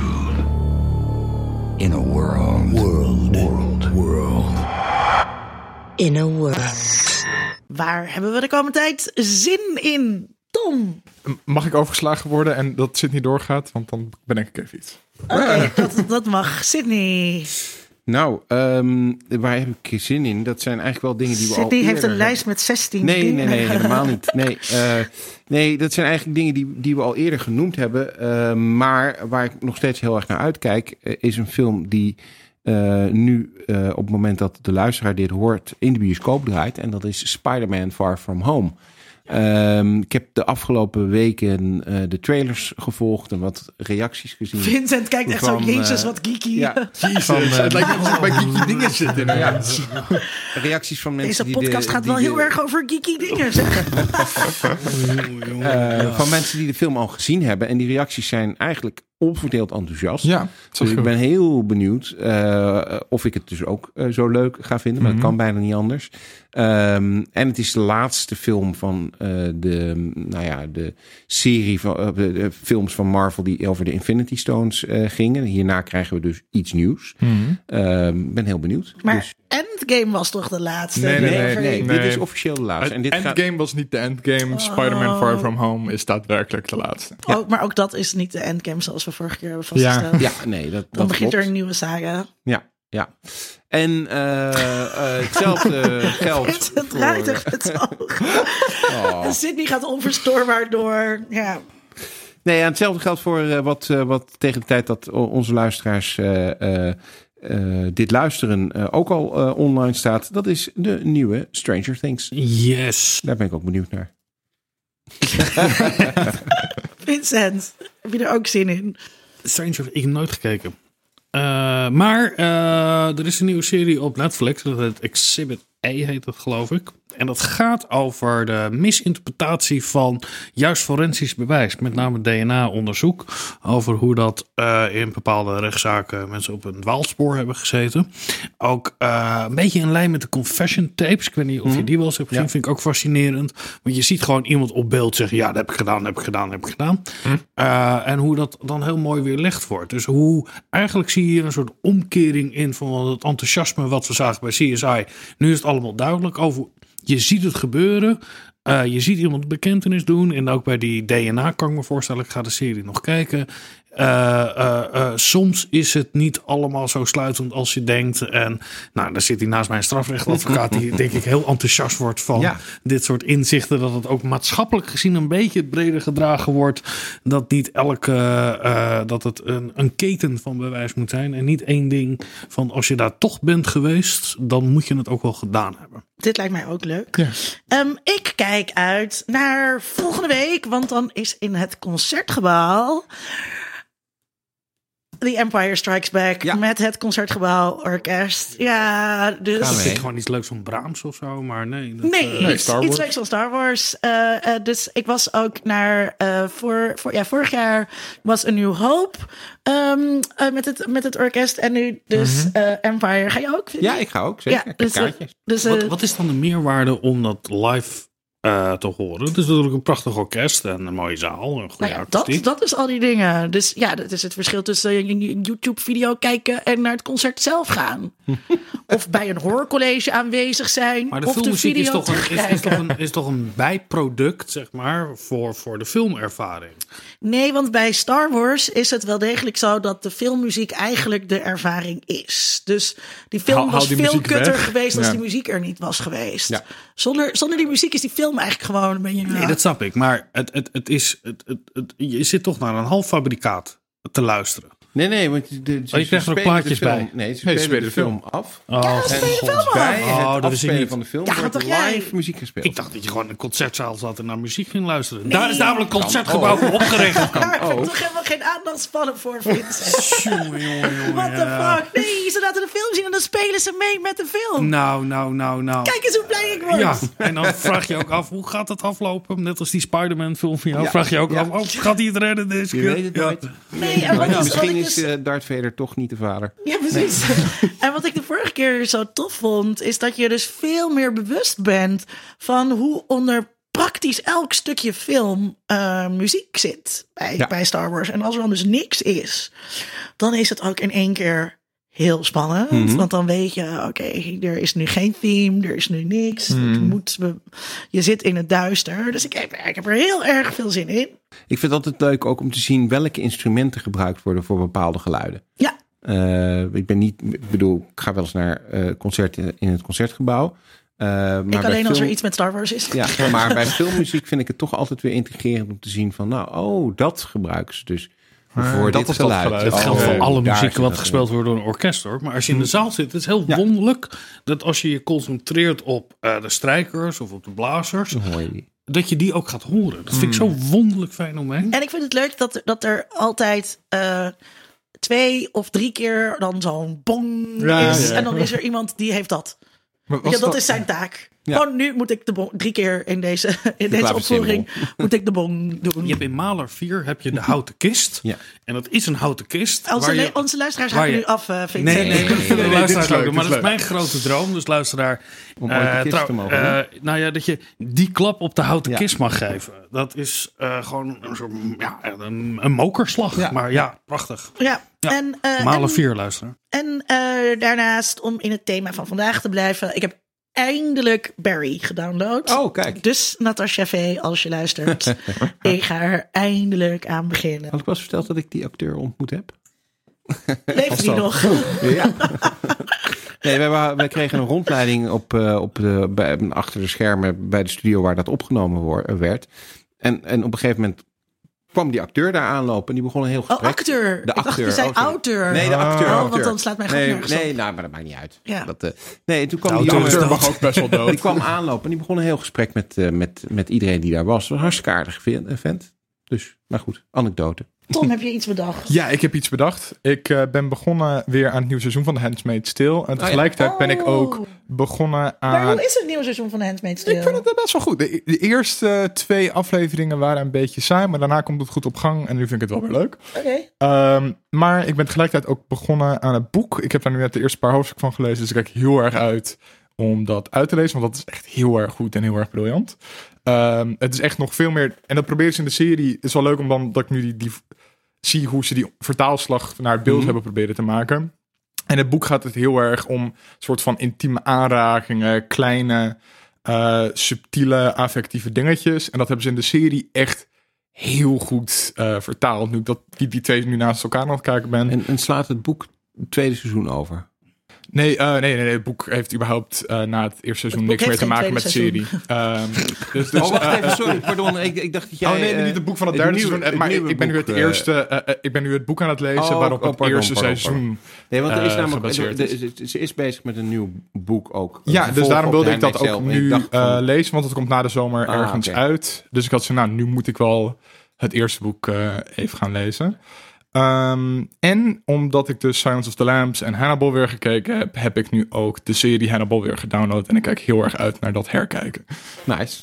In a world. World. In a world. Waar hebben we de komende tijd zin in, Tom? Mag ik overgeslagen worden en dat Sydney doorgaat? Want dan bedenk ik even iets. Oké, dat mag. Sydney. Nou, waar heb ik zin in? Dat zijn eigenlijk wel dingen die we Sydney heeft een lijst met 16 dingen. Nee, helemaal niet. Nee, dat zijn eigenlijk dingen die we al eerder genoemd hebben. Maar waar ik nog steeds heel erg naar uitkijk, is een film die nu op het moment dat de luisteraar dit hoort in de bioscoop draait. En dat is Spider-Man Far From Home. Ik heb de afgelopen weken de trailers gevolgd en wat reacties gezien. Vincent kijkt echt zo, jezus, wat geeky. Ja, Het lijkt alsof ik bij geeky dingen zit inderdaad. reacties van mensen Deze podcast gaat wel heel erg over geeky dingen, zeg. Van mensen die de film al gezien hebben. En die reacties zijn eigenlijk onverdeeld enthousiast. Ja, dus ik ben heel benieuwd of ik het dus ook zo leuk ga vinden. Maar dat kan bijna niet anders. En het is de laatste film van de serie van de films van Marvel die over de Infinity Stones gingen. Hierna krijgen we dus iets nieuws. Ben heel benieuwd. Maar Dus, Endgame was toch de laatste? nee, dit is officieel de laatste. En dit Endgame was niet de Endgame. Spider-Man Far From Home is daadwerkelijk de laatste. Ja. Maar ook dat is niet de Endgame zoals we vorige keer hebben vastgesteld. Ja, nee, dat Dan begint klopt. er een nieuwe saga. Ja. En hetzelfde geldt Het draait echt het oog. En Sydney gaat onverstoorbaar door. Ja. Nee, en hetzelfde geldt voor wat tegen de tijd dat onze luisteraars dit luisteren ook al online staat. Dat is de nieuwe Stranger Things. Yes. Daar ben ik ook benieuwd naar. Vincent, heb je er ook zin in? Stranger, ik heb nooit gekeken. Maar er is een nieuwe serie op Netflix. Dat heet Exhibit A, heet dat, geloof ik. En dat gaat over de misinterpretatie van juist forensisch bewijs. Met name DNA-onderzoek. Over hoe dat in bepaalde rechtszaken mensen op een dwaalspoor hebben gezeten. Ook een beetje in lijn met de confession tapes. Ik weet niet of je die wel eens hebt gezien. Ja. Vind ik ook fascinerend. Want je ziet gewoon iemand op beeld zeggen... ja, dat heb ik gedaan. En hoe dat dan heel mooi weerlegd wordt. Dus hoe eigenlijk zie je hier een soort omkering in... van het enthousiasme wat we zagen bij CSI. Nu is het allemaal duidelijk over... Je ziet het gebeuren. Je ziet iemand bekentenis doen. En ook bij die DNA kan ik me voorstellen. Ik ga de serie nog kijken. Soms is het niet allemaal zo sluitend als je denkt. En nou, daar zit hij naast mij een strafrechtadvocaat... die denk ik heel enthousiast wordt van dit soort inzichten. Dat het ook maatschappelijk gezien een beetje breder gedragen wordt. Dat niet dat het een keten van bewijs moet zijn. En niet één ding van als je daar toch bent geweest... dan moet je het ook wel gedaan hebben. Dit lijkt mij ook leuk. Ja. Ik kijk uit naar volgende week. Want dan is in het Concertgebouw... The Empire Strikes Back met het Concertgebouw Orkest. Ja, dus... Dat vind ik gewoon iets leuks van Brahms of zo, maar nee. Iets leuks van Star Wars. Dus ik was ook naar... vorig jaar was A New Hope met het orkest. En nu dus Empire. Ga je ook? Ja, ik ga ook, zeker. Ja, dus, wat is dan de meerwaarde om dat live... te horen. Het is natuurlijk een prachtig orkest en een mooie zaal. Een goede akoestiek. Dat is al die dingen. Dus ja, dat is het verschil tussen een YouTube-video kijken en naar het concert zelf gaan. Of bij een hoorcollege aanwezig zijn. Maar de of filmmuziek de video is toch een bijproduct, zeg maar, voor de filmervaring. Nee, want bij Star Wars is het wel degelijk zo dat de filmmuziek eigenlijk de ervaring is. Dus die film was veel kutter geweest als die muziek er niet was geweest. Ja. Zonder die muziek is die film eigenlijk gewoon een beetje... Nee, dat snap ik. Maar je zit toch naar een halffabrikaat te luisteren. Nee, want je krijgt er ook plaatjes bij. Nee, ze spelen de film af. Bij het afspelen van de film wordt live muziek gespeeld. Ik dacht dat je gewoon in een concertzaal zat en naar muziek ging luisteren. Nee. Daar is namelijk een concertgebouw voor opgericht. Daar heb ik toch helemaal geen aandachtspannen voor, Vincent. What the fuck? Nee, ze laten de film zien en dan spelen ze mee met de film. Nou. Kijk eens hoe blij ik word. Ja, en dan vraag je ook af, hoe gaat het aflopen? Net als die Spider-Man film van jou. Vraag je ook af, gaat hij het redden deze keer? Je weet het nooit. Nee, misschien is Darth Vader toch niet de vader. Ja, precies. Nee. En wat ik de vorige keer zo tof vond, is dat je dus veel meer bewust bent van hoe onder praktisch elk stukje film muziek zit bij Star Wars. En als er dan dus niks is, dan is het ook in één keer heel spannend. Want dan weet je, oké, er is nu geen theme, er is nu niks. Je zit in het duister. Dus ik heb er heel erg veel zin in. Ik vind het altijd leuk ook om te zien welke instrumenten gebruikt worden voor bepaalde geluiden. Ja. Ik ga wel eens naar concerten in het Concertgebouw. Maar alleen als er iets met Star Wars is. Ja, maar bij filmmuziek vind ik het toch altijd weer intrigerend om te zien van, dat gebruiken ze dus. Voor dit geluid. Dat geldt voor alle muziek wat gespeeld wordt door een orkest, hoor. Maar als je in de zaal zit, het is heel wonderlijk dat als je je concentreert op de strijkers of op de blazers, dat je die ook gaat horen. Dat vind ik zo'n wonderlijk fenomeen. En ik vind het leuk dat er altijd 2 of 3 keer dan zo'n bong is. Ja. En dan is er iemand die heeft dat. Maar was Ja, dat dat- is zijn taak. Ja. Gewoon nu moet ik de bong 3 keer in deze opvoering moet ik de bong doen. Je hebt in Mahler 4 heb je de houten kist. Ja. En dat is een houten kist. Onze luisteraars waar haken je- nu af, Vincent. Nee, dat vinden de luisteraars dit is leuk, ook. Maar dit dat is is mijn grote droom. Dus luisteraar. Om ooit de kist te mogen doen. nou ja, dat je die klap op de houten Ja. kist mag geven. Dat is gewoon een soort een mokerslag. Ja. Maar ja, prachtig. Ja. Ja. En, Mahler 4 luisteraar. En daarnaast, om in het thema van vandaag te blijven, ik heb eindelijk Barry gedownload. Oh, kijk. Dus Natasha V, als je luistert, ik ga er eindelijk aan beginnen. Had ik wel eens verteld dat ik die acteur ontmoet heb? Leeft die nog? Ja. Nee, wij kregen een rondleiding achter de schermen bij de studio waar dat opgenomen werd. En op een gegeven moment kwam die acteur daar aanlopen en die begon een heel Oh, gesprek. acteur. De Ik dacht, je zei sorry. auteur. Nee, de acteur. Oh, want dan slaat mijn grap nergens op. Nee, nou, maar dat maakt niet uit. Ja. Nee, toen kwam De die jongen... acteur mag ook best wel dood. Die kwam aanlopen en die begon een heel gesprek met iedereen die daar was. Het was een hartstikke aardig vent. Dus, maar goed, anekdote. Tom, heb je iets bedacht? Ja, ik heb iets bedacht. Ik ben begonnen weer aan het nieuwe seizoen van The Handmaid's Tale. En tegelijkertijd ben ik ook begonnen aan... Maar hoe is het nieuwe seizoen van Handmaid's Tale? Ik vind het best wel goed. De eerste 2 afleveringen waren een beetje saai, maar daarna komt het goed op gang en nu vind ik het wel weer leuk. Oké. Maar ik ben tegelijkertijd ook begonnen aan het boek. Ik heb daar nu net de eerste paar hoofdstukken van gelezen, dus ik kijk heel erg uit om dat uit te lezen, want dat is echt heel erg goed en heel erg briljant. Het is echt nog veel meer, en dat proberen ze in de serie. Het is wel leuk dat ik nu die zie hoe ze die vertaalslag naar het beeld hebben proberen te maken. En het boek gaat het heel erg om een soort van intieme aanrakingen, kleine, subtiele, affectieve dingetjes. En dat hebben ze in de serie echt heel goed vertaald. Nu dat die 2 nu naast elkaar aan het kijken ben. En slaat het boek het tweede seizoen over? Nee, het boek heeft überhaupt na het eerste seizoen Het boek niks meer heeft te geen maken met de serie. tweede Dus, Wacht even, sorry, pardon. Ik dacht dat jij... niet het boek van het derde seizoen. Maar ik ben nu het eerste. Ik ben nu het boek aan het lezen waarop het eerste seizoen. Nee, want er is namelijk gebaseerd is. ze is bezig met een nieuw boek ook. Ja, dus daarom wilde ik dat ook nu nu lezen, want het komt na de zomer ergens oké. uit. Dus ik had zo, nu moet ik wel het eerste boek even gaan lezen. En omdat ik dus Silence of the Lambs en Hannibal weer gekeken heb, heb ik nu ook de serie Hannibal weer gedownload. En ik kijk heel erg uit naar dat herkijken. Nice.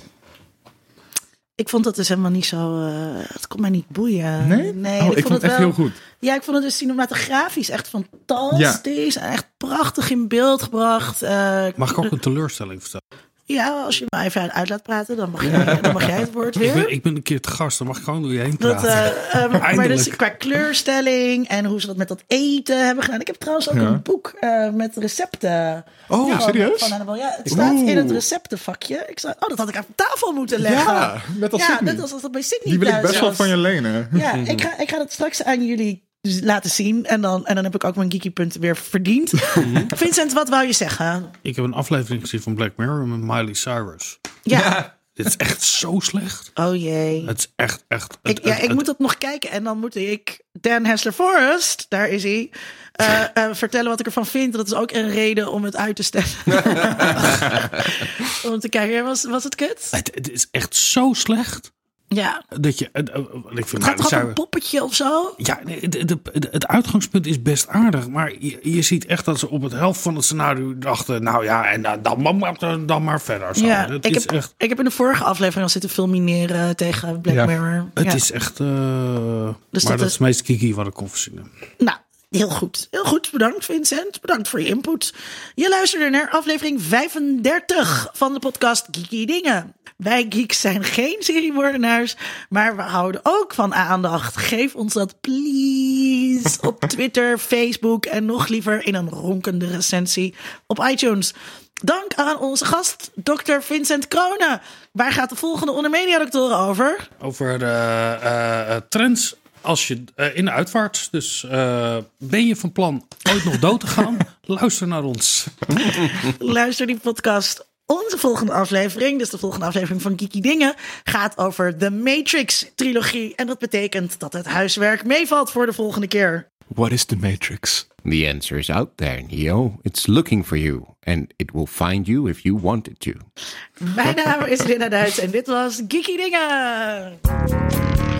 Ik vond dat dus helemaal niet zo... het kon mij niet boeien. Nee? ik vond het echt heel goed. Ja, ik vond het dus cinematografisch echt fantastisch. En echt prachtig in beeld gebracht. Mag ik ook een teleurstelling vertellen? Ja, als je me even uit laat praten, dan mag jij het woord weer. Ik ben een keer te gast, dan mag ik gewoon door je heen Dat, praten. maar Eindelijk. dus qua kleurstelling en hoe ze dat met dat eten hebben gedaan. Ik heb trouwens ook een boek met recepten. Oh, van, serieus? Van Hannibal. Ja, het staat in het receptenvakje. Dat had ik aan tafel moeten leggen. Ja, net als Sydney. net als dat bij Sydney Die wil ik thuis best wel was. van je lenen. Ja, ik ga dat straks aan jullie laten zien. En dan heb ik ook mijn geeky punten weer verdiend. Vincent, wat wou je zeggen? Ik heb een aflevering gezien van Black Mirror met Miley Cyrus. Ja. Dit is echt zo slecht. Oh jee. Het is echt... Ik moet dat nog kijken. En dan moet ik Dan Hessler Forrest, daar is hij, vertellen wat ik ervan vind. Dat is ook een reden om het uit te stellen. Om te kijken, was het kut? Het is echt zo slecht. Ja. Dat je... ik vind Gaat Miley er ook een poppetje of zo? Ja, nee, het uitgangspunt is best aardig. Maar je ziet echt dat ze op het helft van het scenario dachten... Nou ja, en dan maar verder. Zo. Ja, Het ik is heb, echt... ik heb in de vorige aflevering al zitten fulmineren tegen Black Mirror. Het Ja. is echt... Dus maar dat dat is is- het meest kiki wat ik kon verzinnen. Nou, heel goed. Heel goed. Bedankt, Vincent. Bedankt voor je input. Je luisterde naar aflevering 35 van de podcast Geeky Dingen. Wij geeks zijn geen seriemoordenaars, maar we houden ook van aandacht. Geef ons dat please op Twitter, Facebook en nog liever in een ronkende recensie op iTunes. Dank aan onze gast, Dr. Vincent Kroonen. Waar gaat de volgende Ondermedia-doctoren over? Over trends als je in de uitvaart. Dus ben je van plan ooit nog dood te gaan? Luister naar ons. Luister die podcast. Onze volgende aflevering, dus de volgende aflevering van Geeky Dingen, gaat over de Matrix-trilogie. En dat betekent dat het huiswerk meevalt voor de volgende keer. What is the Matrix? The answer is out there, Neo. It's looking for you. And it will find you if you want it to. Mijn naam is Linda Duits en dit was Geeky Dingen.